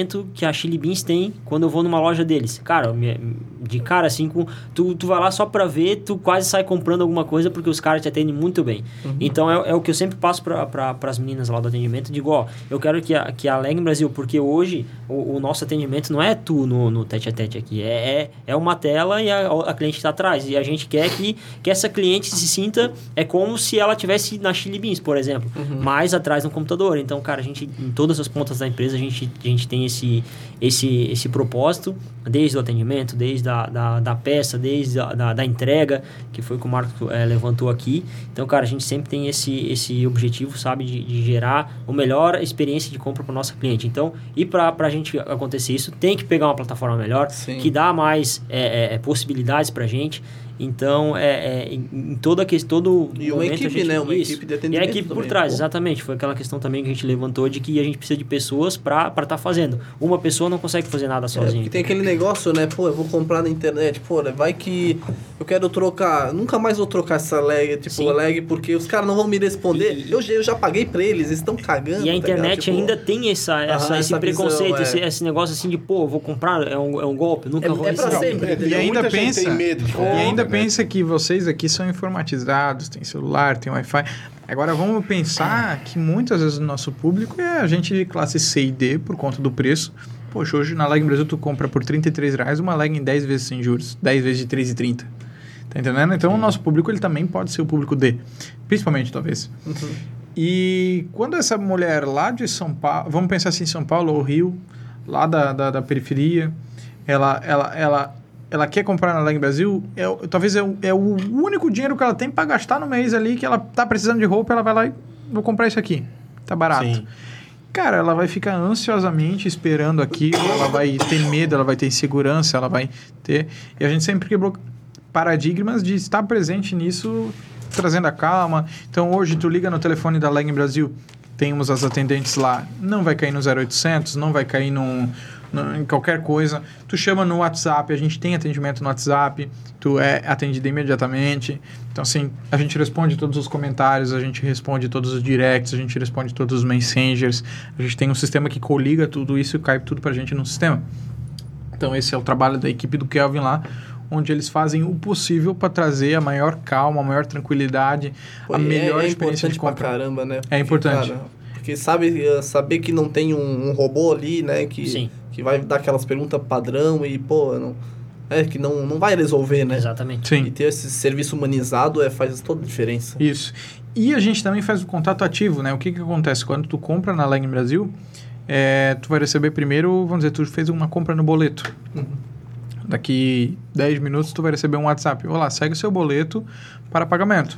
atendimento que a Chili Beans tem quando eu vou numa loja deles. Cara, de cara assim, com, tu, tu vai lá só pra ver, tu quase sai comprando alguma coisa porque os caras te atendem muito bem. Uhum. Então, é, é o que eu sempre passo pra, pra, pras meninas lá do atendimento. Digo, ó, eu quero que a, que a Leg Brasil, porque hoje o, o nosso atendimento não é tu no, no tete a tete aqui, é, é, é uma tela e a, a cliente tá atrás. E a gente quer que, que essa cliente se sinta, é como se ela estivesse na Chili Beans, por exemplo, uhum. mais atrás no computador. Então, cara, a gente, em todas as pontas da empresa, a gente, a gente tem esse, esse, esse propósito, desde o atendimento, desde a da, da peça, desde a da, da entrega, que foi o que o Marco é, levantou aqui. Então, cara, a gente sempre tem esse, esse objetivo, sabe, de, de gerar a melhor experiência de compra para o nosso cliente. Então, e para a gente acontecer isso, tem que pegar uma plataforma melhor, Sim. que dá mais é, é, possibilidades para a gente. Então, é, é, em, em toda a questão, todo E uma equipe, gente, né? Uma isso. equipe de atendimento. E a equipe por também, trás, pô. exatamente. Foi aquela questão também que a gente levantou de que a gente precisa de pessoas para estar tá fazendo. Uma pessoa não consegue fazer nada sozinha. É, porque tem aquele negócio, né? Pô, eu vou comprar na internet. Pô, vai que eu quero trocar. Nunca mais vou trocar essa leg, tipo, Sim. leg, porque os caras não vão me responder. E, eu, eu já paguei pra eles, eles estão cagando. E a internet tá tipo, ainda tem essa, essa, ah, esse essa preconceito, visão, é. esse, esse negócio assim de, pô, vou comprar, é um, é um golpe, nunca é, vou é pra sempre, E ainda Muita pensa, tem medo de comprar, e ainda né? pensa que vocês aqui são informatizados, tem celular, tem Wi-Fi. Agora vamos pensar que muitas vezes o nosso público é a gente de classe C e D por conta do preço. Poxa, hoje na Leg Brasil tu compra por trinta e três reais uma leg em dez vezes sem juros, dez vezes de três e trinta. Tá entendendo? Então Sim. o nosso público ele também pode ser o público D, principalmente talvez. Uhum. E quando essa mulher lá de São Paulo, vamos pensar assim, São Paulo ou Rio, lá da, da, da periferia, ela, ela, ela, ela quer comprar na Leg Brasil, é, talvez é o, é o único dinheiro que ela tem para gastar no mês ali, que ela tá precisando de roupa, ela vai lá e vou comprar isso aqui, tá barato. Sim. Cara, ela vai ficar ansiosamente esperando aquilo, ela vai ter medo, ela vai ter insegurança, ela vai ter... E a gente sempre quebrou paradigmas de estar presente nisso, trazendo a calma. Então, hoje, tu liga no telefone da Leg Brasil, temos as atendentes lá, não vai cair no zero oitocentos, não vai cair num, num, em qualquer coisa. Tu chama no WhatsApp, a gente tem atendimento no WhatsApp, tu é atendido imediatamente. Então, assim, a gente responde todos os comentários, a gente responde todos os directs, a gente responde todos os messengers. A gente tem um sistema que coliga tudo isso e cai tudo pra gente no sistema. Então, esse é o trabalho da equipe do Kelvin lá, onde eles fazem o possível para trazer a maior calma, a maior tranquilidade, Pô, a melhor é, é experiência de compra. Pra caramba, né? Porque, é importante. Cara, porque sabe, saber que não tem um, um robô ali, né? Que, Sim. que vai dar aquelas perguntas padrão e, pô, não, é que não, não vai resolver, né? Exatamente. Sim. E ter esse serviço humanizado é, faz toda a diferença. Isso. E a gente também faz o contato ativo, né? O que que acontece? Quando tu compra na Leg Brasil, é, tu vai receber primeiro, vamos dizer, tu fez uma compra no boleto. Uhum. Daqui dez minutos tu vai receber um WhatsApp. Olá, segue o seu boleto para pagamento.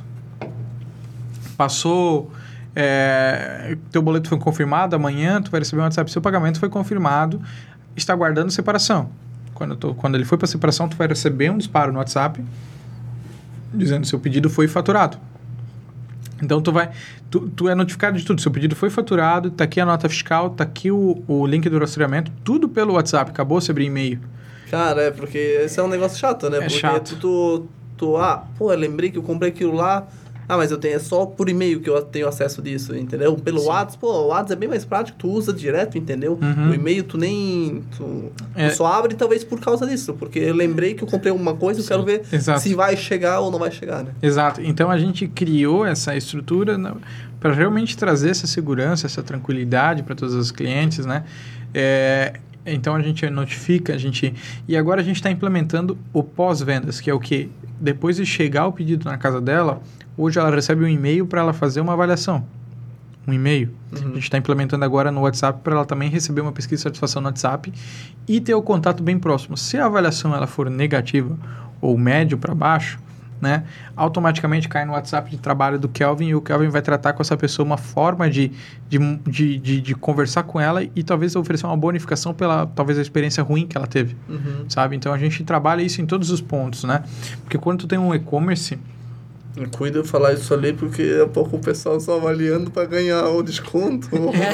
Passou... É, teu boleto foi confirmado, amanhã tu vai receber um WhatsApp. Seu pagamento foi confirmado, está aguardando separação. Quando, tô, quando ele foi para separação, tu vai receber um disparo no WhatsApp dizendo que seu pedido foi faturado. Então, tu vai... Tu, tu é notificado de tudo. Seu pedido foi faturado, tá aqui a nota fiscal, tá aqui o, o link do rastreamento, tudo pelo WhatsApp. Acabou se abrir e-mail. Cara, é porque esse é um negócio chato, né? É porque chato. Tu, tu, tu... Ah, pô, eu lembrei que eu comprei aquilo lá... Ah, mas eu tenho, é só por e-mail que eu tenho acesso disso, entendeu? Pelo WhatsApp, pô, o WhatsApp é bem mais prático, tu usa direto, entendeu? Uhum. O e-mail tu nem... Tu, é. tu só abre talvez por causa disso, porque eu lembrei que eu comprei alguma coisa, eu quero ver Exato. se vai chegar ou não vai chegar, né? Exato. Então, a gente criou essa estrutura para realmente trazer essa segurança, essa tranquilidade para todos os clientes, né? É... Então, a gente notifica, a gente... E agora a gente está implementando o pós-vendas, que é o quê? Depois de chegar o pedido na casa dela, hoje ela recebe um e-mail para ela fazer uma avaliação. Um e-mail. Uhum. A gente está implementando agora no WhatsApp para ela também receber uma pesquisa de satisfação no WhatsApp e ter o contato bem próximo. Se a avaliação ela for negativa ou médio para baixo, né, automaticamente cai no WhatsApp de trabalho do Kelvin e o Kelvin vai tratar com essa pessoa uma forma de, de, de, de, de conversar com ela e talvez oferecer uma bonificação pela talvez a experiência ruim que ela teve, uhum. sabe? Então, a gente trabalha isso em todos os pontos, né? Porque quando tu tem um e-commerce... Cuida de falar isso ali, porque daqui a pouco o pessoal só avaliando para ganhar o desconto.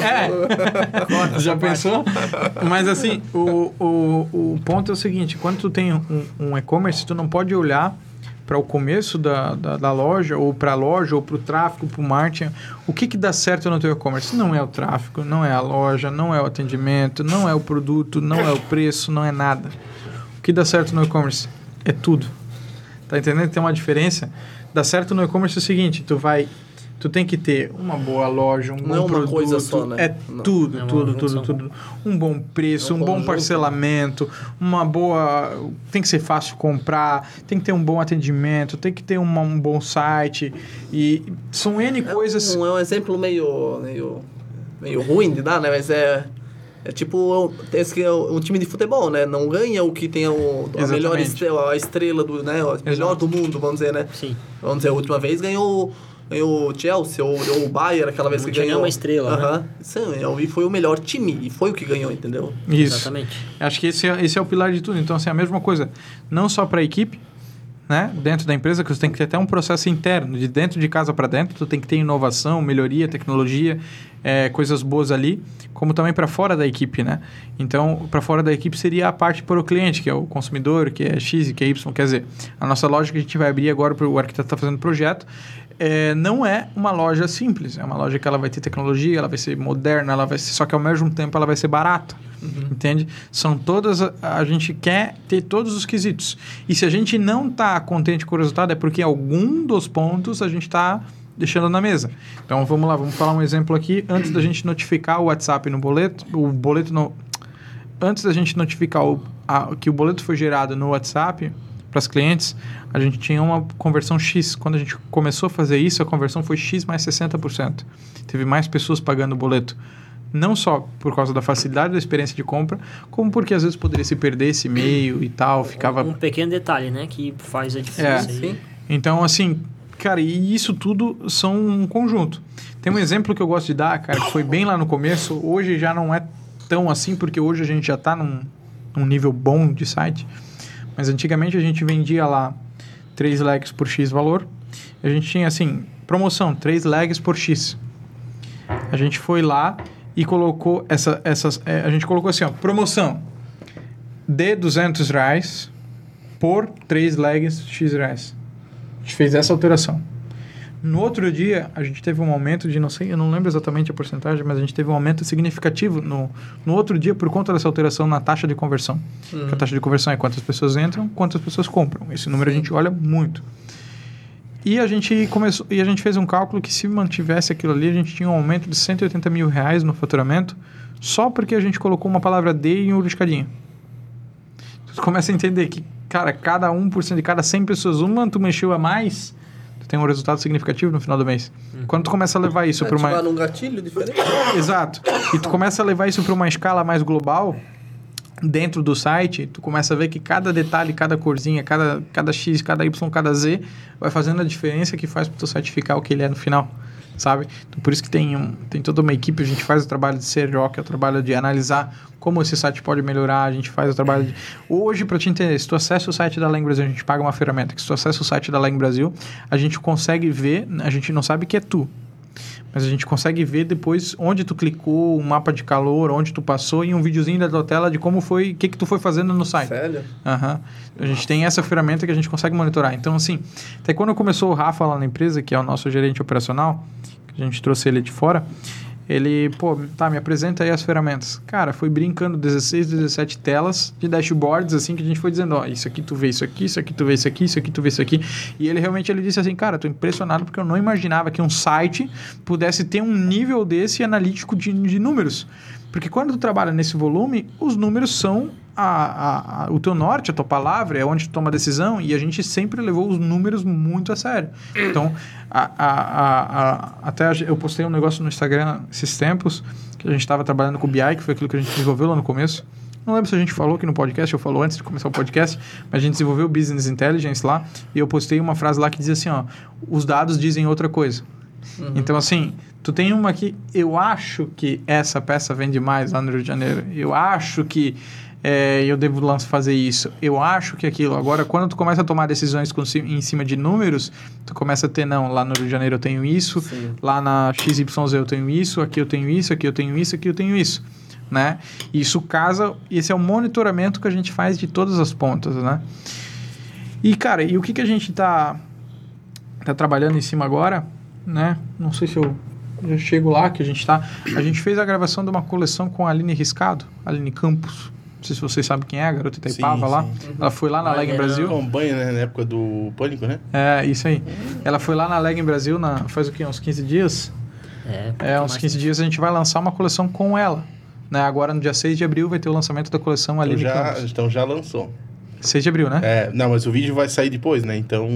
É. Já pensou? Mas assim, o, o, o ponto é o seguinte, quando tu tem um, um e-commerce, tu não pode olhar para o começo da, da, da loja, ou para a loja, ou para o tráfego, para o marketing, o que, que dá certo no teu e-commerce? Não é o tráfego, não é a loja, não é o atendimento, não é o produto, não é o preço, não é nada. O que dá certo no e-commerce? É tudo. Tá entendendo? Tem uma diferença. Dá certo no e-commerce é o seguinte, tu vai... Tu tem que ter uma boa loja, um não bom é uma produto. Coisa só, né? É não. tudo, é tudo, tudo, tudo. Um bom preço, é um, um bom parcelamento, uma boa... Tem que ser fácil de comprar, tem que ter um bom atendimento, tem que ter uma, um bom site. E são N coisas... É um, é um exemplo meio, meio, meio ruim de dar, né? Mas é... É tipo, esse é um time de futebol, né? Não ganha o que tem o, a melhor estrela, a estrela do, né? O melhor do mundo, vamos dizer, né? Sim. Vamos dizer, a última vez ganhou, ganhou o Chelsea ou, ou o Bayern, aquela vez não que ganhou. uma estrela, uh-huh. né? Sim, e foi o melhor time, e foi o que ganhou, entendeu? Isso. Exatamente. Acho que esse é, esse é o pilar de tudo. Então, assim, a mesma coisa, não só para a equipe, né? Dentro da empresa, que você tem que ter até um processo interno, de dentro de casa para dentro, tu tem que ter inovação, melhoria, tecnologia, é, coisas boas ali, como também para fora da equipe, né? Então, para fora da equipe seria a parte para o cliente, que é o consumidor, que é X e que é Y. Quer dizer, a nossa loja que a gente vai abrir agora, para o arquiteto está fazendo projeto, é, não é uma loja simples. É uma loja que ela vai ter tecnologia, ela vai ser moderna, ela vai ser, só que ao mesmo tempo ela vai ser barata. Uhum. Entende? São todas... A, a gente quer ter todos os quesitos. E se a gente não está contente com o resultado, é porque algum dos pontos a gente está deixando na mesa. Então, vamos lá. Vamos falar um exemplo aqui. Antes da gente notificar o WhatsApp no boleto... O boleto no... Antes da gente notificar o, a, que o boleto foi gerado no WhatsApp para os clientes, a gente tinha uma conversão X. Quando a gente começou a fazer isso, a conversão foi X mais sessenta por cento. Teve mais pessoas pagando o boleto. Não só por causa da facilidade da experiência de compra, como porque às vezes poderia se perder esse e-mail e tal, ficava... Um pequeno detalhe, né, que faz a diferença. É. Aí. Então, assim, cara, e isso tudo são um conjunto. Tem um exemplo que eu gosto de dar, cara, que foi bem lá no começo, hoje já não é tão assim, porque hoje a gente já está num, num nível bom de site, mas antigamente a gente vendia lá três legs por X valor, a gente tinha, assim, promoção, três legs por X. A gente foi lá... E colocou essa, essas... É, a gente colocou assim, ó, promoção de duzentos reais por três legs X reais. A gente fez essa alteração. No outro dia, a gente teve um aumento de, não sei, eu não lembro exatamente a porcentagem, mas a gente teve um aumento significativo no, no outro dia por conta dessa alteração na taxa de conversão. Uhum. A taxa de conversão é quantas pessoas entram, quantas pessoas compram. Esse número Sim. a gente olha muito. E a gente começou, e a gente fez um cálculo que se mantivesse aquilo ali, a gente tinha um aumento de cento e oitenta mil reais no faturamento, só porque a gente colocou uma palavra D em um riscadinho. Tu começa a entender que, cara, cada um por cento de cada cem pessoas, uma tu mexeu a mais, tu tem um resultado significativo no final do mês. Hum. Quando tu começa a levar isso para uma... Ativar num gatilho diferente. Exato. E tu começa a levar isso para uma escala mais global... Dentro do site, tu começa a ver que cada detalhe, cada corzinha, cada, cada X, cada Y, cada Z vai fazendo a diferença que faz para o teu site ficar o que ele é no final, sabe? Então, por isso que tem, um, tem toda uma equipe, a gente faz o trabalho de S E O, que é o trabalho de analisar como esse site pode melhorar, a gente faz o trabalho de... Hoje, para te entender, se tu acessa o site da Lang Brasil, a gente paga uma ferramenta, que se tu acessa o site da Lang Brasil, a gente consegue ver, a gente não sabe que é tu, mas a gente consegue ver depois onde tu clicou, um mapa de calor, onde tu passou e um videozinho da tua tela de como foi, o que que tu foi fazendo no site. Sério? Aham. Uhum. A gente tem essa ferramenta que a gente consegue monitorar. Então, assim, até quando começou o Rafa lá na empresa, que é o nosso gerente operacional, que a gente trouxe ele de fora, ele, pô, tá, me apresenta aí as ferramentas. Cara, foi brincando dezesseis, dezessete telas de dashboards, assim, que a gente foi dizendo, ó, isso aqui tu vê isso aqui, isso aqui tu vê isso aqui, isso aqui tu vê isso aqui. E ele realmente, ele disse assim, cara, tô impressionado porque eu não imaginava que um site pudesse ter um nível desse analítico de, de números. Porque quando tu trabalha nesse volume, os números são a, a, a, o teu norte, a tua palavra, é onde tu toma a decisão, e a gente sempre levou os números muito a sério. Então, a, a, a, a, até eu postei um negócio no Instagram esses tempos, que a gente estava trabalhando com o B I, que foi aquilo que a gente desenvolveu lá no começo. Não lembro se a gente falou aqui no podcast, ou falou antes de começar o podcast, mas a gente desenvolveu o Business Intelligence lá, e eu postei uma frase lá que dizia assim, ó, os dados dizem outra coisa. Uhum. Então, assim, tu tem uma que eu acho que essa peça vende mais lá no Rio de Janeiro. Eu acho que é, eu devo fazer isso. Eu acho que aquilo. Agora, quando tu começa a tomar decisões com, em cima de números, tu começa a ter, não, lá no Rio de Janeiro eu tenho isso, Sim. lá na X Y Z eu tenho isso, aqui eu tenho isso, aqui eu tenho isso, aqui eu tenho isso, né? Isso casa... Esse é o monitoramento que a gente faz de todas as pontas, né? E, cara, e o que, que a gente tá, tá trabalhando em cima agora, né? Não sei se eu já chego lá, que a gente tá... A gente fez a gravação de uma coleção com a Aline Riscado, a Aline Campos. Não sei se vocês sabem quem é, a garota Itaipava lá. Sim. Ela foi lá na ah, Leg é, Brasil. Acompanha, né? Na época do Pânico, né? É, isso aí. Ela foi lá na Leg Brasil na, faz o quê? Uns quinze dias? É, é uns quinze dias a gente vai lançar uma coleção com ela. Né? Agora, no dia seis de abril, vai ter o lançamento da coleção Aline então já, Campos. Então já lançou. seis de abril, né? É, não, mas o vídeo vai sair depois, né? Então...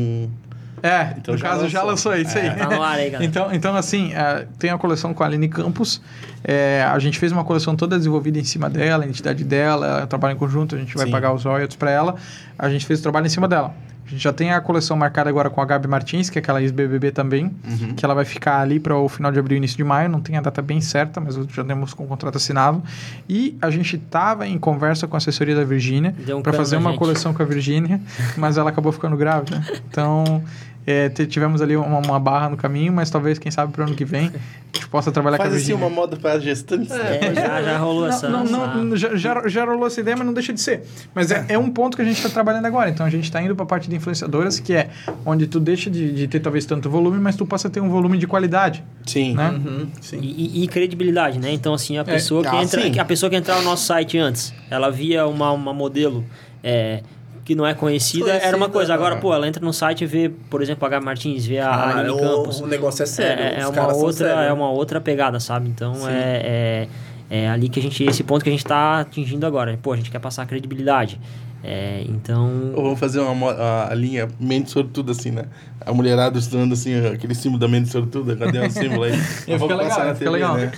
É, então no já caso lançou. já lançou isso é. aí. Tá no ar aí, galera. Então, então assim, é, tem a coleção com a Aline Campos. É, a gente fez uma coleção toda desenvolvida em cima dela, a identidade dela, ela trabalha em conjunto, a gente vai Sim. pagar os royalties para ela. A gente fez o trabalho em cima dela. A gente já tem a coleção marcada agora com a Gabi Martins, que é aquela ex-B B B também, uhum. que ela vai ficar ali para o final de abril e início de maio. Não tem a data bem certa, mas já temos com o contrato assinado. E a gente estava em conversa com a assessoria da Virgínia um para fazer uma gente. coleção com a Virgínia, mas ela acabou ficando grávida. Então... É, tivemos ali uma, uma barra no caminho, mas talvez, quem sabe, para o ano que vem, a gente possa trabalhar Faz com a Virgínia. Faz assim uma moda para gestantes. É, é, já, já rolou não, essa... Não, não, já, já, já rolou essa ideia, mas não deixa de ser. Mas é, é um ponto que a gente está trabalhando agora. Então, a gente está indo para a parte de influenciadoras, que é onde tu deixa de, de ter, talvez, tanto volume, mas tu passa a ter um volume de qualidade. Sim. Né? Uhum, sim. E, e credibilidade, né? Então, assim, a pessoa, é, que ah, entra, a pessoa que entrar no nosso site antes, ela via uma, uma modelo... É, que não é conhecida, conhecida, era uma coisa. Agora, pô, ela entra no site e vê, por exemplo, a Gabi Martins, vê a ah, Aline o, Campos. O negócio é sério. É, é, uma, outra, é uma outra pegada, sabe? Então, é, é, é ali que a gente... Esse ponto que a gente tá atingindo agora. Pô, a gente quer passar a credibilidade. É, então... Ou vamos fazer uma a, a linha mente sortuda, assim, né? A mulherada estudando, assim, aquele símbolo da mente sortuda. Cadê o símbolo aí? Fica legal, fica legal. Né?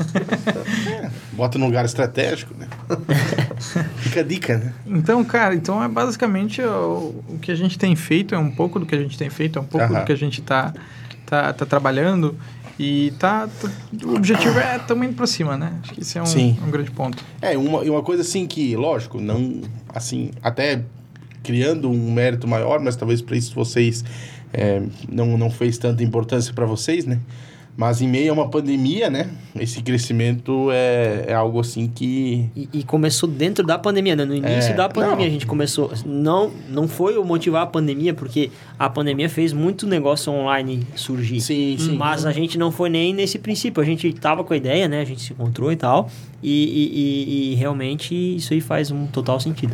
É, bota num lugar estratégico, né? Fica a dica, né? Então, cara, então é basicamente o, o que a gente tem feito, é um pouco do que a gente tem feito, é um pouco Aham. do que a gente tá, tá, tá trabalhando. E tá, tá, o objetivo é também indo pra cima, né? Acho que esse é um, um grande ponto. É, uma, uma coisa assim que, lógico, não, assim, até criando um mérito maior, mas talvez para isso vocês é, não, não fez tanta importância para vocês, né? Mas em meio a uma pandemia, né? Esse crescimento é, é algo assim que... E, e começou dentro da pandemia, né? No início é, da pandemia não. a gente começou... Não, não foi o motivar a pandemia, porque a pandemia fez muito negócio online surgir. Sim, sim. Mas a gente não foi nem nesse princípio. A gente tava com a ideia, né? A gente se encontrou e tal. E, e, e, e realmente isso aí faz um total sentido.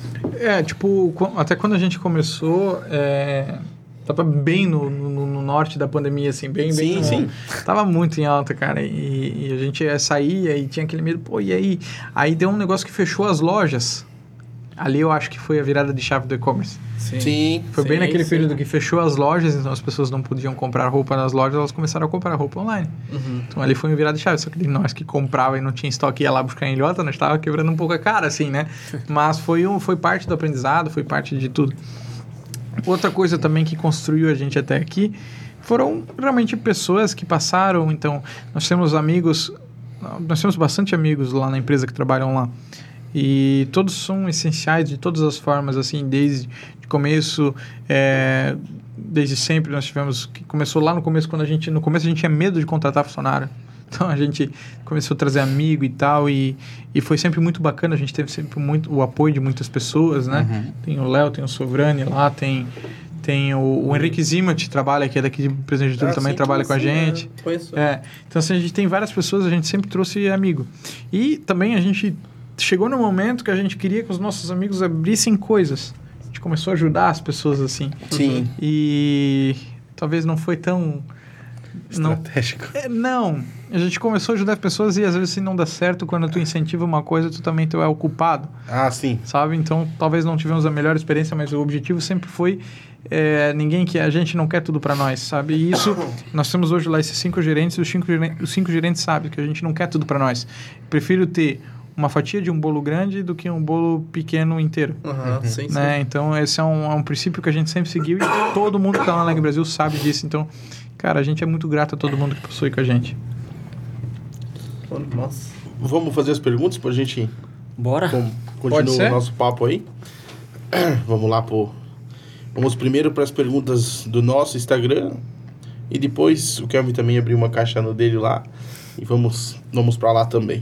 É, tipo... Até quando a gente começou... É... Tava bem no, no, no norte da pandemia, assim, bem, sim, bem... No, sim, tava muito em alta, cara, e, e a gente saía e tinha aquele medo, pô, e aí? Aí deu um negócio que fechou as lojas. Ali eu acho que foi a virada de chave do e-commerce. Sim. sim. Foi sim, bem naquele sim. período que fechou as lojas, então as pessoas não podiam comprar roupa nas lojas, elas começaram a comprar roupa online. Uhum. Então ali foi uma virada de chave, só que nós que comprava e não tinha estoque ia lá buscar em ilhota, nós estava quebrando um pouco a cara, assim, né? Mas foi, um, foi parte do aprendizado, foi parte de tudo. Outra coisa também que construiu a gente até aqui foram realmente pessoas que passaram. Então, nós temos amigos, nós temos bastante amigos lá na empresa que trabalham lá. E todos são essenciais de todas as formas, assim, desde o começo, é, desde sempre nós tivemos, que começou lá no começo, quando a gente, no começo a gente tinha medo de contratar funcionário. Então, a gente começou a trazer amigo e tal, e, e foi sempre muito bacana, a gente teve sempre muito, o apoio de muitas pessoas, né? Uhum. Tem o Léo, tem o Sovrani lá, tem, tem o, o Henrique Zimat, trabalha, que é daqui de Presidente Getúlio, ah, também sim, trabalha com a gente. É. É. Então, assim, a gente tem várias pessoas, a gente sempre trouxe amigo. E também a gente chegou no momento que a gente queria que os nossos amigos abrissem coisas. A gente começou a ajudar as pessoas, assim. Sim. E talvez não foi tão... estratégico. Não, é, não, a gente começou a ajudar as pessoas e às vezes se não dá certo, quando tu incentiva uma coisa, tu também tu é o culpado. Ah, sim. Sabe? Então, talvez não tivemos a melhor experiência, mas o objetivo sempre foi é, ninguém que... A gente não quer tudo para nós, sabe? E isso, nós temos hoje lá esses cinco gerentes e os cinco, os cinco gerentes sabem que a gente não quer tudo para nós. Prefiro ter uma fatia de um bolo grande do que um bolo pequeno inteiro. Uhum, sim, né? sim. Então, esse é um, é um princípio que a gente sempre seguiu e todo mundo que está lá na Leg Brasil sabe disso. Então, cara, a gente é muito grato a todo mundo que passou aí com a gente. Nossa. Vamos fazer as perguntas pra gente... Bora. Continuar o nosso papo aí. Vamos lá, pô. Vamos primeiro para as perguntas do nosso Instagram. E depois o Kelvin também abriu uma caixa no dele lá. E vamos, vamos para lá também.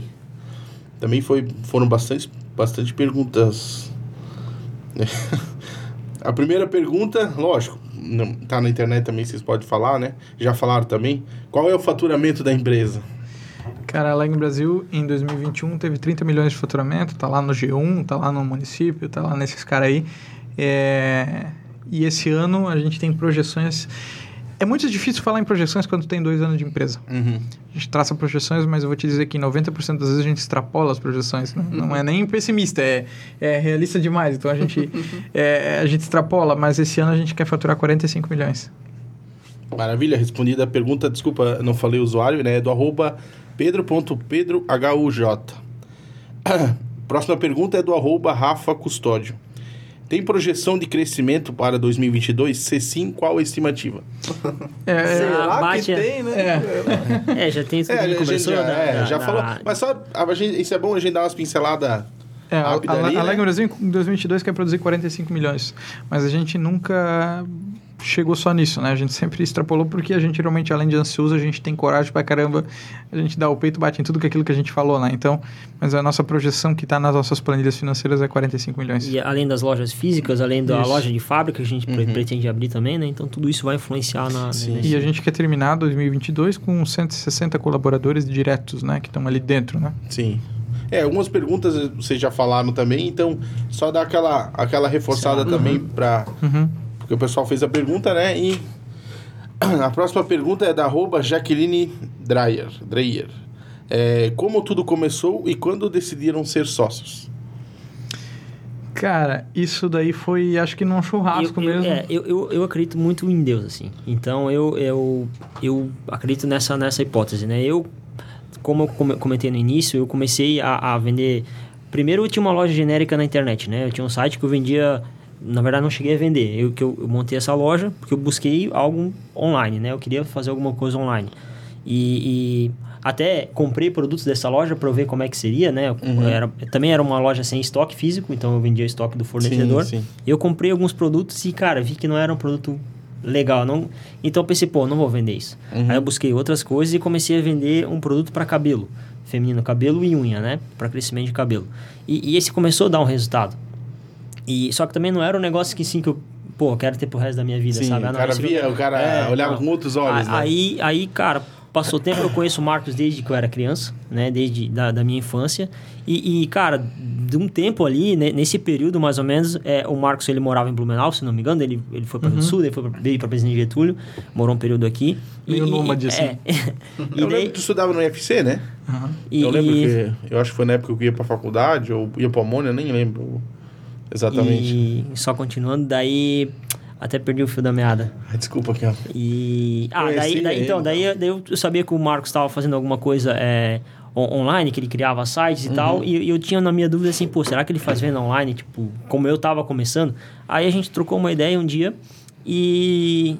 Também foi, foram bastante, bastante perguntas. a primeira pergunta, lógico, não, tá na internet também, vocês podem falar, né? Já falaram também. Qual é o faturamento da empresa? Cara, a Leg Brasil, em dois mil e vinte e um, teve trinta milhões de faturamento, tá lá no G um, tá lá no município, tá lá nesses caras aí. É... E esse ano a gente tem projeções... É muito difícil falar em projeções quando tem dois anos de empresa. Uhum. A gente traça projeções, mas eu vou te dizer que noventa por cento das vezes a gente extrapola as projeções. Não, não é nem pessimista, é, é realista demais. Então a gente, é, a gente extrapola, mas esse ano a gente quer faturar quarenta e cinco milhões. Maravilha, respondida a pergunta, desculpa, não falei o usuário, né? É do arroba pedro.pedrohuj. Próxima pergunta é do arroba Rafa Custódio. Tem projeção de crescimento para dois mil e vinte e dois? Se sim, qual a estimativa? É, Será bate, que tem, né? É, é já tem isso que é, a gente conversou. já, da, é, da, já da, falou. da... Mas só, a gente, isso é bom a gente dar umas pinceladas é, rápidas a, ali, a, a né? Leg Brasil em dois mil e vinte e dois quer produzir quarenta e cinco milhões, mas a gente nunca chegou só nisso, né? A gente sempre extrapolou porque a gente realmente, além de ansioso, a gente tem coragem pra caramba, a gente dá o peito, bate em tudo aquilo que a gente falou, né? Então, mas a nossa projeção que tá nas nossas planilhas financeiras é quarenta e cinco milhões. E além das lojas físicas, além da Isso. loja de fábrica que a gente Uhum. pretende abrir também, né? Então tudo isso vai influenciar na... Sim. E a gente quer terminar dois mil e vinte e dois com cento e sessenta colaboradores diretos, né? Que estão ali dentro, né? Sim. É, algumas perguntas vocês já falaram também, então só dar aquela, aquela reforçada Sim. também para... Uhum. Porque o pessoal fez a pergunta, né? E a próxima pergunta é da arroba Jaqueline Dreyer. Dreyer. É, como tudo começou e quando decidiram ser sócios? Cara, isso daí foi, acho que num churrasco eu, eu, mesmo. É, eu, eu, eu acredito muito em Deus, assim. Então, eu, eu, eu acredito nessa, nessa hipótese, né? Eu, como eu comentei no início, eu comecei a, a vender... Primeiro, eu tinha uma loja genérica na internet, né? Eu tinha um site que eu vendia... Na verdade, não cheguei a vender. Eu, que eu, eu montei essa loja porque eu busquei algo online, né? Eu queria fazer alguma coisa online. E... e até comprei produtos dessa loja para ver como é que seria, né? Uhum. Era, também era uma loja sem estoque físico, então eu vendia estoque do fornecedor. Sim, sim. Eu comprei alguns produtos e, cara, vi que não era um produto legal. Não... Então eu pensei, pô, não vou vender isso. Uhum. Aí eu busquei outras coisas e comecei a vender um produto para cabelo. Feminino, cabelo e unha, né? Para crescimento de cabelo. E, e esse começou a dar um resultado. E, só que também não era um negócio que, assim, que eu... Pô, eu quero ter pro resto da minha vida, Sim, sabe? Ah, o não, cara isso via, eu... o cara É, olhava não. com outros olhos, né? Aí, aí, cara, passou tempo, eu conheço o Marcos desde que eu era criança, né? Desde da, da minha infância. E, e, cara, de um tempo ali, né? Nesse período, mais ou menos, é, o Marcos, ele morava em Blumenau, se não me engano. Ele, ele foi para o Rio do Sul, ele foi pra, veio para Presidente Getúlio, morou um período aqui. Meio e, nômade, e, assim. É. e Eu daí, lembro que tu estudava no I F C, né? Uhum. e, eu lembro e, que... Eu acho que foi na época que eu ia pra faculdade, ou ia pra Amônia, nem lembro exatamente. E só continuando, daí... Até perdi o fio da meada. Ai, desculpa aqui, ó. E... Ah, Conheci daí, daí, ele. então, daí, daí eu sabia que o Marcos estava fazendo alguma coisa é, on- online, que ele criava sites e Uhum. tal, e, e eu tinha na minha dúvida assim, pô, será que ele faz venda online, tipo, como eu estava começando? Aí a gente trocou uma ideia um dia e...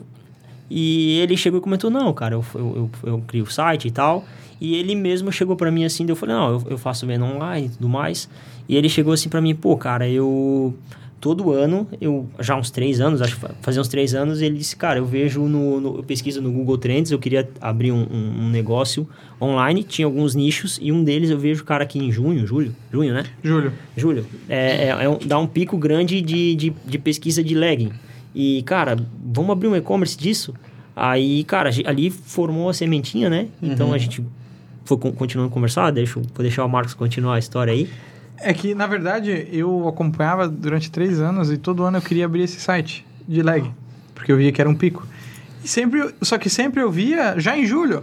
E ele chegou e comentou, não, cara, eu, eu, eu, eu crio o site e tal. E ele mesmo chegou pra mim assim, daí eu falei, não, eu, eu faço venda online e tudo mais. E ele chegou assim pra mim, pô, cara, eu... Todo ano, eu já há uns três anos, acho que fazia uns três anos, ele disse, cara, eu vejo no, no eu pesquiso no Google Trends, eu queria abrir um, um, um negócio online, tinha alguns nichos, e um deles eu vejo, cara, aqui em junho, julho, junho, né? Júlio. Julho, é, é, é um, dá um pico grande de, de, de pesquisa de legging. E, cara, vamos abrir um e-commerce disso? Aí, cara, ali formou a sementinha, né? Então, Uhum. a gente foi continuando a conversar, deixa, vou deixar o Marcos continuar a história aí. É que, na verdade, eu acompanhava durante três anos e todo ano eu queria abrir esse site de leg, porque eu via que era um pico. E sempre, só que sempre eu via já em julho.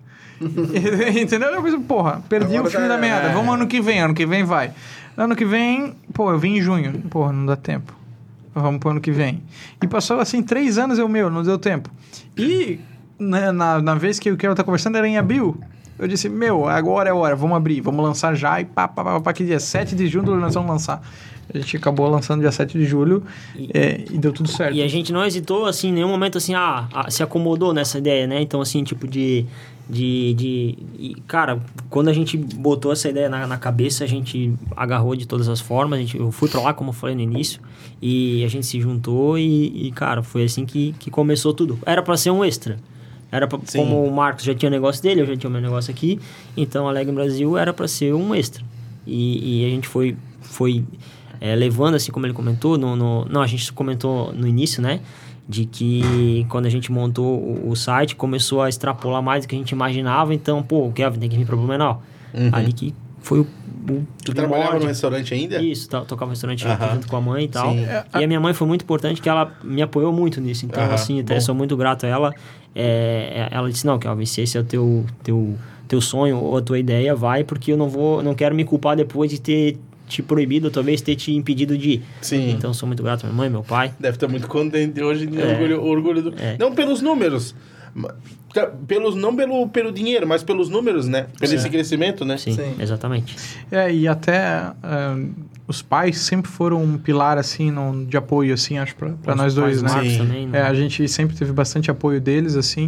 Entendeu? Eu pensei, porra, perdi Agora o fio já da é. meada. Vamos ano que vem, ano que vem vai. Ano que vem, pô, eu vim em junho. Porra, não dá tempo. Vamos pro ano que vem. E passou assim, três anos eu, meu, não deu tempo. E na, na, na vez que o que eu tava conversando era em abril. Eu disse, meu, agora é a hora, vamos abrir, vamos lançar já. E pá, pá, pá, pá, que dia sete de julho nós vamos lançar. A gente acabou lançando dia sete de julho E- é, e deu tudo certo. E a gente não hesitou, assim, em nenhum momento, assim, ah, ah, se acomodou nessa ideia, né? Então, assim, tipo de... de, de e, cara, quando a gente botou essa ideia na, na cabeça, a gente agarrou de todas as formas. A gente, eu fui pra lá, como eu falei no início, e a gente se juntou e, e cara, foi assim que, que começou tudo. Era pra ser um extra. Era pra, Sim. como o Marcos já tinha o negócio dele, eu já tinha o meu negócio aqui, então a Leg Brasil era pra ser um extra. E, e a gente foi... foi é, levando, assim como ele comentou, no, no, não, a gente comentou no início, né? De que quando a gente montou o, o site, começou a extrapolar mais do que a gente imaginava. Então, pô, o Kelvin tem que vir para Blumenau. Uhum. Ali que foi o... o tu trabalhava no restaurante ainda? Isso, tocava no restaurante uhum. junto com a mãe e tal. Sim. E a minha mãe foi muito importante, que ela me apoiou muito nisso. Então, uhum. assim, até sou muito grato a ela. É, ela disse, não, Kelvin, se esse é o teu, teu, teu sonho ou a tua ideia, vai, porque eu não vou, não quero me culpar depois de ter te proibido, ou talvez ter te impedido de ir. Sim. Então, sou muito grato à minha mãe, meu pai. Deve estar muito contente hoje, de é. orgulho, orgulho do... É. Não pelos números, pelos, não pelo, pelo dinheiro, mas pelos números, né? Pelo é. esse crescimento, né? Sim, Sim. exatamente. É, e até uh, os pais sempre foram um pilar, assim, no, de apoio, assim, acho, para nós dois, né? Também, né? É, a gente sempre teve bastante apoio deles, assim,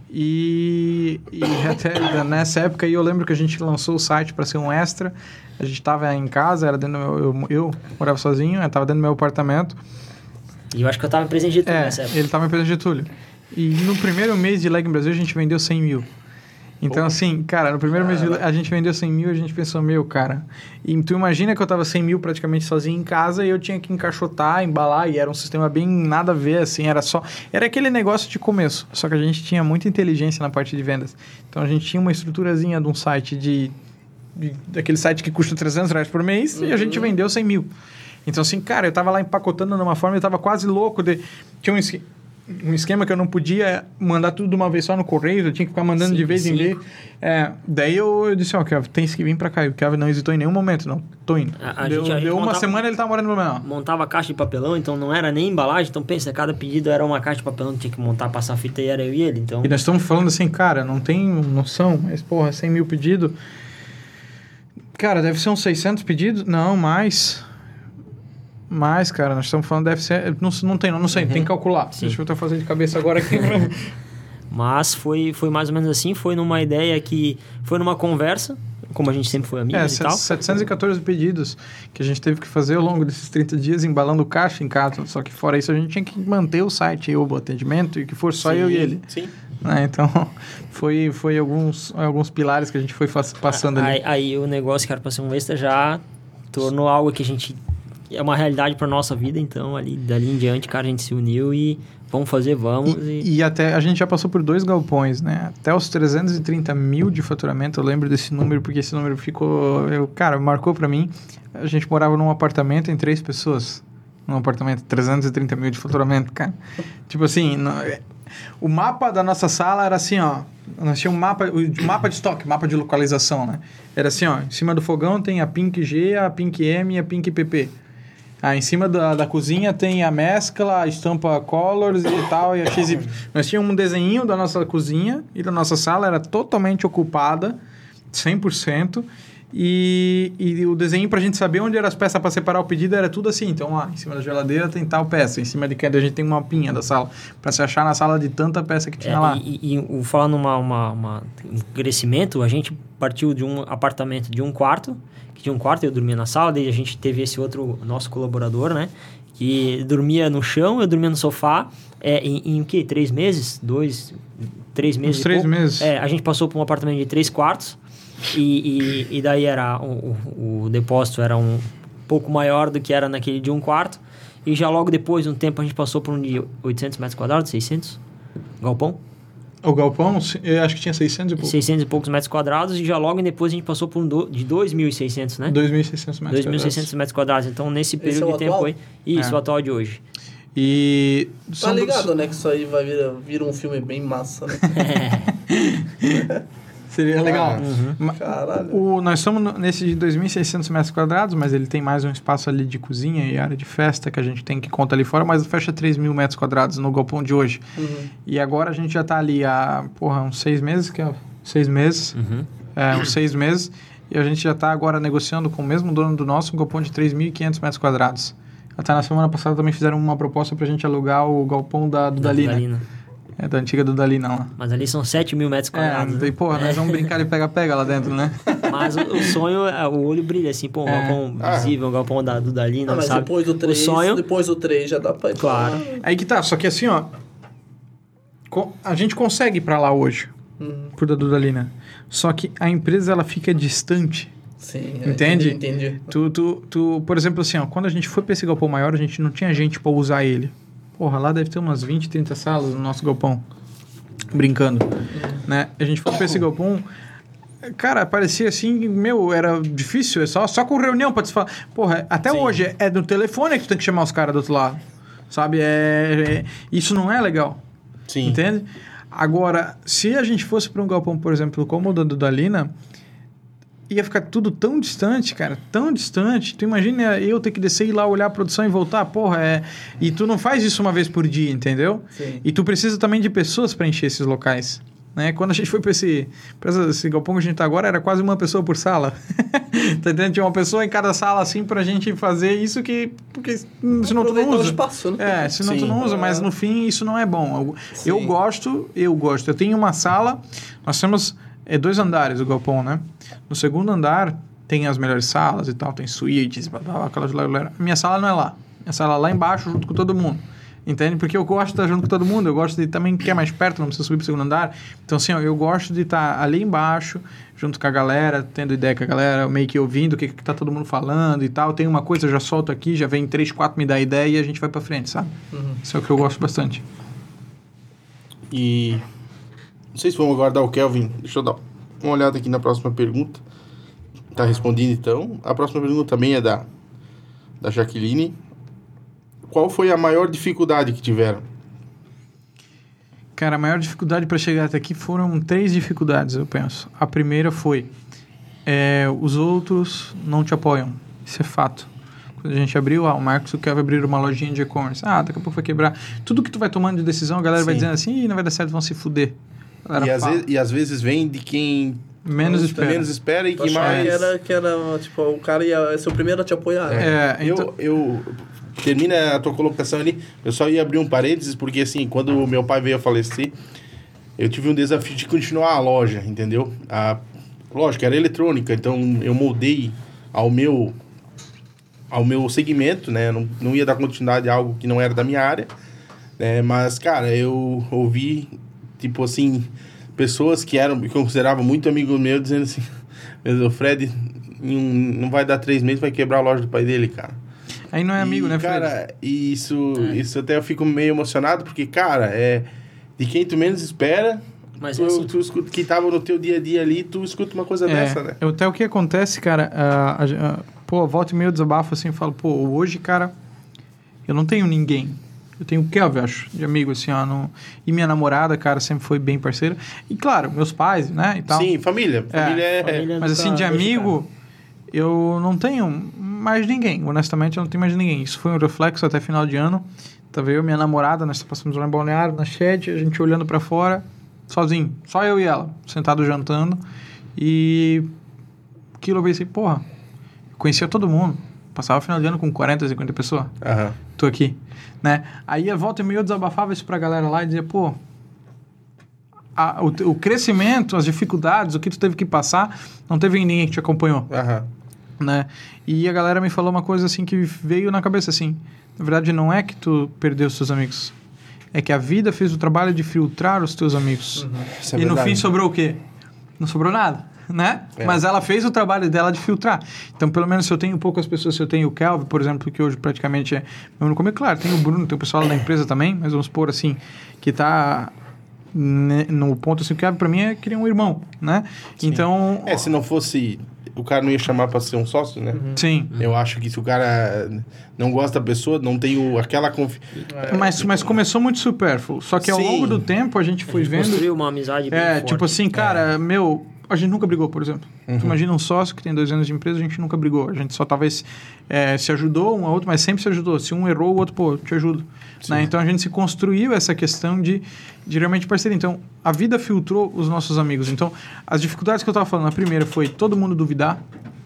e, e até nessa época aí eu lembro que a gente lançou o site para ser um extra. A gente estava em casa, era dentro do meu, eu, eu morava sozinho, eu estava dentro do meu apartamento. E eu acho que eu estava em Presidente Getúlio é, nessa época. Ele estava em Presidente Getúlio. E no primeiro mês de Leg em Brasil a gente vendeu cem mil. Então, oh. assim, cara, no primeiro Caramba. mês de, a gente vendeu cem mil e a gente pensou, meu, cara... E tu imagina que eu tava cem mil praticamente sozinho em casa e eu tinha que encaixotar, embalar, e era um sistema bem nada a ver, assim, era só... Era aquele negócio de começo, só que a gente tinha muita inteligência na parte de vendas. Então, a gente tinha uma estruturazinha de um site de... de daquele site que custa trezentos reais por mês uhum. e a gente vendeu cem mil. Então, assim, cara, eu tava lá empacotando de uma forma, eu tava quase louco de... Tinha um esquema... um esquema que eu não podia mandar tudo de uma vez só no correio, eu tinha que ficar mandando sim, de vez sim. em vez. É, daí eu, eu disse, ó, oh, Kevin, tem que vir pra cá. E o Kevin não hesitou em nenhum momento, não. Tô indo. A, a deu gente, a deu uma montava, semana ele tava morando no meu. Montava caixa de papelão, então não era nem embalagem. Então pensa, cada pedido era uma caixa de papelão que tinha que montar, passar fita e era eu e ele. Então... E nós estamos falando assim, cara, não tem noção, mas porra, cem mil pedidos. Cara, deve ser uns seiscentos pedidos? Não, mais... Mas, cara, nós estamos falando, deve ser... Não, não tem, não, não sei, uhum. tem que calcular. Sim. Deixa eu estar fazendo de cabeça agora aqui. Mas foi, foi mais ou menos assim, foi numa ideia que... Foi numa conversa, como a gente sempre foi amigos é, e tal. setecentos e catorze pedidos que a gente teve que fazer ao longo desses trinta dias, embalando caixa em casa. Só que fora isso, a gente tinha que manter o site, o atendimento, e que for só sim, eu e ele. Sim. Né? Então, foi, foi alguns, alguns pilares que a gente foi passando aí, ali. Aí o negócio que era para ser um extra já tornou algo que a gente... É uma realidade para nossa vida, então ali dali em diante, cara, a gente se uniu e vamos fazer, vamos. E, e... e até a gente já passou por dois galpões, né? Até os trezentos e trinta mil de faturamento, eu lembro desse número, porque esse número ficou... Eu, cara, marcou para mim. A gente morava num apartamento em três pessoas. Num apartamento, trezentos e trinta mil de faturamento, cara. Tipo assim, no, o mapa da nossa sala era assim, ó. Nós tínhamos um mapa, o mapa de estoque, mapa de localização, né? Era assim, ó. Em cima do fogão tem a Pink G, a Pink M e a Pink P P. Ah, em cima da, da cozinha tem a mescla, a estampa Colors e tal, e a X Y. Nós tínhamos um desenho da nossa cozinha e da nossa sala, era totalmente ocupada, cem por cento, e, e o desenho pra gente saber onde eram as peças para separar o pedido era tudo assim. Então, ah, em cima da geladeira tem tal peça, em cima de cada a gente tem uma pinha da sala, para se achar na sala de tanta peça que tinha é, lá. E, e falando numa uma, uma, um crescimento, a gente partiu de um apartamento de um quarto, de um quarto, eu dormia na sala, daí a gente teve esse outro nosso colaborador, né, que dormia no chão, eu dormia no sofá, é, em, em o quê? Três meses? Dois, três meses? Uns três pouco. meses. É, a gente passou por um apartamento de três quartos, e, e, e daí era, o, o, o depósito era um pouco maior do que era naquele de um quarto, e já logo depois, um tempo, a gente passou por um de oitocentos metros quadrados, seiscentos, galpão. O galpão, eu acho que tinha seiscentos e poucos. seiscentos e poucos metros quadrados, e já logo depois a gente passou por um do, de dois mil e seiscentos, né? dois mil e seiscentos metros dois mil e seiscentos metros quadrados. Então, nesse período Esse é de tempo atual? aí... Isso, é. o atual de hoje. E... Tá ligado, dos... né? Que isso aí vai vir, vir um filme bem massa, né? Seria legal. Uhum. Caralho. O, nós estamos nesse de dois mil e seiscentos metros quadrados, mas ele tem mais um espaço ali de cozinha e área de festa que a gente tem que contar ali fora, mas fecha três mil metros quadrados no galpão de hoje. Uhum. E agora a gente já tá ali há, porra, uns seis meses, que é seis meses, uhum. é, uns seis meses, e a gente já tá agora negociando com o mesmo dono do nosso um galpão de três mil e quinhentos metros quadrados. Até na semana passada também fizeram uma proposta pra gente alugar o galpão da Dudalina. Dudalina. É, da antiga Dudalina lá. Mas ali são sete mil metros quadrados. É, daí, porra, nós vamos brincar de pega-pega lá dentro, né? Mas o, o sonho, o olho brilha, assim, pô, um é. galpão visível, um galpão da Dudalina, ah, mas sabe? depois do três, o sonho... depois do três já dá pra ir. Claro. Aí que tá, só que assim, ó, a gente consegue ir pra lá hoje, uhum. por da Dudalina, só que a empresa, ela fica distante Sim, entende? Entendi, entendi. Tu, tu, tu, por exemplo, assim, ó, quando a gente foi pra esse galpão maior, a gente não tinha gente pra usar ele. Porra, lá deve ter umas vinte, trinta salas no nosso galpão. Brincando, né? A gente foi pra esse galpão... Cara, parecia assim, meu, era difícil, é só, só com reunião pra te falar. Porra, até Sim. hoje é no telefone que tu tem que chamar os caras do outro lado, sabe? É, é, isso não é legal, Sim. entende? Agora, se a gente fosse pra um galpão, por exemplo, como o do Dalina, ia ficar tudo tão distante, cara, tão distante. Tu imagina eu ter que descer e ir lá olhar a produção e voltar, porra, é... E tu não faz isso uma vez por dia, entendeu? Sim. E tu precisa também de pessoas pra encher esses locais. Né? Quando a gente foi para esse, esse galpão que a gente tá agora, era quase uma pessoa por sala. Tá entendendo? Tinha uma pessoa em cada sala, assim, pra gente fazer isso que... Porque senão tu não usa. O espaço, né? É, senão Sim. tu não usa, mas no fim isso não é bom. Eu, eu gosto, eu gosto. Eu tenho uma sala, nós temos é, dois andares o galpão, né? No segundo andar tem as melhores salas e tal, tem suítes, blá, blá, blá, aquelas... Blá, blá. Minha sala não é lá. Minha sala é lá embaixo, junto com todo mundo. Entende? Porque eu gosto de estar junto com todo mundo, eu gosto de também que é mais perto, não precisa subir para o segundo andar. Então, assim, ó, eu gosto de estar ali embaixo, junto com a galera, tendo ideia com a galera, meio que ouvindo o que, que tá todo mundo falando e tal. Tem uma coisa, eu já solto aqui, já vem três, quatro me dá ideia e a gente vai para frente, sabe? Uhum. Isso é o que eu gosto bastante. E não sei se vamos aguardar o Kelvin. Deixa eu dar uma olhada aqui na próxima pergunta. Tá respondido, então. A próxima pergunta também é da, da Jaqueline. Qual foi a maior dificuldade que tiveram? Cara, a maior dificuldade para chegar até aqui foram três dificuldades, eu penso. A primeira foi, é, os outros não te apoiam. Isso é fato. Quando a gente abriu, ah, o Marcos quer abrir uma lojinha de e-commerce. Ah, daqui a pouco vai quebrar. Tudo que tu vai tomando de decisão, a galera Sim. vai dizendo assim, não vai dar certo, vão se fuder. E às, vezes, e às vezes vem de quem... Menos espera. menos espera e que mais... Que era, que era, tipo, o cara ia ser o primeiro a te apoiar. É, é então... eu... eu termina a tua colocação ali. Eu só ia abrir um parênteses, porque assim, quando o meu pai veio a falecer, eu tive um desafio de continuar a loja, entendeu? A, lógico, era eletrônica, então eu moldei ao meu, ao meu segmento, né? Não, não ia dar continuidade a algo que não era da minha área, né? Mas, cara, eu ouvi, tipo assim, pessoas que eram, que eu considerava muito amigo meu, dizendo assim, o Fred, não vai dar três meses, vai quebrar a loja do pai dele, cara. Aí não é amigo, e, né, Fred? Cara, isso, é. isso até eu fico meio emocionado, porque, cara, é de quem tu menos espera, Mas tu, é assim. tu escuta, que tava no teu dia a dia ali, tu escuta uma coisa é, dessa, né? Até o que acontece, cara, uh, uh, pô, volta e meio desabafo assim, falo, pô, hoje, cara, eu não tenho ninguém. Eu tenho o Kelvin, acho, de amigo, assim, ó, no... e minha namorada, cara, sempre foi bem parceira. E, claro, meus pais, né, e tal. Sim, família. Família é... é... Família Mas, assim, de amigo, eu não tenho... mais ninguém, honestamente eu não tenho mais ninguém. Isso foi um reflexo até final de ano. Tava eu e minha namorada, nós passamos lá em Balneário, na shed, a gente olhando pra fora, sozinho, só eu e ela, sentado jantando, e aquilo eu pensei, porra, conhecia todo mundo, passava o final de ano com quarenta, cinquenta pessoas, uhum. tô aqui, né? Aí a volta e meia eu desabafava isso pra galera lá e dizia, pô, a, o, o crescimento, as dificuldades, o que tu teve que passar, não teve ninguém que te acompanhou. Aham. Uhum. Né? E a galera me falou uma coisa assim que veio na cabeça assim, na verdade não é que tu perdeu os teus amigos, é que a vida fez o trabalho de filtrar os teus amigos. Uhum. É e no fim sobrou o quê? Não sobrou nada, né? É. Mas ela fez o trabalho dela de filtrar. Então, pelo menos se eu tenho poucas pessoas, se eu tenho o Kelvin, por exemplo, que hoje praticamente é meu único amigo, claro, tem o Bruno, tem o pessoal da empresa também, mas vamos supor assim, que tá no ponto assim, o Kelvin pra mim é que nem um irmão, né? Sim. Então... É, se não fosse... O cara não ia chamar pra ser um sócio, né? Uhum. Sim. Eu acho que se o cara não gosta da pessoa, não tem o, aquela confiança... É, mas, mas começou muito supérfluo. Só que ao Sim. longo do tempo a gente foi a gente vendo... construiu uma amizade bem É, forte. tipo assim, cara, é. meu... A gente nunca brigou, por exemplo. Uhum. Tu imagina um sócio que tem dois anos de empresa, a gente nunca brigou. A gente só talvez é, se ajudou um ao outro, mas sempre se ajudou. Se um errou, o outro, pô, te ajudo. Né? Então a gente se construiu essa questão de, de realmente parceria. Então a vida filtrou os nossos amigos. Então as dificuldades que eu tava falando, a primeira foi todo mundo duvidar,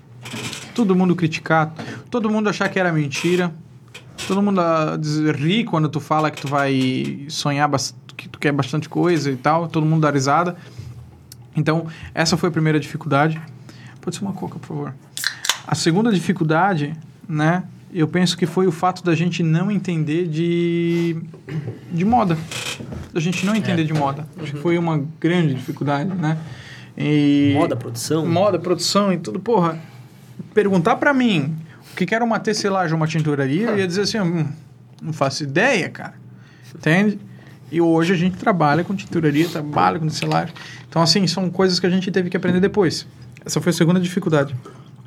todo mundo criticar, todo mundo achar que era mentira, todo mundo rir quando tu fala que tu vai sonhar, que tu quer bastante coisa e tal, todo mundo dá risada. Então, essa foi a primeira dificuldade. Pode ser uma coca, por favor. A segunda dificuldade, né, eu penso que foi o fato da gente não entender de, de moda. Da gente não entender é. de moda. Acho uhum. que foi uma grande dificuldade, né? E moda, produção. Moda, produção e tudo. Porra, perguntar para mim o que era uma tecelagem ou uma tinturaria, eu ia dizer assim, hum, não faço ideia, cara. Entende? E hoje a gente trabalha com tinturaria, trabalha com tecelagem. Então, assim, são coisas que a gente teve que aprender depois. Essa foi a segunda dificuldade.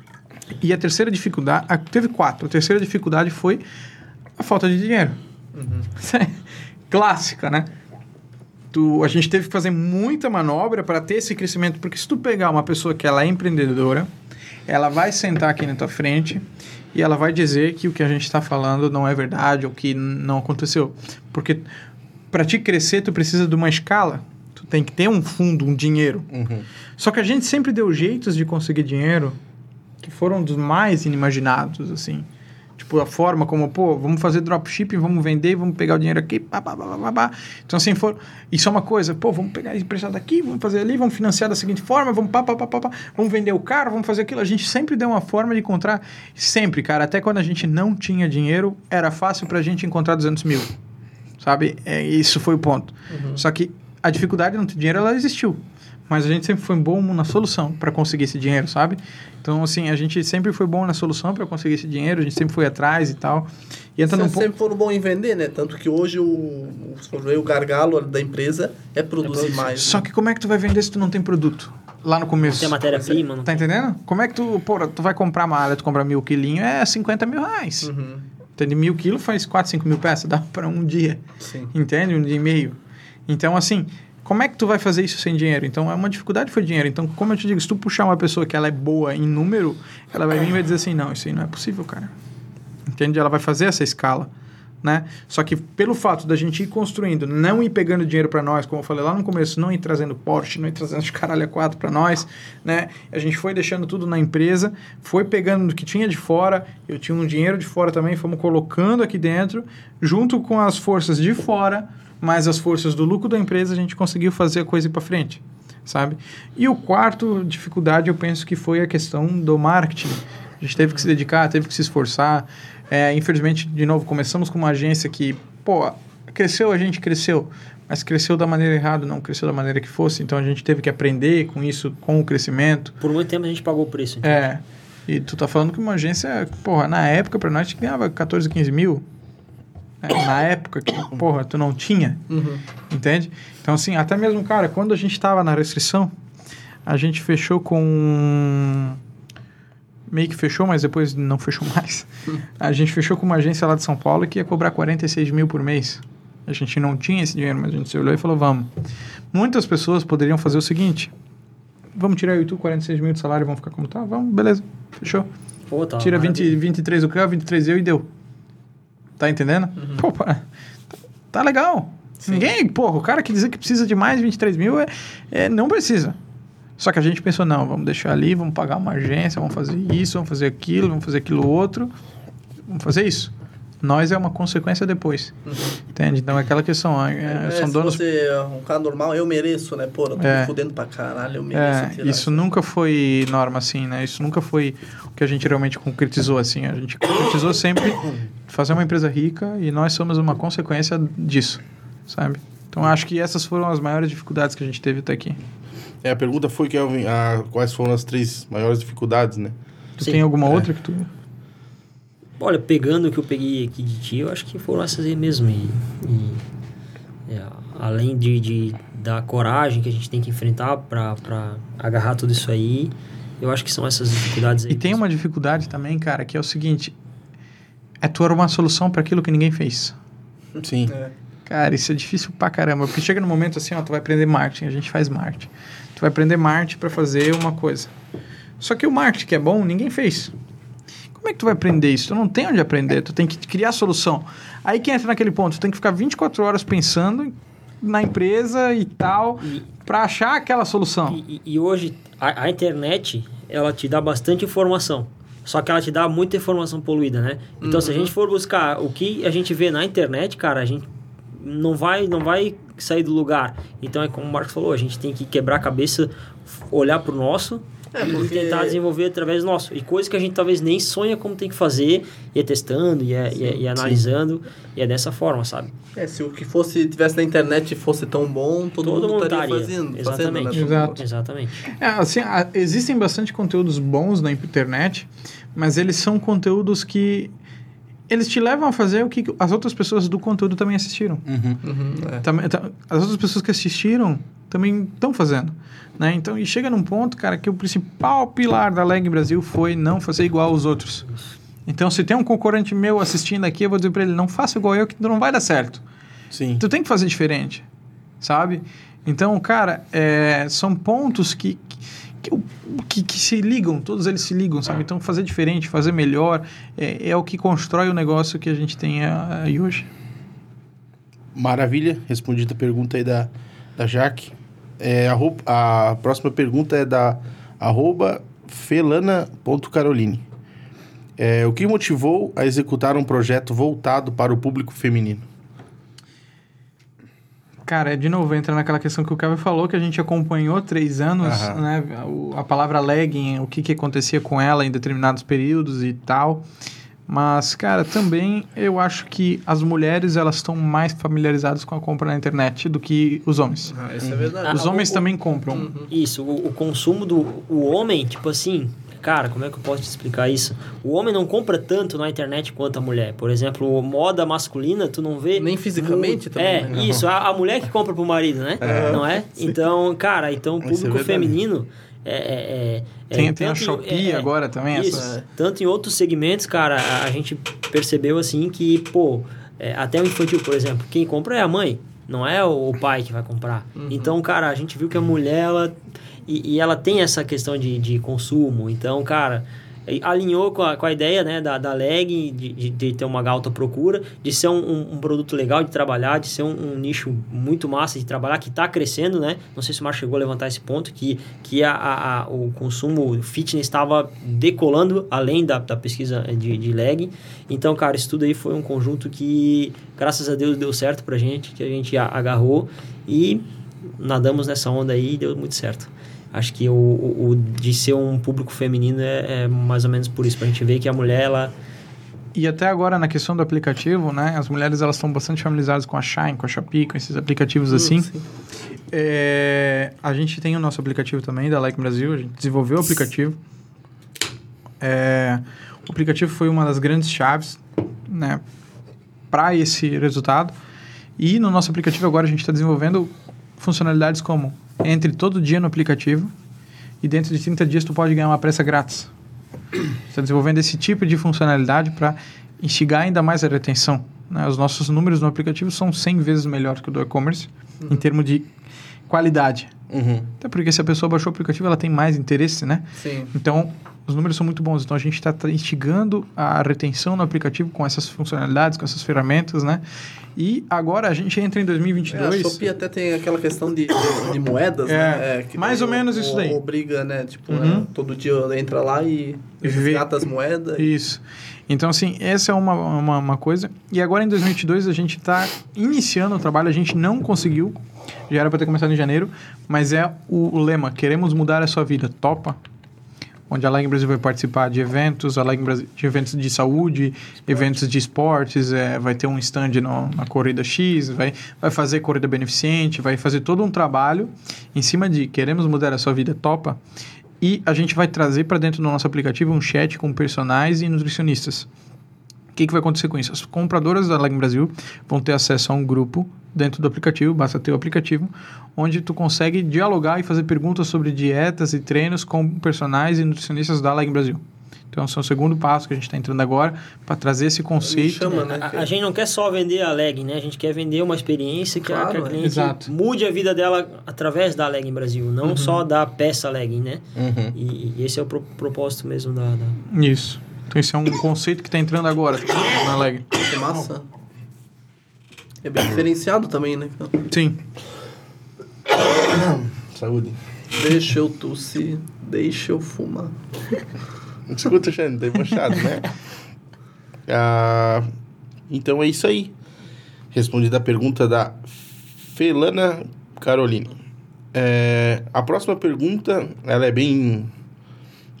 E a terceira dificuldade... Ah, teve quatro. A terceira dificuldade foi a falta de dinheiro. Uhum. Clássica, né? Tu, a gente teve que fazer muita manobra para ter esse crescimento. Porque se tu pegar uma pessoa que ela é empreendedora, ela vai sentar aqui na tua frente e ela vai dizer que o que a gente está falando não é verdade ou que não aconteceu. Porque para te crescer, tu precisa de uma escala. Tu tem que ter um fundo, um dinheiro. Uhum. Só que a gente sempre deu jeitos de conseguir dinheiro que foram dos mais inimaginados, assim. Tipo, a forma como, pô, vamos fazer dropshipping, vamos vender, vamos pegar o dinheiro aqui, pá, pá, pá, pá, pá. Então, assim, for... isso é uma coisa, pô, vamos pegar emprestado aqui, vamos fazer ali, vamos financiar da seguinte forma, vamos pá, pá, pá, pá, pá, vamos vender o carro, vamos fazer aquilo. A gente sempre deu uma forma de encontrar, sempre, cara, até quando a gente não tinha dinheiro, era fácil pra gente encontrar duzentos mil, sabe? É, isso foi o ponto. Uhum. Só que a dificuldade de não ter dinheiro, ela existiu. Mas a gente sempre foi bom na solução para conseguir esse dinheiro, sabe? Então, assim, a gente sempre foi bom na solução para conseguir esse dinheiro, a gente sempre foi atrás e tal. E entra Vocês num sempre foram bom em vender, né? Tanto que hoje o, o, o gargalo da empresa é produzir é mais. Só né? que como é que tu vai vender se tu não tem produto? Lá no começo. Não tem matéria-prima. Tá entendendo? Como é que tu, porra, tu vai comprar malha, tu compra mil quilinhos, é cinquenta mil reais. Uhum. Entende? Mil quilos faz quatro, cinco mil peças, dá para um dia. Sim. Entende? Um dia e meio. Então, assim... Como é que tu vai fazer isso sem dinheiro? Então, é uma dificuldade foi dinheiro. Então, como eu te digo, se tu puxar uma pessoa que ela é boa em número, ela vai vir e vai dizer assim, não, isso aí não é possível, cara. Entende? Ela vai fazer essa escala, né? Só que pelo fato da gente ir construindo, não ir pegando dinheiro para nós, como eu falei lá no começo, não ir trazendo Porsche, não ir trazendo os caralho a quatro para nós, né? A gente foi deixando tudo na empresa, foi pegando o que tinha de fora, eu tinha um dinheiro de fora também, fomos colocando aqui dentro, junto com as forças de fora, mas as forças do lucro da empresa, a gente conseguiu fazer a coisa ir para frente, sabe? E o quarto dificuldade, eu penso que foi a questão do marketing. A gente teve que se dedicar, teve que se esforçar. É, infelizmente, de novo, começamos com uma agência que, pô, cresceu, a gente cresceu, mas cresceu da maneira errada, não cresceu da maneira que fosse. Então, a gente teve que aprender com isso, com o crescimento. Por muito tempo, a gente pagou o preço. Então. É, e tu tá falando que uma agência, porra, na época, para nós, a gente ganhava quatorze, quinze mil. É, na época que, porra, tu não tinha, uhum. Entende? Então, assim, até mesmo, cara, quando a gente estava na restrição, a gente fechou com... Meio que fechou, mas depois não fechou mais. A gente fechou com uma agência lá de São Paulo que ia cobrar quarenta e seis mil por mês. A gente não tinha esse dinheiro, mas a gente se olhou e falou, vamos. Muitas pessoas poderiam fazer o seguinte, vamos tirar eu e tu quarenta e seis mil de salário e vamos ficar como tá? Vamos, beleza, fechou. Pô, tá, tira vinte, vinte e três do Creu, vinte e três eu e deu. Tá entendendo? Uhum. Pô, tá, tá legal. Sim. Ninguém, porra, o cara que dizer que precisa de mais vinte e três mil, é, é, não precisa. Só que a gente pensou, não, vamos deixar ali, vamos pagar uma agência, vamos fazer isso, vamos fazer aquilo, vamos fazer aquilo outro. Vamos fazer isso. Nós é uma consequência depois. Uhum. Entende? Então é aquela questão. É, é, são se donos... você é um cara normal, eu mereço, né? Pô, eu tô é. me fudendo pra caralho, eu mereço é, tirar. Isso nunca foi norma, assim, né? Isso nunca foi o que a gente realmente concretizou, assim. A gente concretizou sempre fazer uma empresa rica e nós somos uma consequência disso, sabe? Então acho que essas foram as maiores dificuldades que a gente teve até aqui. É, a pergunta foi, Kelvin, a, quais foram as três maiores dificuldades, né? Tu Sim. tem alguma é. outra que tu... Olha, pegando o que eu peguei aqui de ti, eu acho que foram essas aí mesmo. E, e é, além de, de da coragem que a gente tem que enfrentar para agarrar tudo isso aí, eu acho que são essas dificuldades aí. E tem uma dificuldade também, cara, que é o seguinte, é tu arrumar uma solução para aquilo que ninguém fez. Sim. É. Cara, isso é difícil pra caramba, porque chega no momento assim, ó, tu vai aprender marketing, a gente faz marketing. Tu vai aprender marketing para fazer uma coisa. Só que o marketing que é bom, ninguém fez. Como é que tu vai aprender isso? Tu não tem onde aprender, tu tem que criar solução. Aí que entra naquele ponto, tu tem que ficar vinte e quatro horas pensando na empresa e tal, para achar aquela solução. E, e hoje, a, a internet, ela te dá bastante informação. Só que ela te dá muita informação poluída, né? Então, uhum. se a gente for buscar o que a gente vê na internet, cara, a gente não vai, não vai sair do lugar. Então, é como o Marcos falou, a gente tem que quebrar a cabeça, olhar pro nosso É, porque... E tentar desenvolver através do nosso. E coisas que a gente talvez nem sonha como tem que fazer, e é testando, e é, sim, e é, e é analisando, sim. E é dessa forma, sabe? É, se o que fosse, tivesse na internet fosse tão bom, todo, todo mundo estaria fazendo. Exatamente. Fazendo, né? Exato. Exatamente. É, assim, a, existem bastante conteúdos bons na internet, mas eles são conteúdos que... eles te levam a fazer o que as outras pessoas do conteúdo também assistiram. Uhum. Uhum, é. Também, as outras pessoas que assistiram também estão fazendo, né? Então, e chega num ponto, cara, que o principal pilar da Leg Brasil foi não fazer igual aos outros. Então, se tem um concorrente meu assistindo aqui, eu vou dizer para ele, não faça igual eu, que não vai dar certo. Sim. Tu tem que fazer diferente, sabe? Então, cara, é, são pontos que... Que, que, que se ligam, todos eles se ligam, sabe? Então, fazer diferente, fazer melhor, é, é o que constrói o negócio que a gente tem aí hoje. Maravilha, respondida a pergunta aí da, da Jaque. É, a, a próxima pergunta é da arroba felana ponto caroline. É, o que motivou a executar um projeto voltado para o público feminino? Cara, de novo, entra naquela questão que o Kevin falou, que a gente acompanhou três anos, Aham. né? O, a palavra legging, o que, que acontecia com ela em determinados períodos e tal. Mas, cara, também eu acho que as mulheres, elas estão mais familiarizadas com a compra na internet do que os homens. Ah, isso é verdade. Os Ah, homens o- também compram. Uhum. Isso, o, o consumo do o homem, tipo assim, cara, como é que eu posso te explicar isso? O homem não compra tanto na internet quanto a mulher. Por exemplo, moda masculina, tu não vê... Nem fisicamente muito- também, É, né? isso, a, a mulher que compra pro marido, né? É. Não é? Então, cara, então o Isso é público verdade. feminino... É, é, é, Tem, é, tem a tanto em- Shopee é, agora também. Isso, Essa... tanto em outros segmentos, cara, a, a gente percebeu assim que, pô, é, até o infantil, por exemplo, quem compra é a mãe, não é o, o pai que vai comprar. Uhum. Então, cara, a gente viu que a mulher, ela, e, e ela tem essa questão de, de consumo, então, cara, alinhou com a, com a ideia, né, da, da Leg, de, de, de ter uma alta procura, de ser um, um, um produto legal de trabalhar, de ser um, um nicho muito massa de trabalhar, que está crescendo, né? Não sei se o Marcos chegou a levantar esse ponto, que, que a, a, a, o consumo fitness estava decolando além da, da pesquisa de, de Leg. Então, cara, isso tudo aí foi um conjunto que, graças a Deus, deu certo pra gente, que a gente a, agarrou e nadamos nessa onda aí e deu muito certo. Acho que o, o, o de ser um público feminino é, é mais ou menos por isso, pra gente ver que a mulher, ela... E até agora, na questão do aplicativo, né? As mulheres, elas estão bastante familiarizadas com a Shine, com a Shopee, com esses aplicativos assim. Sim. É, a gente tem o nosso aplicativo também, da Like Brasil. A gente desenvolveu o aplicativo. É, o aplicativo foi uma das grandes chaves, né? Para esse resultado. E no nosso aplicativo agora a gente está desenvolvendo funcionalidades como entre todo dia no aplicativo e dentro de trinta dias tu pode ganhar uma pressa grátis. Está desenvolvendo esse tipo de funcionalidade para instigar ainda mais a retenção, né? Os nossos números no aplicativo são cem vezes melhores que o do e-commerce em termos de qualidade. Uhum. Até porque se a pessoa baixou o aplicativo, ela tem mais interesse, né? Sim. Então, os números são muito bons. Então, a gente está instigando a retenção no aplicativo com essas funcionalidades, com essas ferramentas, né? E agora a gente entra em dois mil e vinte e dois... É, a Shopee até tem aquela questão de, de, de moedas, É, né? É, que mais daí ou menos o- isso daí. Obriga, né? Tipo, Uhum. né? Todo dia entra lá e Vê- resgata as moedas. Isso. Então, assim, essa é uma, uma, uma coisa. E agora, em dois mil e vinte e dois, a gente está iniciando o trabalho. A gente não conseguiu. Já era para ter começado em janeiro. Mas é o, o lema. Queremos mudar a sua vida. Topa? Onde a Leg Brasil vai participar de eventos, a Leg Brasil, de eventos de saúde, eventos de esportes, é, vai ter um stand no, na Corrida X, vai, vai fazer corrida beneficente, vai fazer todo um trabalho em cima de queremos mudar a sua vida, topa? E a gente vai trazer para dentro do nosso aplicativo um chat com personagens e nutricionistas. O que, que vai acontecer com isso? As compradoras da Leg Brasil vão ter acesso a um grupo dentro do aplicativo, basta ter o aplicativo, onde tu consegue dialogar e fazer perguntas sobre dietas e treinos com personagens e nutricionistas da Leg Brasil. Então, esse é o segundo passo que a gente está entrando agora para trazer esse conceito. chama, né? A, a gente não quer só vender a Leg, né? A gente quer vender uma experiência que, a, Claro, que a é. cliente Exato. mude a vida dela através da Leg Brasil, não só da peça Leg, né? Uhum. E, e esse é o pro, propósito mesmo da... da... Isso. Então, esse é um conceito que está entrando agora na Leg. Que massa. É bem diferenciado também, né? Sim. Saúde. Deixa eu tossir, deixa eu fumar. Escuta, Xande, debochado, né? Ah, então é isso aí. Respondida a pergunta da Felana Caroline. É, a próxima pergunta, ela é bem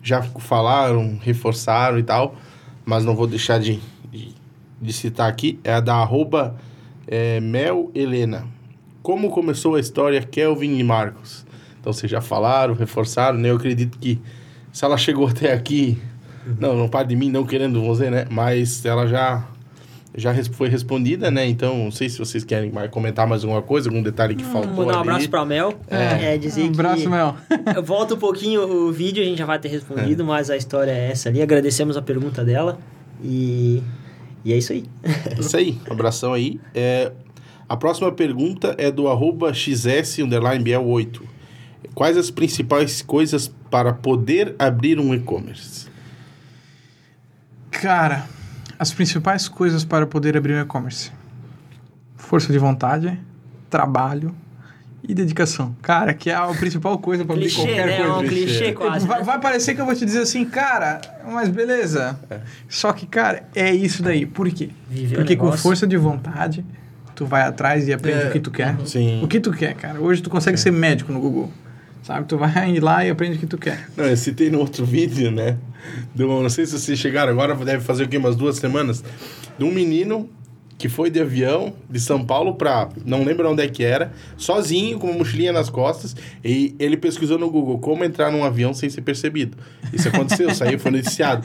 já falaram, reforçaram e tal, mas não vou deixar de, de, de citar aqui, é a da arroba é, Mel Helena. Como começou a história Kelvin e Marcos? Então, vocês já falaram, reforçaram, né? Eu acredito que se ela chegou até aqui, uhum. não, não parte de mim, não querendo você, né? Mas ela já, já foi respondida, né? Então, não sei se vocês querem mais comentar mais alguma coisa, algum detalhe que hum, faltou Mandar um ali. abraço pra Mel. É, é dizer um abraço, que... Mel. Volta um pouquinho o vídeo, a gente já vai ter respondido, é. mas a história é essa ali. Agradecemos a pergunta dela e, e é isso aí. Isso aí, um abração aí. É, a próxima pergunta é do arroba xs underline biel oito. Quais as principais coisas para poder abrir um e-commerce? Cara, as principais coisas para poder abrir um e-commerce: força de vontade, trabalho e dedicação. Cara, que é a principal coisa para abrir qualquer né? coisa. É um clichê quase. Vai, né? vai parecer que eu vou te dizer assim, cara, mas beleza. É. Só que, cara, é isso daí. Por quê? Viver Porque o com força de vontade, tu vai atrás e aprende é. o que tu quer. Sim. O que tu quer, cara. Hoje tu consegue é. ser médico no Google. Sabe? Tu vai ir lá e aprende o que tu quer. Não, eu citei no outro vídeo, né? De um, não sei se vocês chegaram agora, deve fazer o quê? Umas duas semanas. De um menino que foi de avião de São Paulo pra... Não lembro onde é que era. Sozinho, com uma mochilinha nas costas. E ele pesquisou no Google como entrar num avião sem ser percebido. Isso aconteceu, saiu, foi noticiado.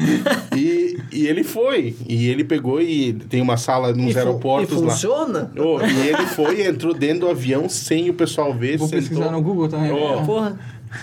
E, e ele foi. E ele pegou e tem uma sala nos e aeroportos e lá. funciona? Oh, e ele foi e entrou dentro do avião sem o pessoal ver. Vou sentou. pesquisar no Google também. Oh. Porra.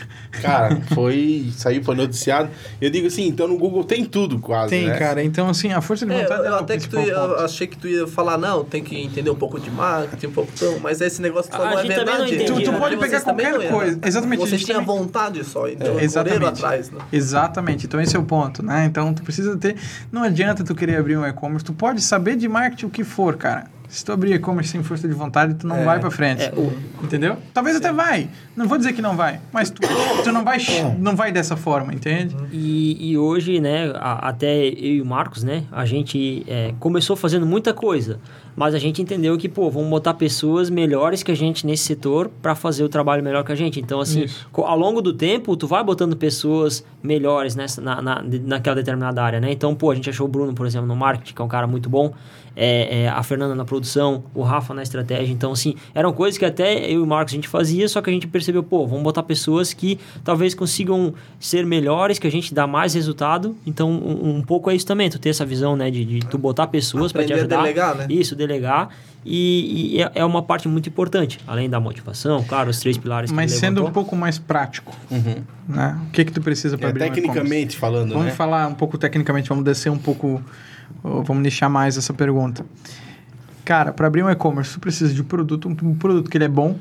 Cara, foi... Saiu, foi noticiado. Eu digo assim, então no Google tem tudo quase, Tem, né? cara. Então, assim, a força de É, vontade eu, é o até que tu ia, principal eu ponto. achei que tu ia falar, não, tem que entender um pouco de marketing, um pouco tão, mas esse negócio só A não é gente também não verdade. entendia. Tu, tu pode Vocês pegar também qualquer não iam. coisa. Exatamente. a Vocês gente tinham também- vontade só, então É, correram exatamente. atrás, né? Exatamente. Então, esse é o ponto, né? Então, tu precisa ter... Não adianta tu querer abrir um e-commerce. Tu pode saber de marketing o que for, cara. Se tu abrir e-commerce sem força de vontade, tu não É. vai pra frente. É, o- Entendeu? Talvez até vai. Não vou dizer que não vai. Mas tu, tu não, vai, não vai dessa forma, entende? E, e hoje, né, a- até eu e o Marcos, né, a gente é, começou fazendo muita coisa, mas a gente entendeu que, pô, vamos botar pessoas melhores que a gente nesse setor para fazer o trabalho melhor que a gente. Então, assim, Isso. co- ao longo do tempo, tu vai botando pessoas melhores nessa, na, na, naquela determinada área, né? Então, pô, a gente achou o Bruno, por exemplo, no marketing, que é um cara muito bom, é, é, a Fernanda na produção, o Rafa na estratégia. Então, assim, eram coisas que até eu e o Marcos a gente fazia, só que a gente percebeu, pô, vamos botar pessoas que talvez consigam ser melhores, que a gente dá mais resultado. Então, um, um pouco é isso também, tu ter essa visão, né, de, de tu botar pessoas para te Aprender a ajudar. delegar, né? Isso, delegar. E, e é- é uma parte muito importante, além da motivação, claro, os três pilares que Mas ele sendo um levantou. pouco mais prático, Uhum. né? O que que tu precisa para É, abrir um e-commerce? tecnicamente falando, Vamos né? falar um pouco tecnicamente, vamos descer um pouco, ou vamos deixar mais essa pergunta. Cara, para abrir um e-commerce, tu precisa de um produto, um produto que ele é bom. O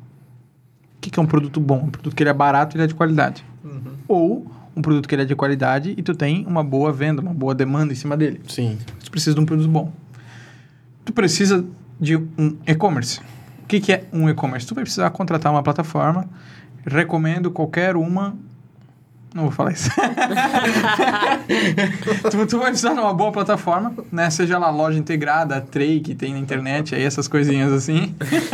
que, que é um produto bom? Um produto que ele é barato e ele é de qualidade. Uhum. Ou um produto que ele é de qualidade e tu tem uma boa venda, uma boa demanda em cima dele. Sim. Tu precisa de um produto bom. Tu precisa de um e-commerce. O que, que é um e-commerce? Tu vai precisar contratar uma plataforma. Recomendo qualquer uma... Não vou falar isso. tu, tu vai precisar de uma boa plataforma, né? Seja lá loja integrada, Tray, que tem na internet, aí essas coisinhas assim.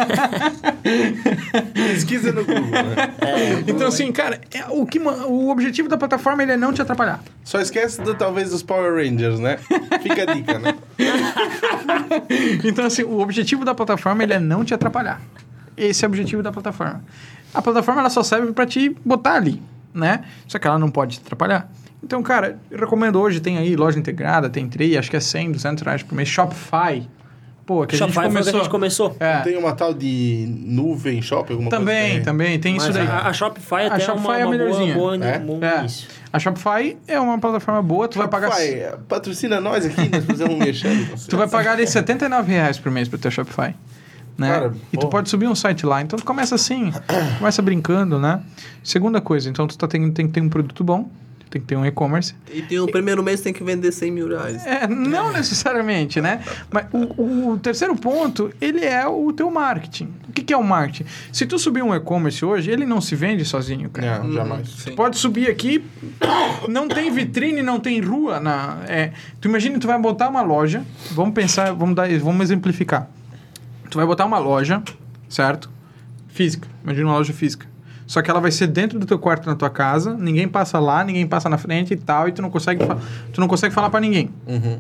Pesquisa no Google, né? Então, assim, cara, é, o, que, ma- o objetivo da plataforma ele é não te atrapalhar. Só esquece, do, talvez, dos Power Rangers, né? Fica a dica, né? Então, assim, o objetivo da plataforma ele é não te atrapalhar. Esse é o objetivo da plataforma. A plataforma ela só serve para te botar ali, né? Só que ela não pode te atrapalhar. Então, cara, eu recomendo hoje, tem aí loja integrada, tem Tray, acho que é cem, duzentos reais por mês. Shopify. Pô, que a gente Shopify foi o começou... que a gente começou. É. Tem uma tal de nuvem shop, alguma Também, coisa? também, tem isso Mas daí. a, a Shopify A até Shopify é é uma, uma boa, melhorzinha. boa, É? bom É. início. A Shopify é uma plataforma boa, tu vai pagar... Shopify, patrocina nós aqui, nós fazemos um mexendo. Tu vai pagar ali setenta e nove reais por mês pro teu Shopify. Né? Cara, e tu pô. pode subir um site lá. Então tu começa assim, começa brincando, né? Segunda coisa, então tu tá, tem, tem que ter um produto bom, tem que ter um e-commerce. E tem o primeiro mês tem que vender cem mil reais. É, não necessariamente, né? Mas o, o terceiro ponto, ele é o teu marketing. O que, que é o marketing? Se tu subir um e-commerce hoje, ele não se vende sozinho, cara. Não, jamais. Sim. Pode subir aqui, não tem vitrine, não tem rua. Na, é, tu imagina, tu vai botar uma loja, vamos pensar, vamos, dar, vamos exemplificar. Tu vai botar uma loja, certo? Física, imagina uma loja física. Só que ela vai ser dentro do teu quarto, na tua casa, ninguém passa lá, ninguém passa na frente e tal, e tu não consegue, fa- tu não consegue falar pra ninguém. Uhum.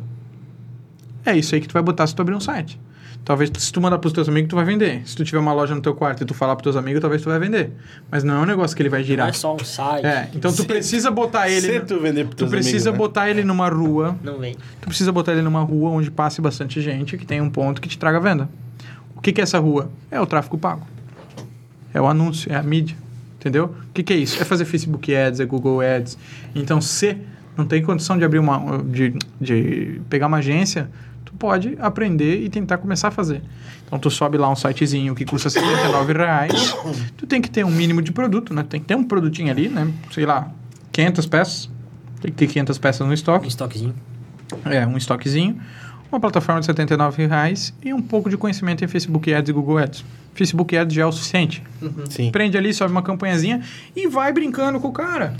É isso aí que tu vai botar se tu abrir um site. Talvez se tu mandar pros teus amigos, tu vai vender. Se tu tiver uma loja no teu quarto e tu falar pros teus amigos, talvez tu vai vender. Mas não é um negócio que ele vai girar. Não é só um site. É, então tu Se- precisa botar ele... Se no- tu vender pros Tu teus precisa amigos, né? botar ele numa rua. Não vem. Tu precisa botar ele numa rua onde passe bastante gente, que tem um ponto que te traga venda. O que, que é essa rua? É o tráfego pago. É o anúncio, é a mídia. Entendeu? O que, que é isso? É fazer Facebook Ads, é Google Ads. Então, se não tem condição de abrir uma... de, de pegar uma agência, tu pode aprender e tentar começar a fazer. Então, tu sobe lá um sitezinho que custa setenta e nove reais. Tu tem que ter um mínimo de produto, né? Tem que ter um produtinho ali, né? Sei lá, quinhentas peças. Tem que ter quinhentas peças no estoque. Um estoquezinho. É, um estoquezinho, uma plataforma de setenta e nove reais e um pouco de conhecimento em Facebook Ads e Google Ads. Facebook Ads já é o suficiente. Sim. Prende ali, sobe uma campanhazinha e vai brincando com o cara.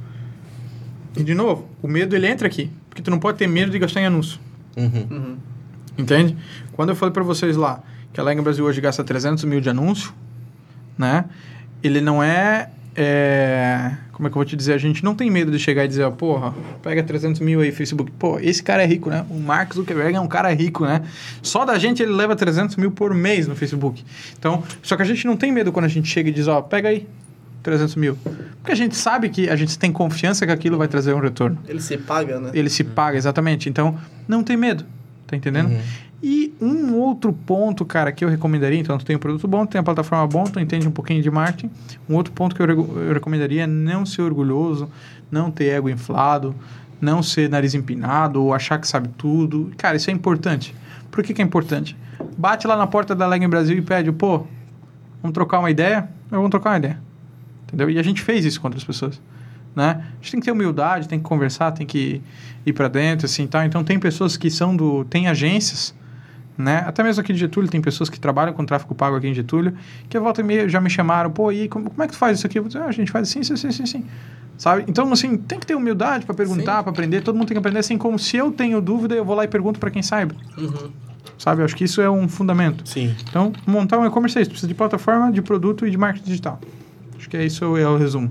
E, de novo, o medo, ele entra aqui. Porque tu não pode ter medo de gastar em anúncio. Uhum. Uhum. Entende? Quando eu falei pra vocês lá que a Lega Brasil hoje gasta trezentos mil de anúncio, né? Ele não é, é... Como é que eu vou te dizer? A gente não tem medo de chegar e dizer, ó, porra, pega trezentos mil aí, Facebook. Pô, esse cara é rico, né? O Mark Zuckerberg é um cara rico, né? Só da gente ele leva trezentos mil por mês no Facebook. Então, só que a gente não tem medo quando a gente chega e diz, ó, pega aí trezentos mil. Porque a gente sabe que a gente tem confiança que aquilo vai trazer um retorno. Ele se paga, né? Ele se paga, exatamente. Então, não tem medo. Tá entendendo? Uhum. E um outro ponto, cara, que eu recomendaria, então tu tem um produto bom, tu tem a plataforma bom, tu entende um pouquinho de marketing. Um outro ponto que eu, regu- eu recomendaria é não ser orgulhoso, não ter ego inflado, não ser nariz empinado ou achar que sabe tudo. Cara, isso é importante. Por que que é importante? Bate lá na porta da Lega em Brasil e pede, pô, vamos trocar uma ideia? Eu vou trocar uma ideia. Entendeu? E a gente fez isso com outras pessoas. Né? A gente tem que ter humildade, tem que conversar, tem que ir para dentro, assim, tal. Então, tem pessoas que são do... Tem agências, né? Até mesmo aqui de Getúlio, tem pessoas que trabalham com tráfego pago aqui em Getúlio, que a volta e meia já me chamaram, pô, e aí, como, como é que tu faz isso aqui? Eu disse, ah, a gente faz assim, assim, assim, assim. Sabe? Então, assim, tem que ter humildade para perguntar, para aprender. Todo mundo tem que aprender, assim, como se eu tenho dúvida, eu vou lá e pergunto para quem saiba. Uhum. Sabe? Eu acho que isso é um fundamento. Sim. Então, montar um e-commerce é isso. Precisa de plataforma, de produto e de marketing digital. Acho que é isso, é o resumo.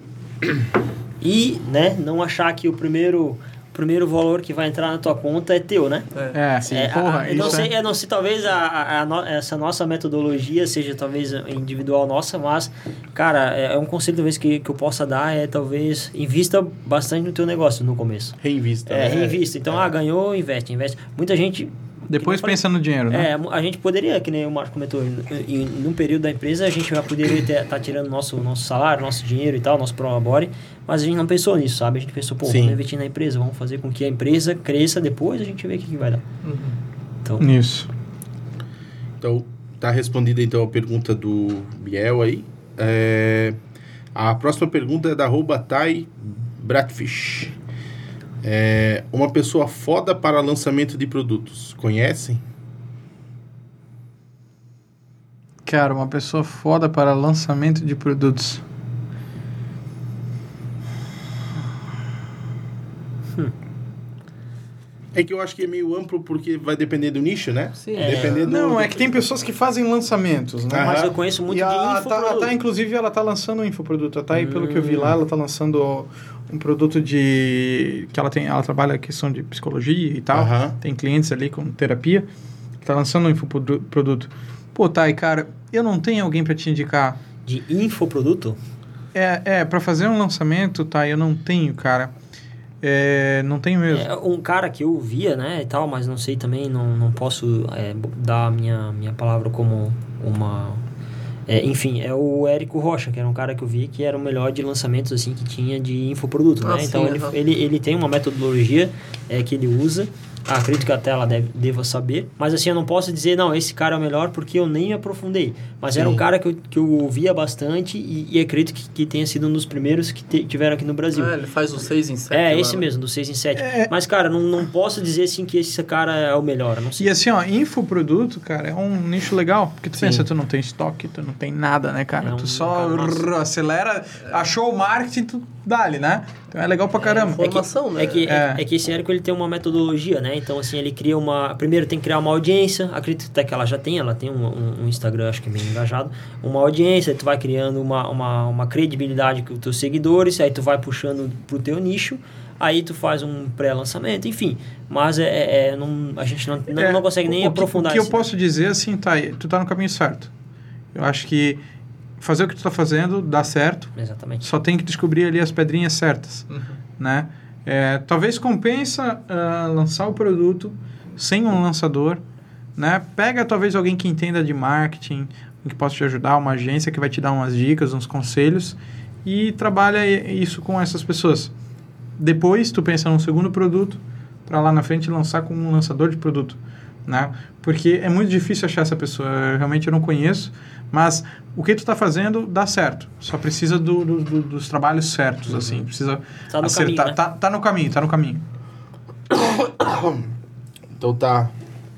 E, né, não achar que o primeiro, primeiro valor que vai entrar na tua conta é teu, né? É, sim. É, Porra, a, eu, não isso sei, é... eu não sei, talvez a, a, a no, essa nossa metodologia seja talvez individual nossa, mas, cara, é, é um conselho talvez que, que eu possa dar é talvez invista bastante no teu negócio no começo. Reinvista. É, né? reinvista. Então, É. ah, ganhou, investe, investe. Muita gente... Depois que nem eu pensa no dinheiro, né? É, a gente poderia, que nem o Marco comentou, em, em, num período da empresa a gente já poderia estar tá tirando nosso, nosso salário, nosso dinheiro e tal, nosso promabore, mas a gente não pensou nisso, sabe? A gente pensou, pô, Sim. vamos investir na empresa, vamos fazer com que a empresa cresça, depois a gente vê o que, que vai dar. Uhum. Então, Isso. Então, tá respondida então a pergunta do Biel aí. É, a próxima pergunta é da arroba Thay Bratfish. É, uma pessoa foda para lançamento de produtos. Conhecem? Cara, uma pessoa foda para lançamento de produtos. É que eu acho que é meio amplo porque vai depender do nicho, né? Sim. É. Depender do... Não, é que tem pessoas que fazem lançamentos, né? Aham. mas eu conheço muito E de a, a, Tá- a infoproduto. Tá, inclusive, ela tá lançando um infoproduto. A Tá, aí, pelo que eu vi lá, ela tá lançando um produto de... Que ela tem... Ela trabalha a questão de psicologia e tal. Aham. Tem clientes ali com terapia. Tá lançando um infoproduto. Pô, Thay, cara, eu não tenho alguém pra te indicar. De infoproduto? É, é, pra fazer um lançamento, tá, eu não tenho, cara. É, não tenho mesmo. É, um cara que eu via, né, e tal, mas não sei também, não, não posso é, dar a minha, minha palavra como uma... É, enfim, é o Érico Rocha, que era um cara que eu vi que era o melhor de lançamentos, assim, que tinha de infoproduto, Ah, né? sim, Então, ele, aham. ele, ele tem uma metodologia é, que ele usa. Ah, acredito que até ela deve, deva saber. Mas assim, eu não posso dizer, não, esse cara é o melhor porque eu nem me aprofundei. Mas era Sim. um cara que eu, que eu ouvia bastante e, e acredito que, que tenha sido um dos primeiros que te, tiveram aqui no Brasil. Ah, ele faz o seis em sete. É, lá, esse né? mesmo, do seis em sete. É. Mas, cara, não, não posso dizer assim que esse cara é o melhor. Eu não sei. E assim, ó, infoproduto, cara, é um nicho legal. Porque tu Sim. pensa, tu não tem estoque, tu não tem nada, né, cara? É um tu só mercado massa. rrr, acelera, achou o marketing, tu dá-lhe, né? Então é legal pra caramba. Informação, né? É que, é, É. é que esse Érico ele tem uma metodologia, né? Então, assim, ele cria uma... Primeiro tem que criar uma audiência, acredito até que ela já tem, ela tem um, um, um Instagram, acho que é bem engajado, uma audiência, tu vai criando uma, uma, uma credibilidade com os teus seguidores, aí tu vai puxando pro teu nicho, aí tu faz um pré-lançamento, enfim. Mas é, é, é, não, a gente não, não, é, não consegue nem o aprofundar que, o que isso. eu posso dizer, assim, tá, tu tá no caminho certo. Eu acho que fazer o que tu tá fazendo dá certo. Exatamente. Só tem que descobrir ali as pedrinhas certas, uhum. né? É, talvez compensa uh, lançar o produto sem um lançador, né? Pega talvez alguém que entenda de marketing, que possa te ajudar, uma agência que vai te dar umas dicas, uns conselhos e trabalha isso com essas pessoas. Depois tu pensa num segundo produto para lá na frente lançar com um lançador de produto, né? Porque é muito difícil achar essa pessoa, eu, realmente eu não conheço, mas o que tu está fazendo dá certo, só precisa do, do, do, dos trabalhos certos, uhum. assim, precisa tá no acertar, caminho, né? tá, tá no caminho, tá no caminho. Então tá,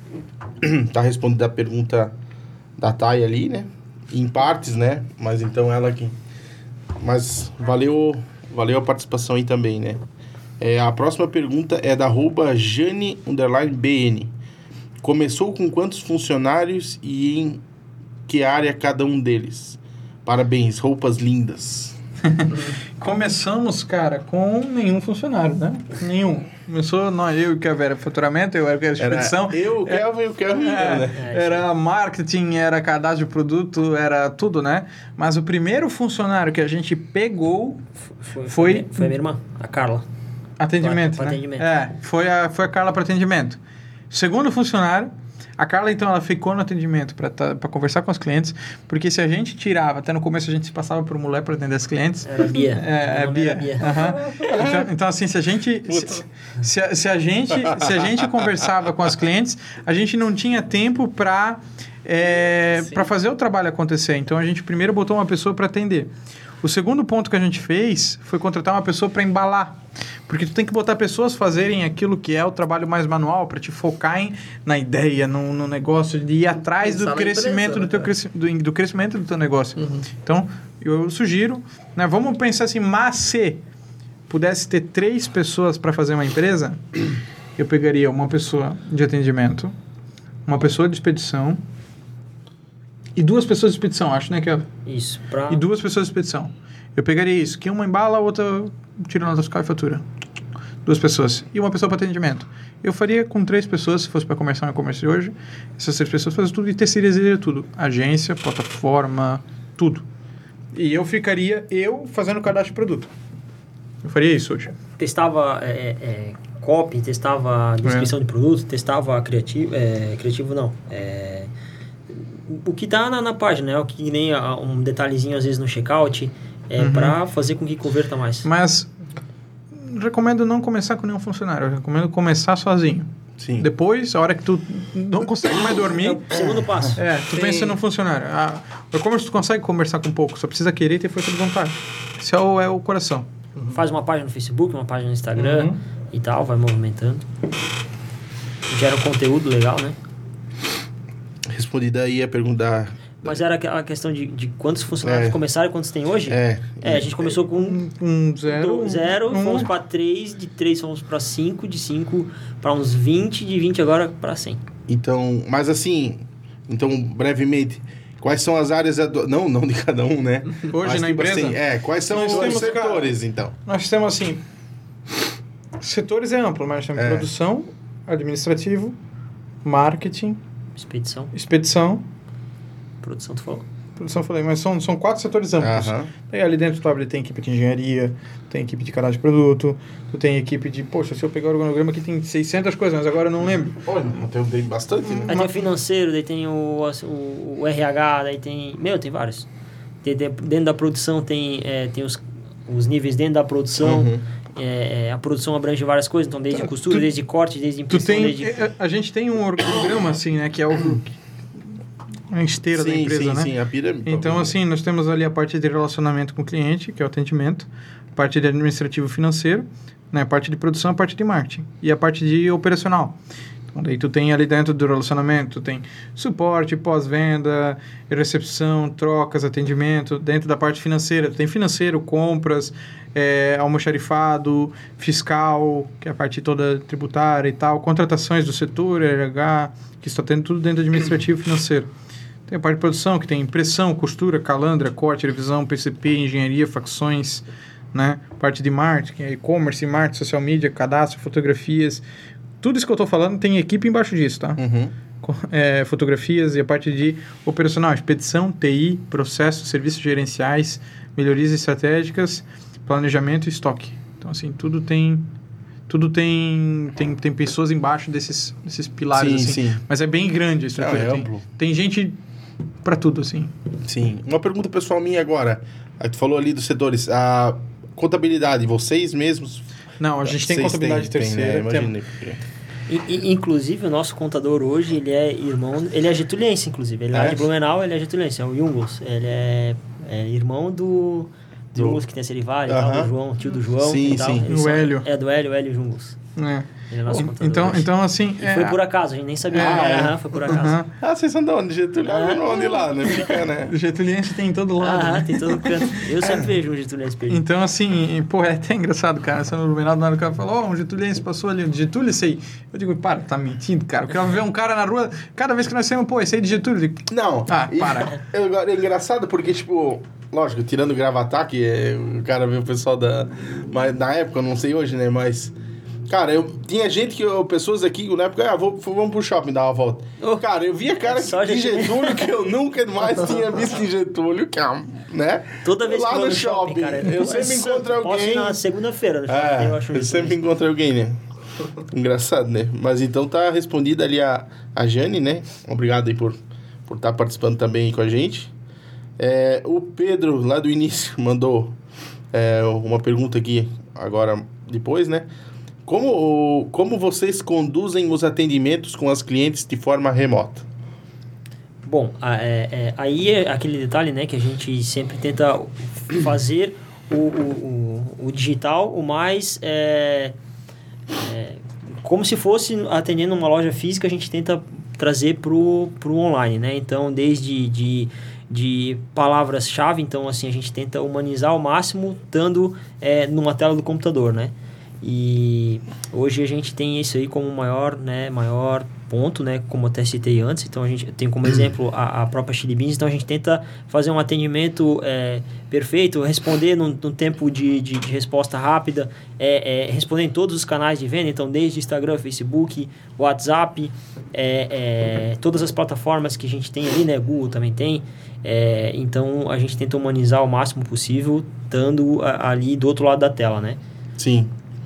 tá respondendo a pergunta da Thay ali, né? Em partes, né? Mas então ela aqui, mas valeu, valeu a participação aí também, né? É, a próxima pergunta é da arroba Jane underline B N. Começou com quantos funcionários e em que área cada um deles? Parabéns, roupas lindas. Começamos, cara, com nenhum funcionário, né? Nenhum. Começou nós, eu e o Kevin era faturamento, eu era a expedição. Era eu, o Kevin e o Kevin. É, né? Era marketing, era cadastro de produto, era tudo, né? Mas o primeiro funcionário que a gente pegou foi... Foi, foi, foi a minha irmã, a Carla. Atendimento, pra, pra né? atendimento. É, foi a, foi a Carla para atendimento. Segundo funcionário, a Carla, então, ela ficou no atendimento para tá, para conversar com os clientes, porque se a gente tirava, até no começo a gente se passava por mulher para atender os clientes. Era Bia. É, é Bia. Bia. Uhum. Então, então, assim, se a gente se, se, a, se, a gente se a gente conversava com as clientes, a gente não tinha tempo para é, para fazer o trabalho acontecer. Então, a gente primeiro botou uma pessoa para atender. O segundo ponto que a gente fez foi contratar uma pessoa para embalar. Porque tu tem que botar pessoas fazerem aquilo que é o trabalho mais manual, para te focar em, na ideia, no, no negócio, de ir atrás do crescimento, empresa, do, teu cresci, do, do crescimento do teu negócio. Uhum. Então, eu sugiro, né, vamos pensar assim, mas se pudesse ter três pessoas para fazer uma empresa, eu pegaria uma pessoa de atendimento, uma pessoa de expedição, e duas pessoas de expedição, acho, né, Kevin? Isso. Pra... E duas pessoas de expedição. Eu pegaria isso, que uma embala, a outra tira nota fiscal e fatura. Duas pessoas. E uma pessoa para atendimento. Eu faria com três pessoas, se fosse para começar um e-commerce hoje. Essas três pessoas fazem tudo e terceirizaria tudo. Agência, plataforma, tudo. E eu ficaria, eu, fazendo o cadastro de produto. Eu faria isso hoje. Testava é, é, copy, testava descrição é. de produto, testava criativo, é, criativo não, é... O que tá na, na página, né? O que nem um detalhezinho às vezes no checkout, é uhum. para fazer com que converta mais. Mas recomendo não começar com nenhum funcionário, eu recomendo começar sozinho. Sim. Depois, a hora que tu não consegue mais dormir... É o segundo passo. É, tu Sim. pensa no funcionário. Ah, o e-commerce tu consegue conversar com pouco, só precisa querer e ter força de vontade. Esse é o, é o coração. Uhum. Faz uma página no Facebook, uma página no Instagram uhum. e tal, vai movimentando. Gera um conteúdo legal, né? Respondida aí a pergunta... Mas era a questão de, de quantos funcionários é. começaram e quantos tem hoje? É. É, a gente começou com um, um zero, do, zero um, fomos para três, de três fomos para cinco, de cinco para uns vinte, de vinte agora para cem. Então, mas assim, então brevemente, quais são as áreas... Adu... Não, não de cada um, né? Hoje mas, na tipo empresa? Assim, é, quais são nós os temos, setores, cara, então? Nós temos assim, setores é amplo, mas temos é. produção, administrativo, marketing... Expedição. Expedição. Produção, tu falou? Produção, eu falei, mas são, são quatro setores amplos. Uhum. Aí ali dentro tu tem equipe de engenharia, tem equipe de cadastro de produto, tu tem equipe de... Poxa, se eu pegar o organograma aqui tem seiscentas coisas, mas agora eu não lembro. Olha, tem bastante, né? Aí tem o financeiro, daí tem o, o, o R H, daí tem... Meu, tem vários. Tem, dentro da produção tem, é, tem os, os níveis dentro da produção. Uhum. É, a produção abrange várias coisas, então desde costura, tu, desde corte, desde impressão, tu tem, desde... A gente tem um organograma assim, né, que é o... a esteira sim, da empresa, sim, né? Sim, a pirâmide. Então, assim, nós temos ali a parte de relacionamento com o cliente, que é o atendimento, a parte de administrativo financeiro, né? A parte de produção, a parte de marketing e a parte de operacional. Então, daí tu tem ali dentro do relacionamento, tu tem suporte, pós-venda, recepção, trocas, atendimento. Dentro da parte financeira, tu tem financeiro, compras, é, almoxarifado, fiscal, que é a parte toda tributária e tal, contratações do setor, R H, que está tendo tudo dentro do administrativo financeiro. Tem a parte de produção, que tem impressão, costura, calandra, corte, revisão, P C P, engenharia, facções, né? Parte de marketing, e-commerce, marketing, social media, cadastro, fotografias. Tudo isso que eu estou falando tem equipe embaixo disso, tá? Uhum. É, fotografias e a parte de operacional, expedição, T I, processos, serviços gerenciais, melhorias estratégicas, planejamento e estoque. Então, assim, tudo tem... Tudo tem, tem, tem pessoas embaixo desses, desses pilares, sim, assim. Sim. Mas é bem grande a estrutura. É, é tem, amplo. Tem gente para tudo, assim. Sim. Uma pergunta pessoal minha agora. Aí tu falou ali dos setores. A contabilidade, vocês mesmos... Não, a gente tem vocês contabilidade têm, terceira. Tem, né? Imaginei. E, e, inclusive, o nosso contador hoje, ele é irmão... Ele é getuliense, inclusive. Ele é, é de Blumenau, ele é getuliense. É o Jungels. Ele é, é irmão do... Do Jungels, que tem a Serivale, uh-huh. tal, do João, tio do João. Sim, e tal. sim. O Hélio. É, do Hélio, Hélio Jungels. É. Ele é nosso contador então, hoje. então, assim... E é, foi por acaso, a gente nem sabia. É, Ah, é. aham, foi por acaso. Aham. Ah, vocês são de onde? Getúlio? Ah, não, onde lá, né? Fica, né? O getuliense tem em todo lado. Ah, né? tem todo canto. Eu sempre vejo um getuliense perdido. Então, assim, pô, é até engraçado, cara. Você no Blumenau, na hora que o cara falou, ó, oh, um getuliense passou ali, um Getúlio, esse aí. Eu digo, para, tá mentindo, cara. Porque eu ver um cara na rua, cada vez que nós saímos, pô, esse aí de Getúlio. Eu digo, Não. ah, e, para. É, é engraçado porque, tipo... Lógico, tirando o Gravatá, que é, o cara vê o pessoal da... Mas na época, eu não sei hoje, né? Mas... Cara, eu tinha gente que... Eu, pessoas aqui, na época, ah, vou, vamos pro shopping dar uma volta. Oh, cara, eu via cara só de Getúlio. Getúlio que eu nunca mais tinha visto em Getúlio, que, né? Toda vez lá que eu vou no no shopping, shopping, cara, eu sempre encontro alguém... Posso ir na segunda-feira no shopping, É, eu acho eu sempre encontro alguém, né? Engraçado, né? Mas então tá respondida ali a, a Jane, né? Obrigado aí por por estar participando também aí com a gente. É, o Pedro, lá do início, mandou é, uma pergunta aqui agora, depois, né? Como, como vocês conduzem os atendimentos com as clientes de forma remota? Bom, é, é, aí é aquele detalhe, né, que a gente sempre tenta fazer o, o, o, o digital o mais... É, é, como se fosse atendendo uma loja física, a gente tenta trazer para o online, né? Então, desde... De, de palavras-chave, então assim, a gente tenta humanizar ao máximo estando é, numa tela do computador, né? E hoje a gente tem isso aí como maior, né, maior ponto, né, como eu até citei antes. Então a gente tem como exemplo a, a própria Chili Beans. Então a gente tenta fazer um atendimento é, perfeito, responder num, num tempo de, de, de resposta rápida, é, é, responder em todos os canais de venda, então desde Instagram, Facebook, WhatsApp, é, é, todas as plataformas que a gente tem ali, né, Google também tem. É, então a gente tenta humanizar o máximo possível, estando a, ali do outro lado da tela, né? Sim.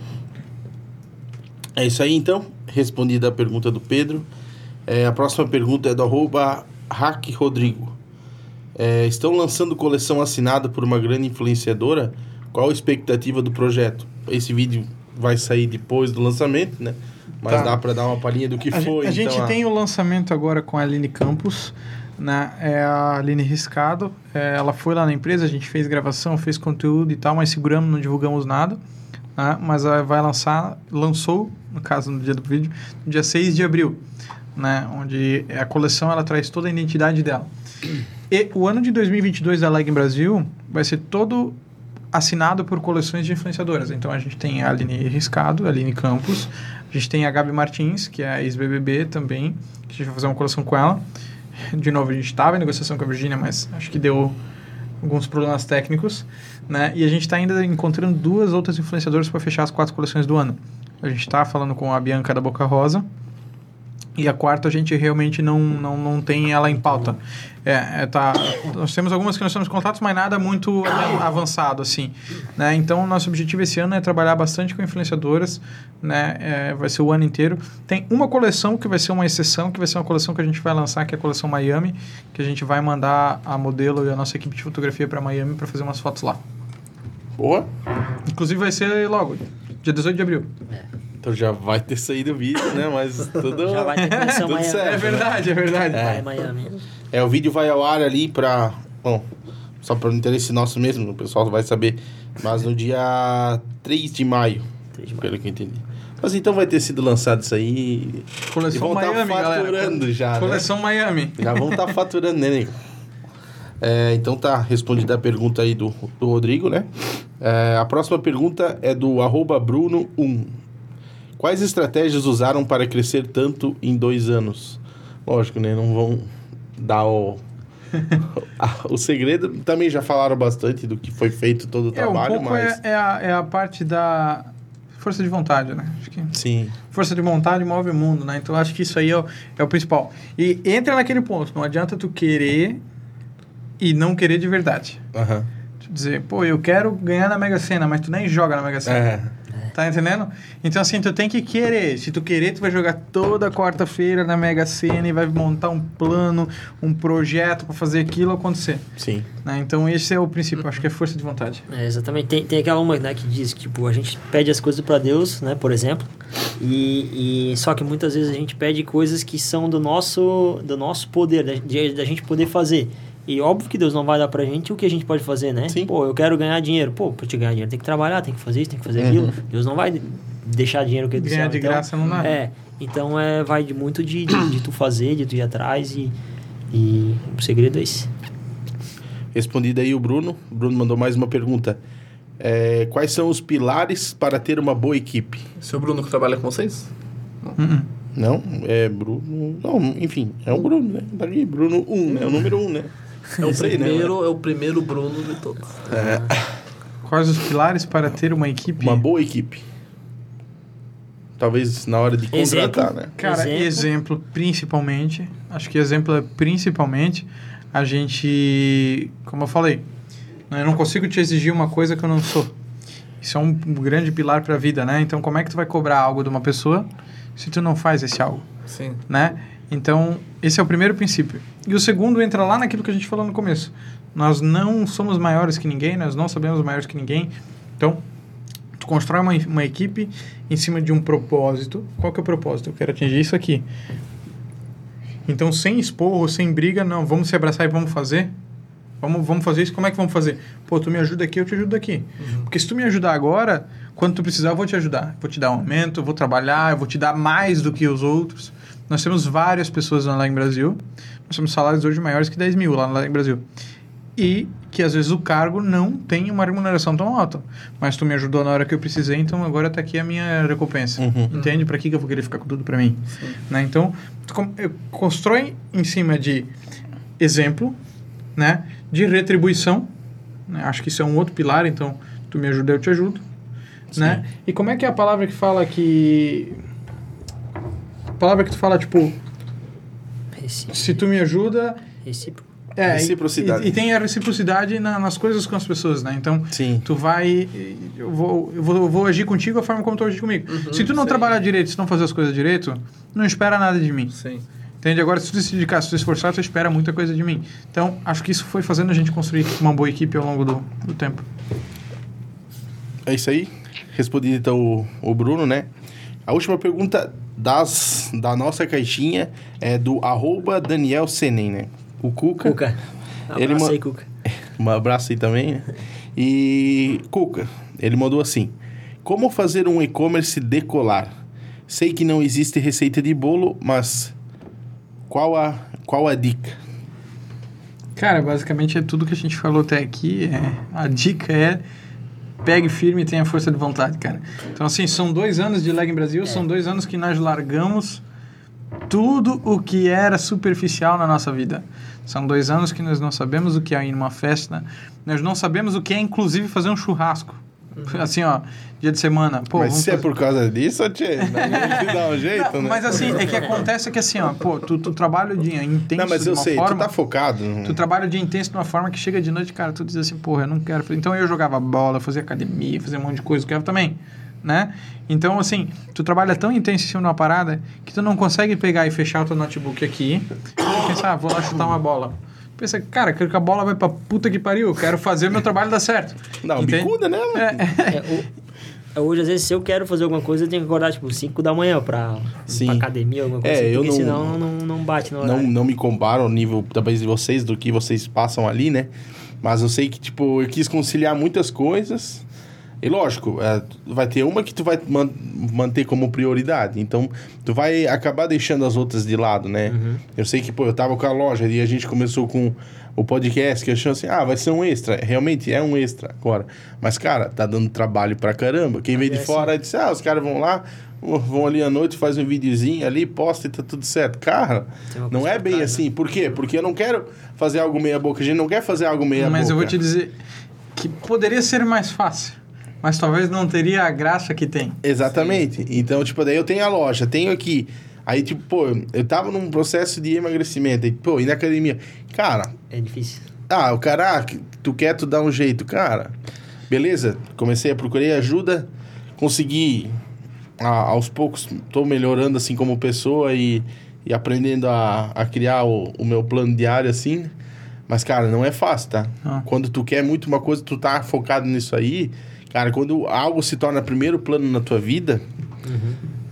É isso aí, então. Respondida a pergunta do Pedro. É, a próxima pergunta é do arroba Hack Rodrigo. É, estão lançando coleção assinada por uma grande influenciadora? Qual a expectativa do projeto? Esse vídeo vai sair depois do lançamento, né? Mas Tá. dá para dar uma palhinha do que A, foi. gente, a gente então, tem o lançamento agora com a Aline Campos, né? É a Aline Riscado. É, ela foi lá na empresa, a gente fez gravação, fez conteúdo e tal, mas seguramos, não divulgamos nada. Né? Mas ela vai lançar, lançou, no caso no dia do vídeo, no dia seis de abril, né? Onde a coleção ela traz toda a identidade dela. E o ano de dois mil e vinte e dois da Leg Brasil vai ser todo assinado por coleções de influenciadoras. Então a gente tem a Aline Riscado, a Aline Campos, a gente tem a Gabi Martins, que é a ex-B B B também, que a gente vai fazer uma coleção com ela. De novo, a gente estava em negociação com a Virgínia, mas acho que deu alguns problemas técnicos, né? E a gente está ainda encontrando duas outras influenciadoras para fechar as quatro coleções do ano. A gente está falando com a Bianca da Boca Rosa, e a quarta a gente realmente não, não, não tem ela em pauta. É, é, tá, nós temos algumas que nós temos contatos, mas nada muito avançado, assim. Né? Então, nosso objetivo esse ano é trabalhar bastante com influenciadoras, né? É, vai ser o ano inteiro. Tem uma coleção que vai ser uma exceção, que vai ser uma coleção que a gente vai lançar, que é a coleção Miami, que a gente vai mandar a modelo e a nossa equipe de fotografia para Miami para fazer umas fotos lá. Boa. Inclusive vai ser logo, dia dezoito de abril. Então já vai ter saído o vídeo, né? Mas tudo, Já vai ter coleção tudo Miami. certo. É verdade, é verdade. Vai, Miami. É, o vídeo vai ao ar ali pra... Bom, só para o interesse nosso mesmo, o pessoal vai saber. Mas no dia três de maio, três de maio. pelo que eu entendi. Mas então vai ter sido lançado isso aí. Coleção e vão Miami, tá faturando galera. já, Coleção né? Miami. Já vão estar tá faturando, né, nego? É, então tá respondida a pergunta aí do, do Rodrigo, né? É, a próxima pergunta é do arroba Bruno um. Quais estratégias usaram para crescer tanto em dois anos? Lógico, né? Não vão dar o... o segredo. Também já falaram bastante do que foi feito todo o trabalho, é, um pouco mas... É, é, a, é a parte da força de vontade, né? Acho que Sim. Força de vontade move o mundo, né? Então, acho que isso aí é o, é o principal. E entra naquele ponto. Não adianta tu querer e não querer de verdade. Aham. Uhum. Dizer, pô, eu quero ganhar na Mega Sena, mas tu nem joga na Mega Sena. É. Tá entendendo? Então, assim, tu tem que querer. Se tu querer, tu vai jogar toda quarta-feira na Mega Sena e vai montar um plano, um projeto para fazer aquilo acontecer. Sim. Né? Então, esse é o princípio. Acho que é força de vontade. É, exatamente. Tem, tem aquela uma, né, que diz que, tipo, a gente pede as coisas para Deus, né, por exemplo, e, e só que muitas vezes a gente pede coisas que são do nosso, do nosso poder, da, de, da gente poder fazer. E óbvio que Deus não vai dar pra gente o que a gente pode fazer, né? Sim. Pô, eu quero ganhar dinheiro. Pô, pra te ganhar dinheiro tem que trabalhar, tem que fazer isso, tem que fazer Uhum. aquilo. Deus não vai deixar dinheiro que ele Ganhar de então, graça não dá. É, então é, vai de muito de, de, de tu fazer, de tu ir atrás e, e o segredo é esse. Respondido aí o Bruno. O Bruno mandou mais uma pergunta. É, quais são os pilares para ter uma boa equipe? Esse é o Bruno que trabalha com vocês? Uh-uh. Não, é Bruno... Não, enfim, é o Bruno, né? Tá aqui, Bruno um, né? É o número um, né? É o, sei, primeiro, né? é o primeiro Bruno de todos. É, Quais os pilares para ter uma equipe? uma boa equipe. Talvez na hora de contratar, Exemplo. né? Cara, exemplo. Exemplo. principalmente. Acho que exemplo é principalmente a gente... Como eu falei, eu não consigo te exigir uma coisa que eu não sou. Isso é um grande pilar para a vida, né? Então, como é que tu vai cobrar algo de uma pessoa se tu não faz esse algo? Sim. Né? Então, esse é o primeiro princípio. E o segundo entra lá naquilo que a gente falou no começo. Nós não somos maiores que ninguém, nós não sabemos maiores que ninguém. Então, tu constrói uma, uma equipe em cima de um propósito. Qual que é o propósito? Eu quero atingir isso aqui. Então, sem esporro, sem briga, não, vamos se abraçar e vamos fazer. Vamos, vamos fazer isso, como é que vamos fazer? Pô, tu me ajuda aqui, eu te ajudo aqui. Uhum. Porque se tu me ajudar agora, quando tu precisar, eu vou te ajudar. Vou te dar um aumento, eu vou trabalhar, eu vou te dar mais do que os outros. Nós temos várias pessoas lá em Brasil. Nós temos salários hoje maiores que dez mil lá, lá em Brasil. E que às vezes o cargo não tem uma remuneração tão alta. Mas tu me ajudou na hora que eu precisei, então agora está aqui a minha recompensa. Uhum. Entende? Para que eu vou querer ficar com tudo para mim? Né? Então, tu constrói em cima de exemplo, né? De retribuição. Né? Acho que isso é um outro pilar, então tu me ajuda, eu te ajudo. Né? E como é que é a palavra que fala que... A palavra que tu fala, tipo... Recíproco. Se tu me ajuda... Recíproco. É, reciprocidade. E, e tem a reciprocidade na, nas coisas com as pessoas, né? Então, sim. tu vai... Eu vou, eu, vou, eu vou agir contigo a forma como tu agir comigo. Uhum, se tu não sim. trabalhar direito, se não fazer as coisas direito, não espera nada de mim. Sim. Entende? Agora, se tu se dedicar, se tu esforçar, tu espera muita coisa de mim. Então, acho que isso foi fazendo a gente construir uma boa equipe ao longo do, do tempo. É isso aí. Respondido, então, o, o Bruno, né? A última pergunta das, da nossa caixinha é do arroba Daniel Senen, né? O Cuca. Cuca. Um ele abraço ma- aí, Cuca. Um abraço aí também, né? E, Cuca, ele mandou assim: como fazer um e-commerce decolar? Sei que não existe receita de bolo, mas qual a, qual a dica? Cara, basicamente é tudo que a gente falou até aqui. É, a dica é... Pegue firme e tenha força de vontade, cara. Então, assim, são dois anos de Leg em Brasil, é. São dois anos que nós largamos tudo o que era superficial na nossa vida. São dois anos que nós não sabemos o que é ir numa festa, nós não sabemos o que é, inclusive, fazer um churrasco. Uhum. Assim, ó, dia de semana. Pô, mas se fazer... é por causa disso, tchê, não dá um jeito, não, né? Mas assim, é que acontece que assim, ó, pô, tu, tu trabalha o dia intenso não, mas eu de uma sei, forma... tu tá focado. Tu trabalha o dia intenso de uma forma que chega de noite, cara, tu diz assim, porra, eu não quero... Então eu jogava bola, fazia academia, fazia um monte de coisa, eu quero também, né? Então, assim, tu trabalha tão intenso em cima de uma parada que tu não consegue pegar e fechar o teu notebook aqui e pensar, ah, vou lá chutar uma bola. Pensa, cara, quero que a bola vai pra puta que pariu, eu quero fazer o meu trabalho dar certo. Não, bicuda, né? É, é. É, o, hoje, às vezes, se eu quero fazer alguma coisa, eu tenho que acordar, tipo, cinco da manhã pra, pra academia, alguma coisa é, assim, eu porque não, senão não, não bate no horário. Não, não me comparo ao nível, talvez, de vocês, do que vocês passam ali, né? Mas eu sei que, tipo, eu quis conciliar muitas coisas, E lógico, é, vai ter uma que tu vai man- manter como prioridade. Então, tu vai acabar deixando as outras de lado, né? Uhum. Eu sei que, pô, eu tava com a loja e a gente começou com o podcast, que achando assim, ah, vai ser um extra. Realmente é um extra agora. Mas, cara, tá dando trabalho pra caramba. Quem veio de fora assim. Disse, ah, os caras vão lá, vão ali à noite, fazem um videozinho ali, posta e tá tudo certo. Cara, não é bem cara, assim. Né? Por quê? Porque eu não quero fazer algo meia boca. A gente não quer fazer algo meia Mas boca. Mas eu vou te dizer que poderia ser mais fácil. Mas talvez não teria a graça que tem. Exatamente. Sim. Então, tipo, daí eu tenho a loja, tenho aqui. Aí, tipo, pô, eu tava num processo de emagrecimento. Aí, pô, ir na academia. Cara... É difícil. Ah, o cara, ah, tu quer, tu dá um jeito. Cara, beleza. Comecei a procurar ajuda. Consegui, a, aos poucos, tô melhorando, assim, como pessoa e, e aprendendo a, a criar o, o meu plano diário, assim. Mas, cara, não é fácil, tá? Ah. Quando tu quer muito uma coisa, tu tá focado nisso aí... Cara, quando algo se torna primeiro plano na tua vida, uhum.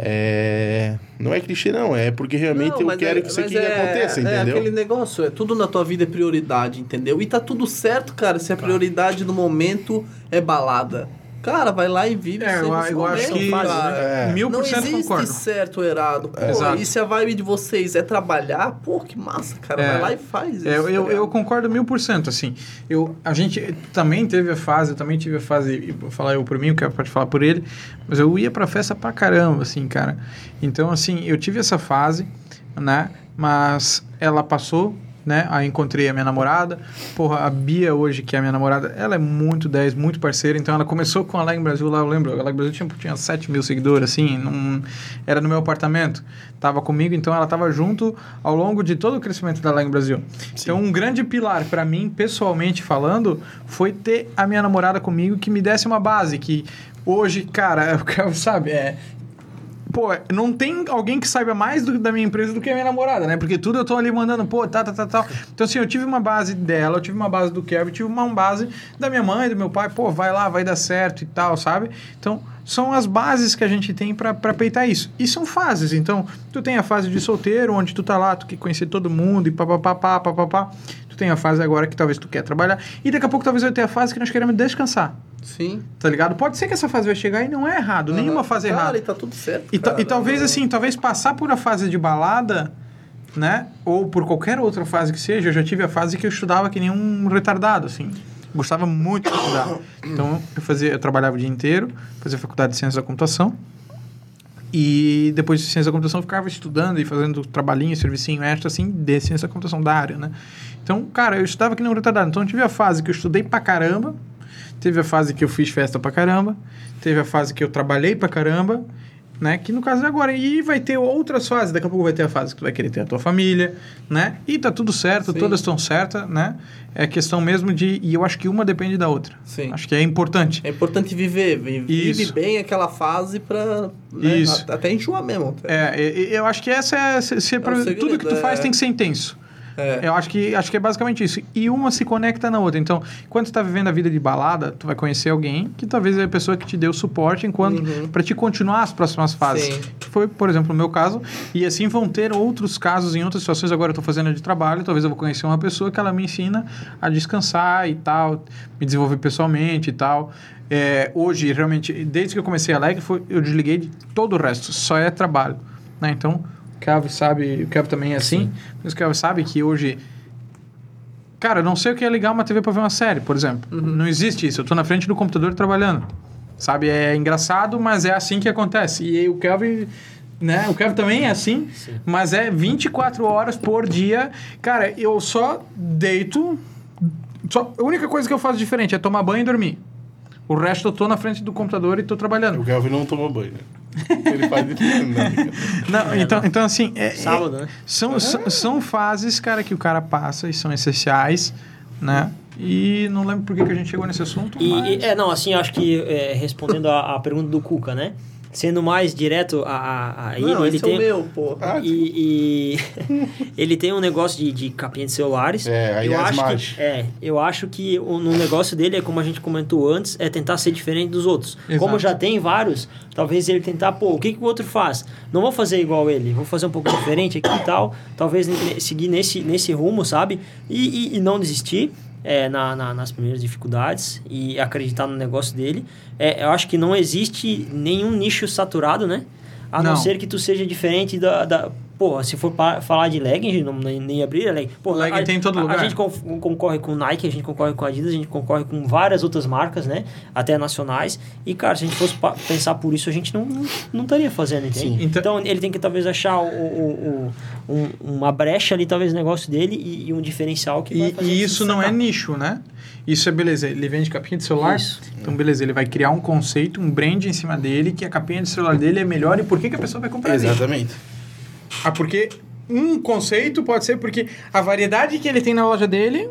é... não é clichê não, é porque realmente não, eu quero é, que isso aqui é, aconteça, é, entendeu? É aquele negócio, é tudo na tua vida é prioridade, entendeu? E tá tudo certo, cara, se a prioridade no momento é balada. Cara, vai lá e vive. É, eu, eu acho que cara. Mil por cento não existe concordo. certo ou errado. Pô, é. E se a vibe de vocês é trabalhar, pô, que massa, cara. É. Vai lá e faz isso. É, eu, eu, eu concordo mil por cento, assim. Eu, a gente também teve a fase, eu também tive a fase, vou falar eu por mim, o que pode falar por ele, mas eu ia pra festa pra caramba, assim, cara. Então, assim, eu tive essa fase, né, mas ela passou... Né? Aí encontrei a minha namorada. Porra, a Bia hoje, que é a minha namorada, ela é muito dez, muito parceira. Então ela começou com a Leg Brasil lá, eu lembro. A Leg Brasil tinha, tinha sete mil seguidores, assim. Num, era no meu apartamento. Tava comigo, então ela tava junto ao longo de todo o crescimento da Leg Brasil. Sim. Então um grande pilar para mim, pessoalmente falando, foi ter a minha namorada comigo que me desse uma base. Que hoje, cara, sabe, é... Pô, não tem alguém que saiba mais do, da minha empresa do que a minha namorada, né? Porque tudo eu tô ali mandando, pô, tá, tá, tá, tá. Então, assim, eu tive uma base dela, eu tive uma base do Kevin, tive uma base da minha mãe, do meu pai, pô, vai lá, vai dar certo e tal, sabe? Então, são as bases que a gente tem pra, pra peitar isso. E são fases, então, tu tem a fase de solteiro, onde tu tá lá, tu quer conhecer todo mundo e papapá, papapá. Tu tem a fase agora que talvez tu quer trabalhar. E daqui a pouco talvez eu tenha a fase que nós queremos descansar. Sim. Tá ligado? Pode ser que essa fase vai chegar e não é errado. Uhum. Nenhuma fase é cara, errada. E tá tudo certo. E, cara, e talvez não. assim, talvez passar por a fase de balada, né? Ou por qualquer outra fase que seja. Eu já tive a fase que eu estudava que nem um retardado, assim. Gostava muito de estudar. Então, eu fazia, eu trabalhava o dia inteiro, fazia faculdade de Ciência da Computação. E depois de Ciência da Computação, eu ficava estudando e fazendo trabalhinho, servicinho extra, assim, de Ciência da Computação da área, né? Então, cara, eu estudava que nem um retardado. Então, eu tive a fase que eu estudei pra caramba, teve a fase que eu fiz festa pra caramba, teve a fase que eu trabalhei pra caramba, né? Que no caso é agora. E vai ter outras fases. Daqui a pouco vai ter a fase que tu vai querer ter a tua família, né? E tá tudo certo, Sim. todas estão certas, né? É questão mesmo de... E eu acho que uma depende da outra. Sim. Acho que é importante. É importante viver. Vive Isso. bem aquela fase pra... Né, Isso. Até enjoar mesmo. É, eu acho que essa é... Se, se é pra, é segredo, tudo que tu faz é... tem que ser intenso. É. Eu acho que, acho que é basicamente isso. E uma se conecta na outra. Então, quando tu tá vivendo a vida de balada, tu vai conhecer alguém que talvez é a pessoa que te deu suporte enquanto uhum. para te continuar as próximas fases. Sim. Que foi, por exemplo, o meu caso. E assim vão ter outros casos em outras situações. Agora eu tô fazendo de trabalho, talvez eu vou conhecer uma pessoa que ela me ensina a descansar e tal, me desenvolver pessoalmente e tal. É, hoje, realmente, desde que eu comecei a Leg, foi, eu desliguei de todo o resto. Só é trabalho, né? Então... O Kelvin sabe, o Kelvin também é assim, Sim. mas o Kelvin sabe que hoje... Cara, eu não sei o que é ligar uma T V pra ver uma série, por exemplo. Uhum. Não existe isso. Eu tô na frente do computador trabalhando. Sabe? É engraçado, mas é assim que acontece. E o Kelvin... Né? O Kelvin também é assim, Sim. mas é vinte e quatro horas por dia. Cara, eu só deito... Só, a única coisa que eu faço diferente é tomar banho e dormir. O resto eu tô na frente do computador e tô trabalhando. O Kelvin não toma banho, né? Ele faz de tudo. Não, é, então, então, assim... É, Sábado, é, né? São, é. são, são fases, cara, que o cara passa e são essenciais, né? E não lembro por que, que a gente chegou nesse assunto, e, mas... e, é, não, assim, acho que é, respondendo a, a pergunta do Cuca, né? Sendo mais direto a, a, a ele, não, ele esse tem... é o meu, pô. E, e ele tem um negócio de, de capinha de celulares. É, aí eu é acho que, é, eu acho que o, no negócio dele, é como a gente comentou antes, é tentar ser diferente dos outros. Exato. Como já tem vários, talvez ele tentar, pô, o que, que o outro faz? Não vou fazer igual ele, vou fazer um pouco diferente aqui e tal. Talvez seguir nesse, nesse rumo, sabe? E, e, e não desistir. é, na, na, nas primeiras dificuldades e acreditar no negócio dele. É, eu acho que não existe nenhum nicho saturado, né? A não, não ser que tu seja diferente da... da pô, se for pra falar de legging, não, nem, nem abrir a legging. Pô, legging a, tem em todo a, lugar. A gente concorre com Nike, a gente concorre com Adidas, a gente concorre com várias outras marcas, né? Até nacionais. E, cara, se a gente fosse pensar por isso, a gente não, não, não estaria fazendo, entende? Então, então, ele tem que talvez achar o, o, o, um, uma brecha ali, talvez, no negócio dele e, e um diferencial que e, vai fazer E isso não é nicho, né? Isso é beleza. Ele vende capinha de celular. Isso. Então, beleza. Ele vai criar um conceito, um brand em cima dele, que a capinha de celular dele é melhor e por que, que a pessoa vai comprar dele? Exatamente. Ah, porque um conceito pode ser porque a variedade que ele tem na loja dele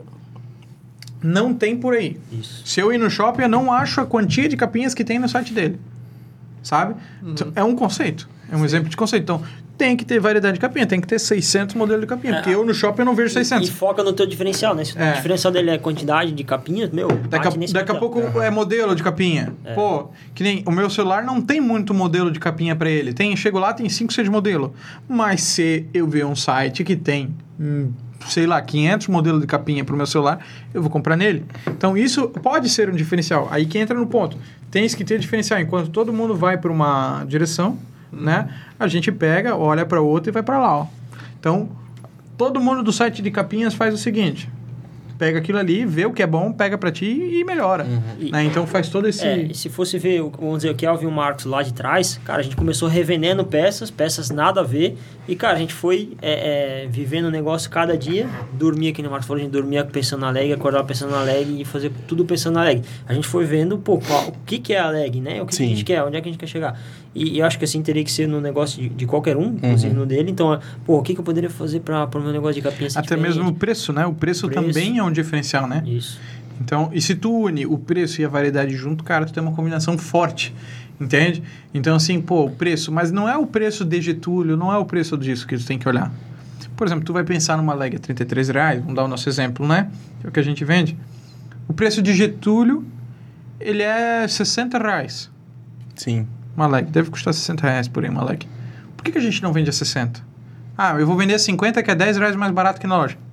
não tem por aí. Isso. Se eu ir no shopping, eu não acho a quantia de capinhas que tem no site dele. Sabe? Uhum. Então, é um conceito. É um Sim. exemplo de conceito. Então, tem que ter variedade de capinha. Tem que ter seiscentos modelos de capinha. É, porque eu no shopping eu não vejo seiscentos. E, e foca no teu diferencial, né? Se é. o diferencial dele é quantidade de capinhas, meu... Daqui a, daqui a pouco é modelo de capinha. É. Pô, que nem o meu celular não tem muito modelo de capinha pra ele. Tem, chego lá, tem cinco, seis modelos. Mas se eu ver um site que tem... Hum, sei lá, quinhentos modelos de capinha pro meu celular, eu vou comprar nele. Então, isso pode ser um diferencial. Aí que entra no ponto. Tens que ter diferencial. Enquanto todo mundo vai para uma direção, hum. né? A gente pega, olha para outra e vai para lá, ó. Então, todo mundo do site de capinhas faz o seguinte... Pega aquilo ali, vê o que é bom, pega pra ti e melhora. Uhum. Né? Então faz todo esse... É, e se fosse ver, vamos dizer, o Kelvin e o Marcos lá de trás, cara, a gente começou revendendo peças, peças nada a ver. E, cara, a gente foi é, é, vivendo o negócio cada dia. Dormia, que o Marcos falou, a gente dormia pensando na leg, acordava pensando na leg e fazia tudo pensando na leg. A gente foi vendo, pô, qual, o que, que é a leg, né? O que, que a gente quer, onde é que a gente quer chegar. E, e eu acho que assim teria que ser no negócio de, de qualquer um, inclusive uhum. no dele. Então, pô, o que, que eu poderia fazer para o meu negócio de capinha? Até diferente? Mesmo o preço, né? O preço, o preço também é um diferencial, né? Isso. Então, e se tu une o preço e a variedade junto, cara, tu tem uma combinação forte, entende? Então, assim, pô, o preço, mas não é o preço de Getúlio, não é o preço disso que tu tem que olhar. Por exemplo, tu vai pensar numa leg a trinta e três reais, vamos dar o nosso exemplo, né? Que é o que a gente vende. O preço de Getúlio, ele é sessenta reais. Sim. Uma leg, deve custar sessenta reais por aí uma leg. Por que, que a gente não vende a sessenta? Ah, eu vou vender a cinquenta, que é dez reais mais barato que na loja.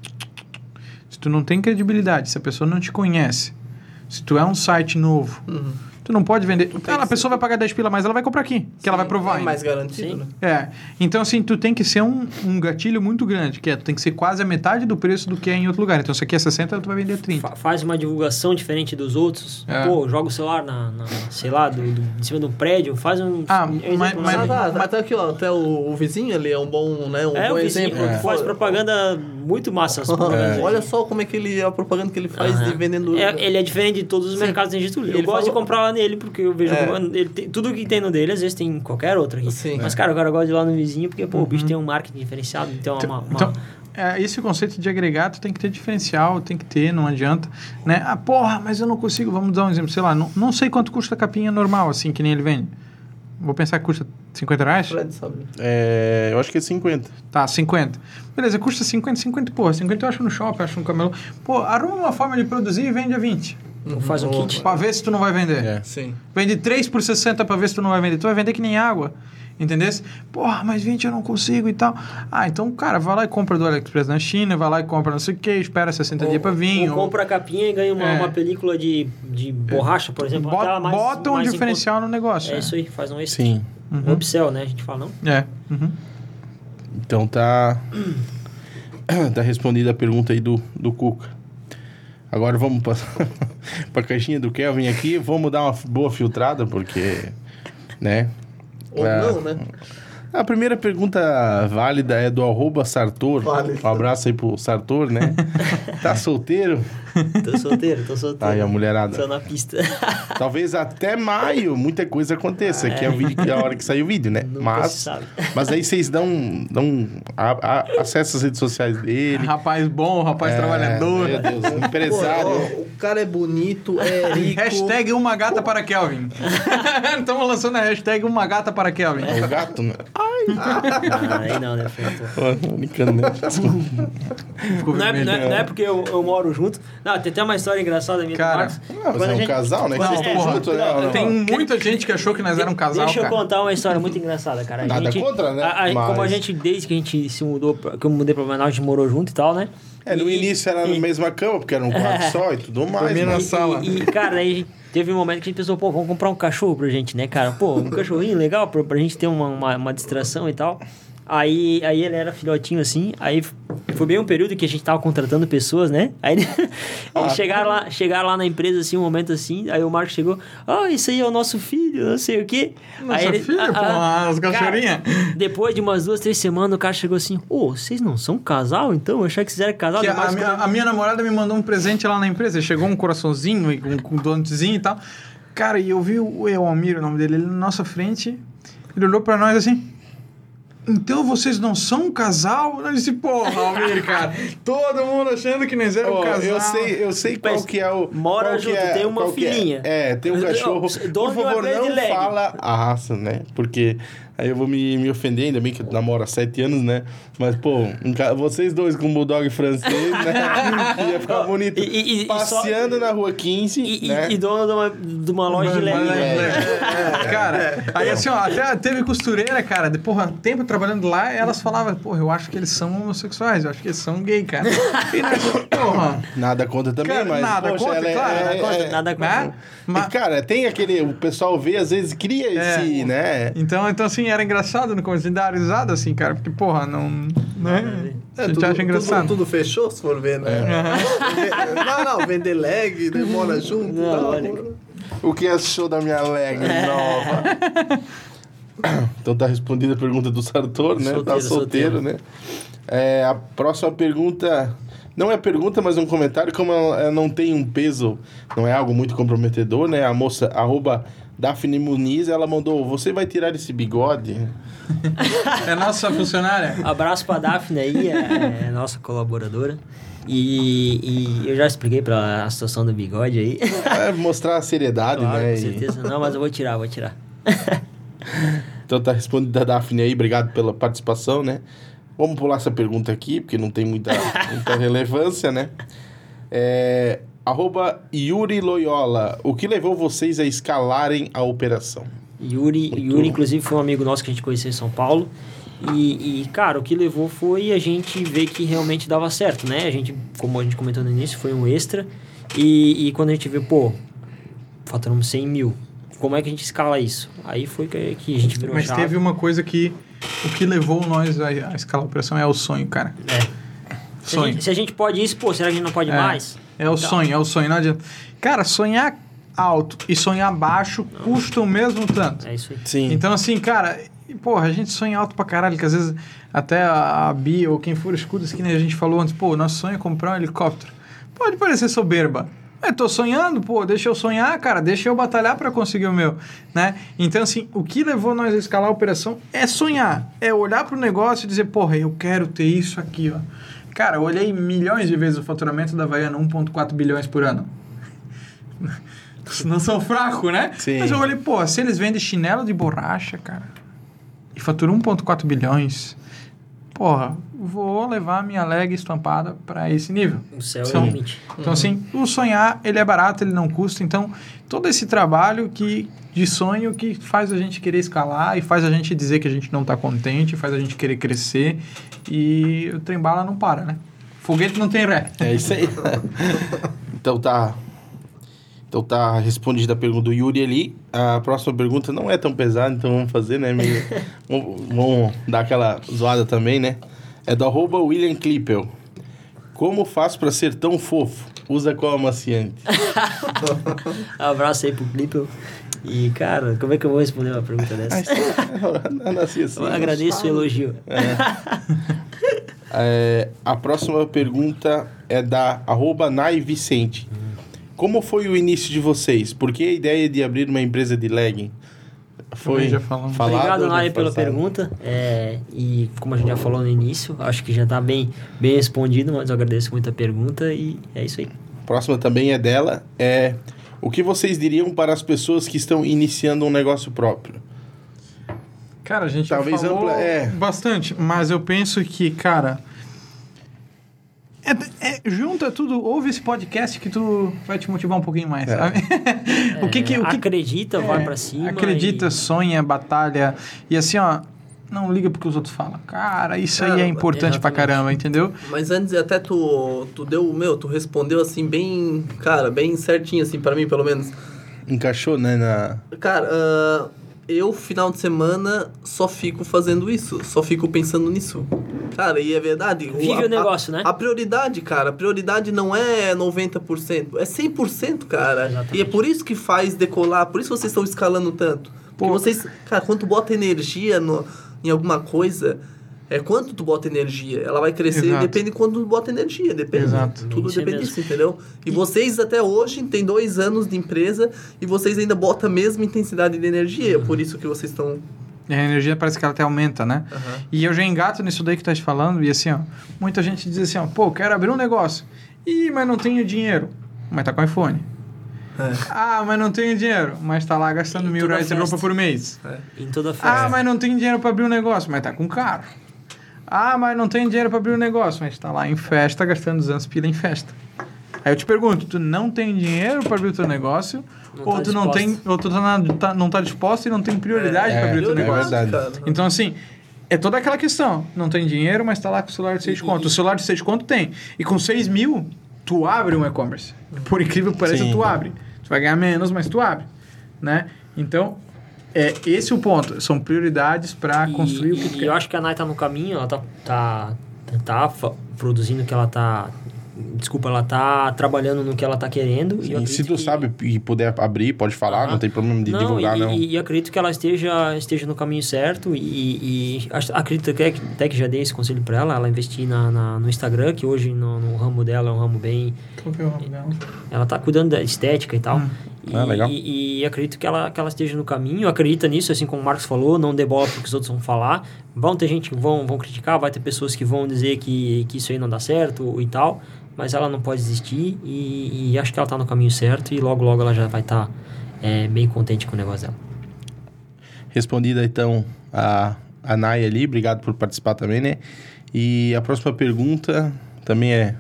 Se tu não tem credibilidade, se a pessoa não te conhece, se tu é um site novo, uhum. tu não pode vender... Ah, a pessoa vai pagar dez pila mais, ela vai comprar aqui, que Sim, ela vai provar. É mais garantido, né? É. Então, assim, tu tem que ser um, um gatilho muito grande, que é, tu tem que ser quase a metade do preço do que é em outro lugar. Então, se aqui é sessenta, tu vai vender trinta. Fa- faz uma divulgação diferente dos outros. É. Pô, joga o celular na, na sei lá, do, do, em cima de um prédio, faz um... Ah, um mas... exemplo, mas, mas tá, tá, tá aqui, ó, até o, o vizinho, ele é um bom, né, um é, bom o vizinho, exemplo. É. Faz propaganda muito massa. É. Olha só como é que ele, a propaganda que ele faz uhum. de vendendo... É, ele é diferente de todos os Sim. mercados em Getúlio. Eu ele gosto falou... de comprar lá nele, porque eu vejo... É. Ele tem, tudo que tem no dele, às vezes tem em qualquer outro aqui. Sim, Mas, é. cara, o cara gosta de ir lá no vizinho, porque, pô, uhum. o bicho tem um marketing diferenciado, então é uma... uma... Então, é, esse conceito de agregado tem que ter diferencial, tem que ter, não adianta, né? Ah, porra, mas eu não consigo, vamos dar um exemplo, sei lá, não, não sei quanto custa a capinha normal, assim, que nem ele vende. Vou pensar que custa cinquenta reais? É, eu acho que é cinquenta. Tá, cinquenta. Beleza, custa cinquenta, cinquenta, porra, cinquenta eu acho no shopping, acho no camelô. Pô, arruma uma forma de produzir e vende a vinte. Uhum. Faz um kit. Pra ver se tu não vai vender. É. Sim. Vende três por sessenta pra ver se tu não vai vender. Tu vai vender que nem água. Entendeu? Porra, mas vinte eu não consigo e tal. Ah, então, cara, vai lá e compra do AliExpress na China, vai lá e compra não sei o que, espera sessenta ou, dias pra vir. Ou, ou compra a capinha e ganha uma, é. uma película de, de borracha, por exemplo. Bota, mais, bota um mais diferencial encontro. no negócio. É, é isso aí, faz um extra. Sim. Uhum. Um upsell, né? A gente fala, não? É. Uhum. Então tá... tá respondida a pergunta aí do, do Cuca. Agora vamos para a caixinha do Kelvin aqui. Vamos dar uma boa filtrada, porque... né? Ou é, não, né? A primeira pergunta válida é do arroba Sartor. Vale. Um abraço aí pro Sartor, né? Tá solteiro? Tô solteiro, tô solteiro. Aí a mulherada. Tô na pista. Talvez até maio muita coisa aconteça, ah, é. que é o vídeo, que é a hora que sai o vídeo, né? Nunca mas, se sabe. Mas aí vocês dão, dão a, a, acesso às redes sociais dele. Rapaz bom, rapaz é, trabalhador. Meu Deus, empresário. Pô, o cara é bonito, é rico. Hashtag uma gata para Kelvin. Estamos lançando a hashtag uma gata para Kelvin. O gato, né? Ai, Ah, aí não, né, Fernando? Tô brincando, né? Não é, não, é, não é porque eu, eu moro junto. Não, tem até uma história engraçada minha. Cara, Marcos. Não, você é um gente, casal, né? Quando Vocês é, estão porra, juntos, né? não, Não. Tem muita gente que achou que nós éramos um casal, Deixa eu cara. contar uma história muito engraçada, cara. A Nada gente, contra, né? A, a, Mas- Como a gente, desde que a gente se mudou, pra- que eu mudei pra Manaus, a gente morou junto e tal, né? É, no E- início era e- na mesma cama, porque era um quarto só e tudo mais. Dormia na mas- sala. E, e, cara, aí a gente teve um momento que a gente pensou, pô, vamos comprar um cachorro pra gente, né, cara? Pô, um cachorrinho legal pra, pra gente ter uma, uma, uma distração e tal. Aí, aí ele era filhotinho assim, aí foi bem um período que a gente tava contratando pessoas, né? Aí eles chegaram, lá, chegaram lá na empresa, assim, um momento assim, aí o Marcos chegou, ah, isso aí é o nosso filho, não sei o quê. Nossa, aí ele, filho, pô, as cachorrinhas. Depois de umas duas, três semanas, o cara chegou assim, ô, vocês não são um casal, então? Eu achava que vocês eram casal. Que ainda a, mais minha, quando- a minha namorada me mandou um presente lá na empresa. Chegou um coraçãozinho e com, com um donutezinho e tal. Cara, e eu vi o Elmir, o nome dele, ele na nossa frente. Ele olhou pra nós assim... Então vocês não são um casal? Eu disse, porra, Almir, cara. Todo mundo achando que nós éramos um Ó, casal. eu sei, eu sei qual Mas que é o. mora qual que junto, é- tem uma qual que é. filhinha. É, tem um Mas, cachorro. ó, Por dono de uma favor, grande não leg. fala a raça, né? Porque aí eu vou me, me ofender, ainda bem que eu namoro há sete anos, né? Mas, pô, um ca- vocês dois com um bulldog francês, né? Ia ficar Ó, bonito. e- e- e Passeando só- na rua quinze, E, e- né? e dono de uma, de uma loja de leg. Mas, né? é, é, cara, aí assim, ó, até teve costureira, cara, de, porra, tempo trabalhando lá, elas falavam, porra, eu acho que eles são homossexuais, eu acho que eles são gay, cara. E nós, porra, Nada contra também, Cara, mas. nada poxa, contra, ela é- claro, é- nada contra, é- Nada contra. né? E, Mas, cara, tem aquele. O pessoal vê, às vezes cria esse, né? então, então, assim, era engraçado no começo, dar risada, assim, cara, porque, porra, não, né? É, a gente tudo, acha engraçado. Tudo, tudo fechou, se for ver, né? Aham. Não, não, vender leg, né, mora junto. Não, Não, olha. O que achou da minha leg nova? Então tá respondida a pergunta do Sartor, né? Solteiro, tá solteiro, solteiro. né? É, a próxima pergunta... Não é pergunta, mas um comentário. Como ela ela não tem um peso, não é algo muito comprometedor, né? A moça, arroba Daphne Muniz, ela mandou... Você vai tirar esse bigode? É nossa funcionária? Abraço pra Daphne aí, é, é nossa colaboradora. E, e eu já expliquei pra a situação do bigode aí. É mostrar a seriedade, Claro, né? com E- certeza. Não, mas eu vou tirar, vou tirar. Então tá respondida a Daphne aí, obrigado pela participação, né? Vamos pular essa pergunta aqui, porque não tem muita, muita relevância, né? É, arroba Yuri Loyola, o que levou vocês a escalarem a operação? Yuri, Yuri, inclusive, foi um amigo nosso que a gente conheceu em São Paulo. E, e, cara, o que levou foi a gente ver que realmente dava certo, né? A gente, como a gente comentou no início, foi um extra. E, e quando a gente viu, pô, faturamos cem mil. Como é que a gente escala isso? Aí foi que, que a gente virou Mas chave. teve uma coisa que... O que levou nós a, a escalar a operação é o sonho, cara. É. Se a, Sonho. gente, se a gente pode isso, pô, será que a gente não pode É. mais? É o sonho, é o sonho. Não adianta. Cara, sonhar alto e sonhar baixo custam o mesmo tanto. É isso aí. Sim. Então, assim, cara, e, porra, a gente sonha alto pra caralho, que às vezes até a, a Bia ou quem for escuta, isso que nem a gente falou antes, pô, nosso sonho é comprar um helicóptero. Pode parecer soberba. Eu tô sonhando, pô, deixa eu sonhar, cara, deixa eu batalhar pra conseguir o meu, né? Então, assim, o que levou nós a escalar a operação é sonhar, é olhar pro negócio e dizer, porra, eu quero ter isso aqui, ó. Cara, eu olhei milhões de vezes o faturamento da Havaiana, um vírgula quatro bilhões por ano. Não são fracos, né? Sim. Mas eu olhei, pô, se eles vendem chinelo de borracha, cara, e faturam um vírgula quatro bilhões, porra, vou levar a minha leg estampada para esse nível. O céu São- é o limite. Então, assim, o sonhar, ele é barato, ele não custa. Então, todo esse trabalho que, de sonho que faz a gente querer escalar e faz a gente dizer que a gente não está contente, faz a gente querer crescer e o trem-bala não para, né? Foguete não tem ré. É isso aí. Então tá... Então tá respondida a pergunta do Yuri ali. A próxima pergunta não é tão pesada, então vamos fazer, né? Meio, vamos, vamos dar aquela zoada também, né? É do arroba William Klippel. Como faço pra ser tão fofo? Usa qual amaciante? Abraço aí pro Clipper. E, cara, como é que eu vou responder uma pergunta dessa? Eu nasci assim. Eu agradeço o elogio. É, a próxima pergunta é da arroba Nai Vicente. Como foi o início de vocês? Por que a ideia de abrir uma empresa de legging? Foi Também já falamos. falado Obrigado, ou Nai, pela reforçado? pergunta. É, e como a gente já falou no início, acho que já está bem, bem respondido, mas eu agradeço muito a pergunta e é isso aí. A próxima também é dela. É, o que vocês diriam para as pessoas que estão iniciando um negócio próprio? Cara, a gente Talvez já falou ampla, é. bastante, mas eu penso que, cara... É, é, junta tudo, ouve esse podcast que tu vai te motivar um pouquinho mais, é. sabe? É, o que que, o que acredita, é, vai pra cima. Acredita, e... sonha, batalha. E assim, ó, não liga porque os outros falam. Cara, isso cara, aí é importante exatamente. Pra caramba, entendeu? Mas antes até tu, tu deu, meu, tu respondeu assim bem, cara, bem certinho assim pra mim, pelo menos. Encaixou, né, na... Cara, uh, eu, final de semana, só fico fazendo isso. Só fico pensando nisso. Cara, e é verdade. Vive o, a, o negócio, a, né? A prioridade, cara, a prioridade não é noventa por cento, é cem por cento, cara. Exatamente. E é por isso que faz decolar, por isso vocês estão escalando tanto. Porque vocês, cara, quando tu bota energia no, em alguma coisa... É quanto tu bota energia. Ela vai crescer, Exato. Depende de quando tu bota energia. Depende. Exato. Tudo Isso depende disso, entendeu? E, e vocês até hoje têm dois anos de empresa e vocês ainda botam a mesma intensidade de energia. Uhum. É por isso que vocês estão... A energia parece que ela até aumenta, né? Uhum. E eu já engato nisso daí que tu tá te falando. E assim, ó, muita gente diz assim, ó, pô, quero abrir um negócio. Ih, mas não tenho dinheiro. Mas tá com iPhone. É. Ah, mas não tenho dinheiro. Mas tá lá gastando em mil reais de roupa por mês. É. Em toda festa. Ah, mas não tenho dinheiro pra abrir um negócio. Mas tá com carro. Ah, mas não tem dinheiro para abrir um negócio. Mas tá lá em festa, gastando duzentos pila em festa. Aí eu te pergunto, tu não tem dinheiro para abrir o teu negócio? Não ou tá tu não tem, ou tu tá, tá, não tá disposto e não tem prioridade é, para abrir é, o teu é negócio? É verdade. Então, assim, é toda aquela questão. Não tem dinheiro, mas tá lá com o celular de seis conto. O celular de seis conto tem. E com seis mil, tu abre um e-commerce. Por incrível que pareça, Sim. tu abre. Tu vai ganhar menos, mas tu abre. Né? Então... É, esse é o ponto. São prioridades para construir o que tu quer. E eu acho que a Nai tá no caminho, ela tá, tá, tá produzindo o que ela tá... Desculpa, ela tá trabalhando no que ela tá querendo. Sim, e se tu que... sabe e puder abrir, pode falar, ah, não tem problema de não, divulgar, e, não. E, e acredito que ela esteja, esteja no caminho certo e, e acredito que até que já dei esse conselho para ela, ela investir na, na, no Instagram, que hoje no, no ramo dela é um ramo bem... Qual que é o ramo dela? Ela tá cuidando da estética e tal. Hum. E, ah, legal. E, e acredito que ela, que ela esteja no caminho, acredita nisso, assim como o Marcos falou, não dê bola porque os outros vão falar. Vão ter gente que vão, vão criticar, vai ter pessoas que vão dizer que, que isso aí não dá certo e tal, mas ela não pode desistir e, e acho que ela está no caminho certo e logo, logo ela já vai estar tá, é, bem contente com o negócio dela. Respondida, então, a, a Nai ali, obrigado por participar também, né? E a próxima pergunta também é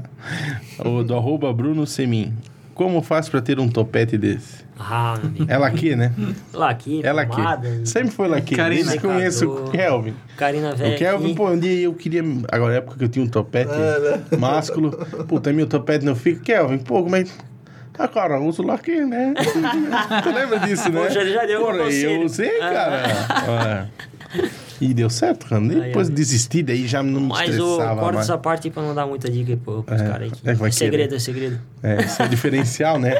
o do arroba Bruno Semin. Como faz para ter um topete desse? Ah, meu amigo. É laque, né? Laque, é laque. Sempre foi laque. Karina, eu conheço o Kelvin. Karina velho. O Kelvin, pô, um dia eu queria... Agora, na época que eu tinha um topete é, né? másculo. Puta, meu topete não fica. Kelvin, pô, como é que... Ah, cara, eu uso laque, né? Tu lembra disso, né? Poxa, ele já deu um Porra, eu usei, cara. Ah. E deu certo, cara. Depois aí, desisti, daí já não me mas estressava. Mas corta essa parte aí pra não dar muita dica pro, pros é, caras aí. É, é segredo, é segredo. É, isso é diferencial, né?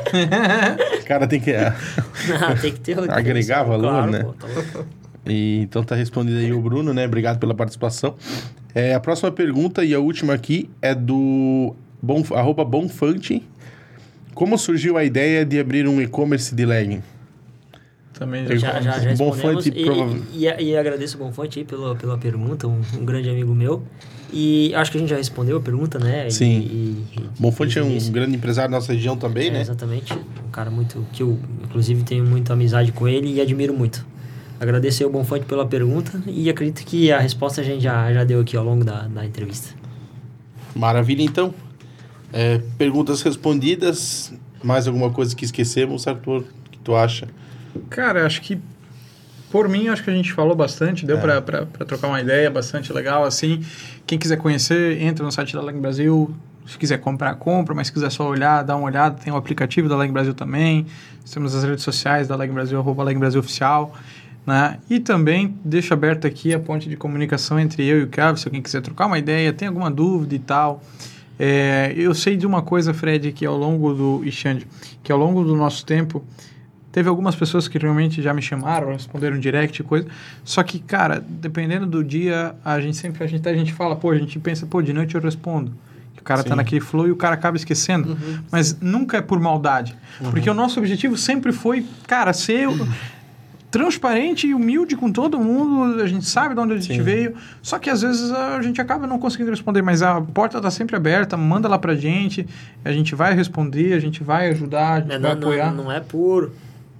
O cara tem que... não, tem que ter o agregar valor, claro, né? Pô, tá louco. E, então tá respondido aí o Bruno, né? Obrigado pela participação. É, a próxima pergunta e a última aqui é do bom, arroba Bonfante. Como surgiu a ideia de abrir um e-commerce de legging? Também já, já, já respondemos. Bonfante, e, prova... e, e, e agradeço o Bonfante aí pela, pela pergunta, um, um grande amigo meu. E acho que a gente já respondeu a pergunta, né? Sim. E, e, Bonfante é um isso. grande empresário da nossa região também, é, né? Exatamente. Um cara muito... que eu, inclusive, tenho muita amizade com ele e admiro muito. Agradecer ao Bonfante pela pergunta e acredito que a resposta a gente já, já deu aqui ao longo da, da entrevista. Maravilha, então. É, perguntas respondidas. Mais alguma coisa que esquecemos, Arthur? O que tu acha? Cara, acho que por mim, acho que a gente falou bastante, deu é. para trocar uma ideia bastante legal, assim. Quem quiser conhecer, entra no site da Legging Brasil. Se quiser comprar, compra, mas se quiser só olhar, dá uma olhada. Tem o aplicativo da Legging Brasil também. Temos as redes sociais da Legging Brasil, arroba Legging Brasil Oficial. Né? E também deixo aberto aqui a ponte de comunicação entre eu e o Kelvin, se alguém quiser trocar uma ideia, tem alguma dúvida e tal. É, eu sei de uma coisa, Fred, que ao longo do... E Xande, que ao longo do nosso tempo... Teve algumas pessoas que realmente já me chamaram, responderam direct e coisa. Só que, cara, dependendo do dia, a gente sempre, a gente, a gente fala, pô, a gente pensa, pô, de noite eu respondo. O cara Sim. tá naquele flow e o cara acaba esquecendo. Uhum. Mas nunca é por maldade. Uhum. Porque o nosso objetivo sempre foi, cara, ser transparente e humilde com todo mundo. A gente sabe de onde a gente Sim. veio. Só que às vezes a gente acaba não conseguindo responder. Mas a porta tá sempre aberta, manda lá pra gente. A gente vai responder, a gente vai ajudar, a gente é, vai não, apoiar. Não, não é por...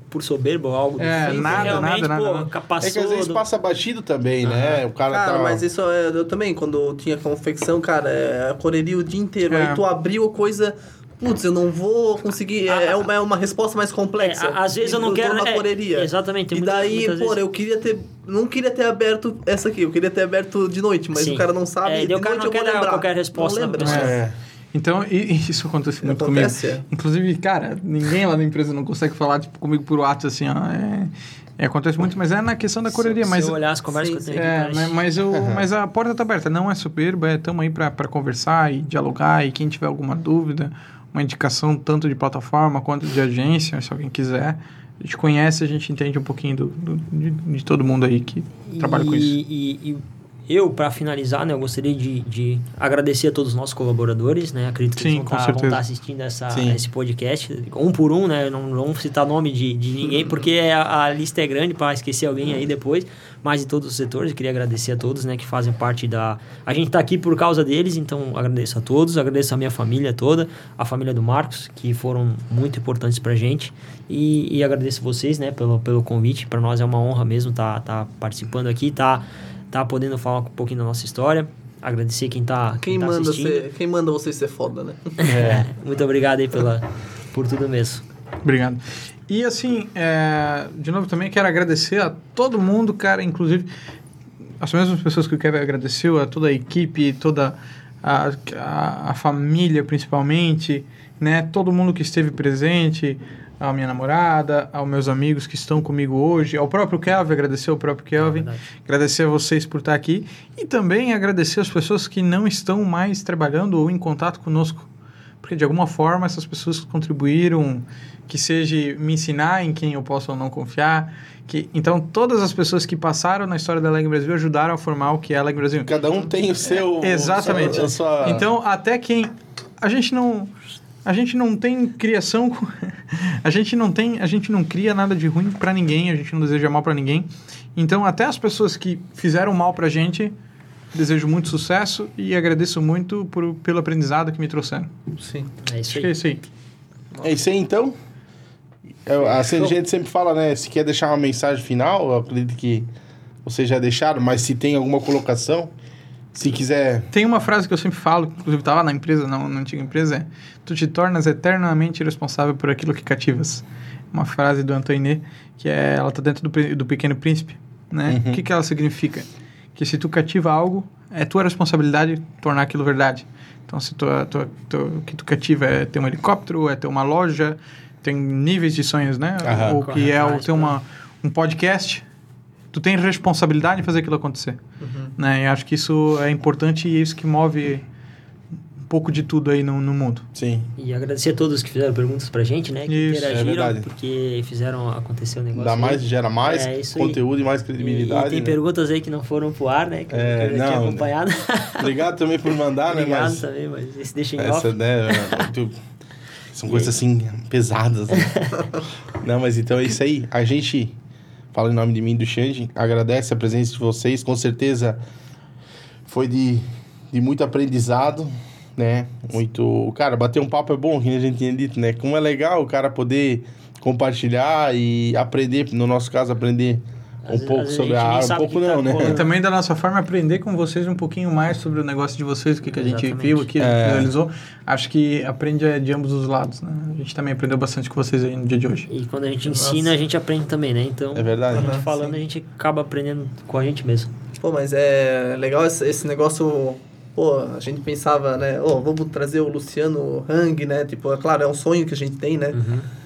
por soberba ou algo do É, tipo. nada, Realmente, nada, pô, nada. passou É que às vezes do- passa batido também, né? O cara, Cara, tá... mas isso é, eu também, quando eu tinha confecção, cara, é a correria o dia inteiro. É. Aí tu abriu a coisa, putz, eu não vou conseguir. É, é, uma, é uma resposta mais complexa. É, a- às vezes eu não tô quero- na é, correria. exatamente, tem E muitas- daí, muitas pô, vezes- eu queria ter. Não queria ter aberto essa aqui, eu queria ter aberto de noite, mas Sim. o cara não sabe. É, e de daí o cara noite não eu vou quer dar lembrar. qualquer resposta Não pra lembra. pessoa. É. Então, e, e isso acontece muito Acontece, comigo. é. Inclusive, cara, ninguém lá na empresa não consegue falar tipo, comigo por WhatsApp, assim, ó. É, é, acontece muito, mas é na questão da correria. Se mas, eu olhar as conversas Sim, que eu tenho é, aqui, mas, parece- mas, eu, mas a porta tá aberta. Não é soberba, estamos aí para conversar e dialogar. E quem tiver alguma dúvida, uma indicação tanto de plataforma quanto de agência, se alguém quiser, a gente conhece, a gente entende um pouquinho do, do- de, de todo mundo aí que trabalha com isso. E, e eu, para finalizar, né, eu gostaria de, de agradecer a todos os nossos colaboradores, né? Acredito que Sim, eles vão com estar certeza. assistindo essa, Sim. esse podcast, um por um, né? Não, não vamos citar nome de, de ninguém, porque a, a lista é grande para esquecer alguém aí depois, mas de todos os setores, eu queria agradecer a todos, né, que fazem parte da... A gente está aqui por causa deles, então agradeço a todos, agradeço a minha família toda, a família do Marcos, que foram muito importantes pra gente, e, e agradeço vocês, né, pelo, pelo convite. Para nós é uma honra mesmo estar tá, tá participando aqui, tá, tá podendo falar um pouquinho da nossa história. Agradecer quem tá, quem Quem, tá manda assistindo. ser, quem manda vocês ser foda, né? É, muito obrigado aí pela, por tudo mesmo. Obrigado. E assim, é, de novo também quero agradecer a todo mundo, cara, inclusive as mesmas pessoas que o Kevin agradeceu, a toda a equipe, toda a, a, a família principalmente, né? Todo mundo que esteve presente, a minha namorada, aos meus amigos que estão comigo hoje, ao próprio Kelvin, agradecer ao próprio Kelvin, verdade. agradecer a vocês por estar aqui e também agradecer as pessoas que não estão mais trabalhando ou em contato conosco, porque de alguma forma essas pessoas contribuíram, que seja me ensinar em quem eu posso ou não confiar, que então todas as pessoas que passaram na história da Leg Brasil ajudaram a formar o que é a Leg Brasil. Cada um tem o seu... Exatamente. A sua... Então, até quem... A gente não... A gente não tem criação... a gente não tem... A gente não cria nada de ruim pra ninguém. A gente não deseja mal pra ninguém. Então, até as pessoas que fizeram mal pra gente... Desejo muito sucesso e agradeço muito por, pelo aprendizado que me trouxeram. Sim. É isso Acho que é aí. isso aí. É isso aí, então? Eu, assim, a gente sempre fala, né? Se quer deixar uma mensagem final, eu acredito que vocês já deixaram, mas se tem alguma colocação, se quiser... Tem uma frase que eu sempre falo, que inclusive estava na empresa, na, na antiga empresa, é: tu te tornas eternamente responsável por aquilo que cativas. Uma frase do Antoine, que é, ela está dentro do, Pri- do Pequeno Príncipe, né? Uhum. O que, que ela significa? Que se tu cativa algo, é tua responsabilidade tornar aquilo verdade. Então, se tua, tua, tua, o que tu cativa é ter um helicóptero, é ter uma loja, tem níveis de sonhos, né? Aham. Ou que é o Correto, ter uma, um podcast, tu tem responsabilidade em fazer aquilo acontecer. Uhum. Né? E acho que isso é importante e é isso que move um pouco de tudo aí no, no mundo. Sim. E agradecer a todos que fizeram perguntas pra gente, né? Que Isso, é interagiram, verdade. porque fizeram acontecer o negócio. Dá aí. mais, gera mais É, isso aí. conteúdo e mais E, credibilidade. e tem né? perguntas aí que não foram pro ar, né? Que É, eu já tinha não, acompanhado. Obrigado também por mandar, né? Obrigado Mas também, mas esse deixa em essa, off. né? é muito- São coisas assim, pesadas. Né? Não, mas então é isso aí. A gente, fala em nome de mim e do Xande, agradece a presença de vocês. Com certeza foi de, de muito aprendizado, né? Muito... Cara, bater um papo é bom, que a gente tinha dito, né? Como é legal o cara poder compartilhar e aprender, no nosso caso, aprender Às um vezes- pouco às vezes sobre a a gente nem área. Um sabe pouco que tá não, né? rolando. E também da nossa forma aprender com vocês um pouquinho mais sobre o negócio de vocês, o que, que a gente Exatamente. viu aqui, a gente É. realizou. Acho que aprende é, de ambos os lados, né? A gente também aprendeu bastante com vocês aí no dia de hoje. E quando a gente Nossa. ensina, a gente aprende também, né? Então, É verdade. a gente Aham, falando, sim. a gente acaba aprendendo com a gente mesmo. Pô, mas é legal esse, esse negócio. Pô, a gente pensava, né? Ô, vamos trazer o Luciano Hang, né? Tipo, é claro, é um sonho que a gente tem, né?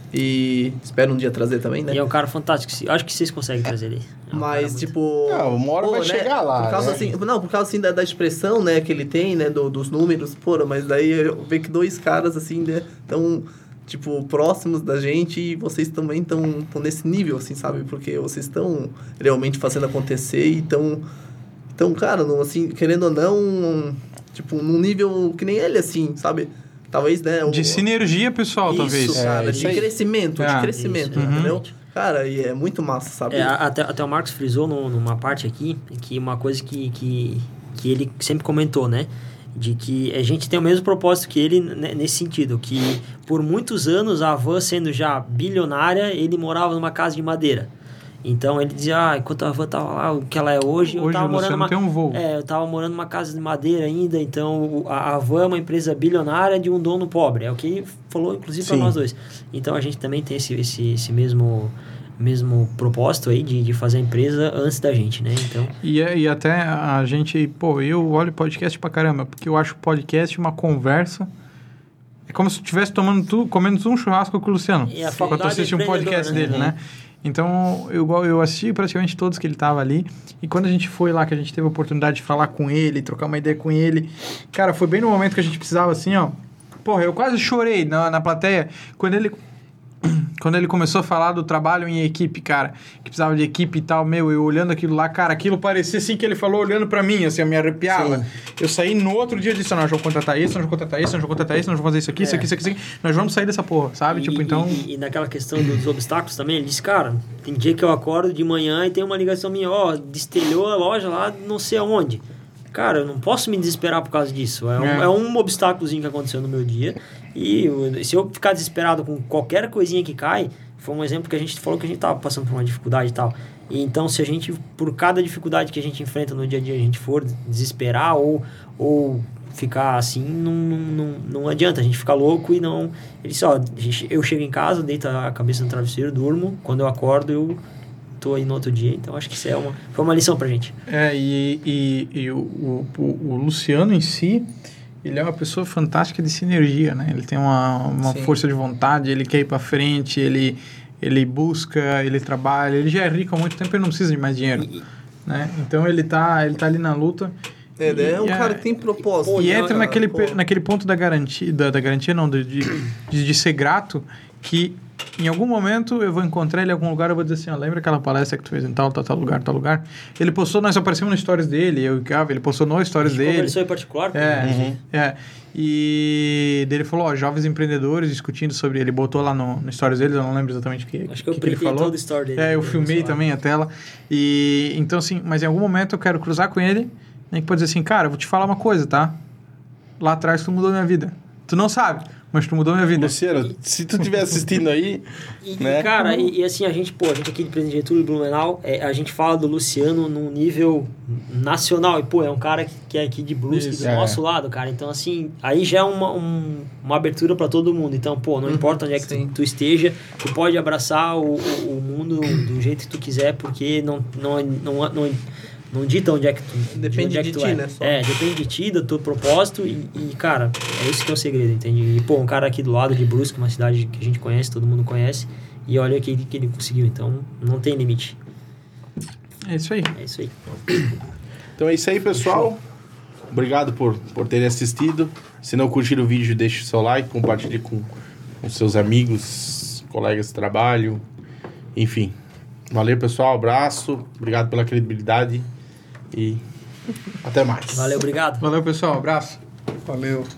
E espero um dia trazer também, né? E é um cara fantástico. se- Acho que vocês conseguem trazer ele. É um cara Mas, muito- tipo... Não, uma hora vai chegar lá, Por causa, né? assim, não, por causa, assim, da, da expressão, né, que ele tem, né, do, dos números, porra, mas daí eu vejo que dois caras, assim, né, tão, tipo, próximos da gente e vocês também estão nesse nível, assim, sabe? Porque vocês estão realmente fazendo acontecer e estão, então, cara, não, assim, querendo ou não, tipo, num nível que nem ele, assim, sabe? Talvez, né? De o- sinergia, pessoal, Isso, talvez. cara, É, de isso aí. crescimento, Ah, de crescimento, isso, entendeu? exatamente. Cara, e é muito massa, sabe? É, a- até, até o Marcos frisou no- numa parte aqui, que uma coisa que, que, que ele sempre comentou, né? de que a gente tem o mesmo propósito que ele nesse sentido, que por muitos anos a Van sendo já bilionária, ele morava numa casa de madeira. Então ele dizia, ah, enquanto a Van tava lá, o que ela é hoje, eu hoje tava morando numa, tem um voo. É, eu tava morando numa casa de madeira ainda, então a, a Van é uma empresa bilionária de um dono pobre, é o que ele falou inclusive para nós dois. Então a gente também tem esse, esse, esse mesmo mesmo propósito aí de, de fazer a empresa antes da gente, né? Então... E, e até a gente, pô, eu olho podcast pra caramba, porque eu acho podcast uma conversa. É como se eu estivesse tomando tu, comendo um churrasco com o Luciano. E a quando eu assisti um podcast né? dele, né? Então, eu, eu assisti praticamente todos que ele tava ali. E quando a gente foi lá, que a gente teve a oportunidade de falar com ele, trocar uma ideia com ele, cara, foi bem no momento que a gente precisava, assim, ó. Porra, eu quase chorei na, na plateia quando ele... Quando ele começou a falar do trabalho em equipe, cara, que precisava de equipe e tal, meu, eu olhando aquilo lá, cara, aquilo parecia assim que ele falou olhando pra mim, assim, eu me arrepiava. Sim. Eu saí no outro dia e disse, nós vamos contratar isso, nós vamos contratar isso, nós vamos contratar isso, nós vamos fazer isso aqui, é. isso aqui, isso aqui, isso aqui, nós vamos sair dessa porra, sabe? E, tipo, então... E, e, e naquela questão dos obstáculos também, ele disse, cara, tem dia que eu acordo de manhã e tem uma ligação minha, ó, destelhou a loja lá não sei aonde. Cara, eu não posso me desesperar por causa disso. É, é. Um, é um obstáculozinho que aconteceu no meu dia. E eu, se eu ficar desesperado com qualquer coisinha que cai, foi um exemplo que a gente falou que a gente estava passando por uma dificuldade e tal. E então, se a gente, por cada dificuldade que a gente enfrenta no dia a dia, a gente for desesperar ou, ou ficar assim, não, não, não adianta. A gente fica louco e não... Ele disse, ó, eu chego em casa, deito a cabeça no travesseiro, durmo. Quando eu acordo, eu... tô aí no outro dia, então acho que isso é uma, foi uma lição pra gente. É, e, e, e o, o, o Luciano em si, ele é uma pessoa fantástica de sinergia, né? Ele tem uma, uma força de vontade, ele quer ir pra frente, ele, ele busca, ele trabalha, ele já é rico há muito tempo, ele não precisa de mais dinheiro, e, né? Então ele tá, ele tá ali na luta. É, e, é um cara é, que tem propósito. E entra naquele, naquele ponto da garantia, da, da garantia não, de, de, de ser grato, que em algum momento eu vou encontrar ele em algum lugar, eu vou dizer assim, ó, lembra aquela palestra que tu fez em tal, tal, tal lugar, tal lugar? Ele postou, nós aparecemos no stories dele, eu e o Gava, ele postou no stories dele. Conversou em particular? É, uhum. é. E dele falou, ó, jovens empreendedores discutindo sobre, ele botou lá no, no stories dele, eu não lembro exatamente o que, Acho que, que, que ele falou. Todo o story dele. É, eu filmei também a tela. E, então assim, mas em algum momento eu quero cruzar com ele, né, que pode dizer assim, cara, eu vou te falar uma coisa, tá? Lá atrás tu mudou minha vida. Tu não sabe, mas tu mudou minha vida. Luciano, se tu estiver assistindo aí... E, né? Cara, e, e assim, a gente, pô, a gente aqui de Presidente Getúlio e Blumenau, é, a gente fala do Luciano num nível nacional. E, pô, é um cara que, que é aqui de Brusque, Isso, do é. nosso lado, cara. Então, assim, aí já é uma, um, uma abertura pra todo mundo. Então, pô, não uhum, importa onde é que tu, tu esteja, tu pode abraçar o, o, o mundo do jeito que tu quiser, porque não... não, não, não Não dita onde é que tu... Depende de, onde é de que tu ti, é. né? Só. É, depende de ti, do teu propósito e, e, cara, é isso que é o segredo, entende? E, pô, um cara aqui do lado de Brusque, uma cidade que a gente conhece, todo mundo conhece, e olha o que, que ele conseguiu, então não tem limite. É isso aí. É isso aí. Então é isso aí, pessoal. Obrigado por, por terem assistido. Se não curtiram o vídeo, deixe o seu like, compartilhe com, com seus amigos, colegas de trabalho, enfim. Valeu, pessoal. Abraço. Obrigado pela credibilidade. E até mais. Valeu, obrigado. Valeu, pessoal. Abraço. Valeu.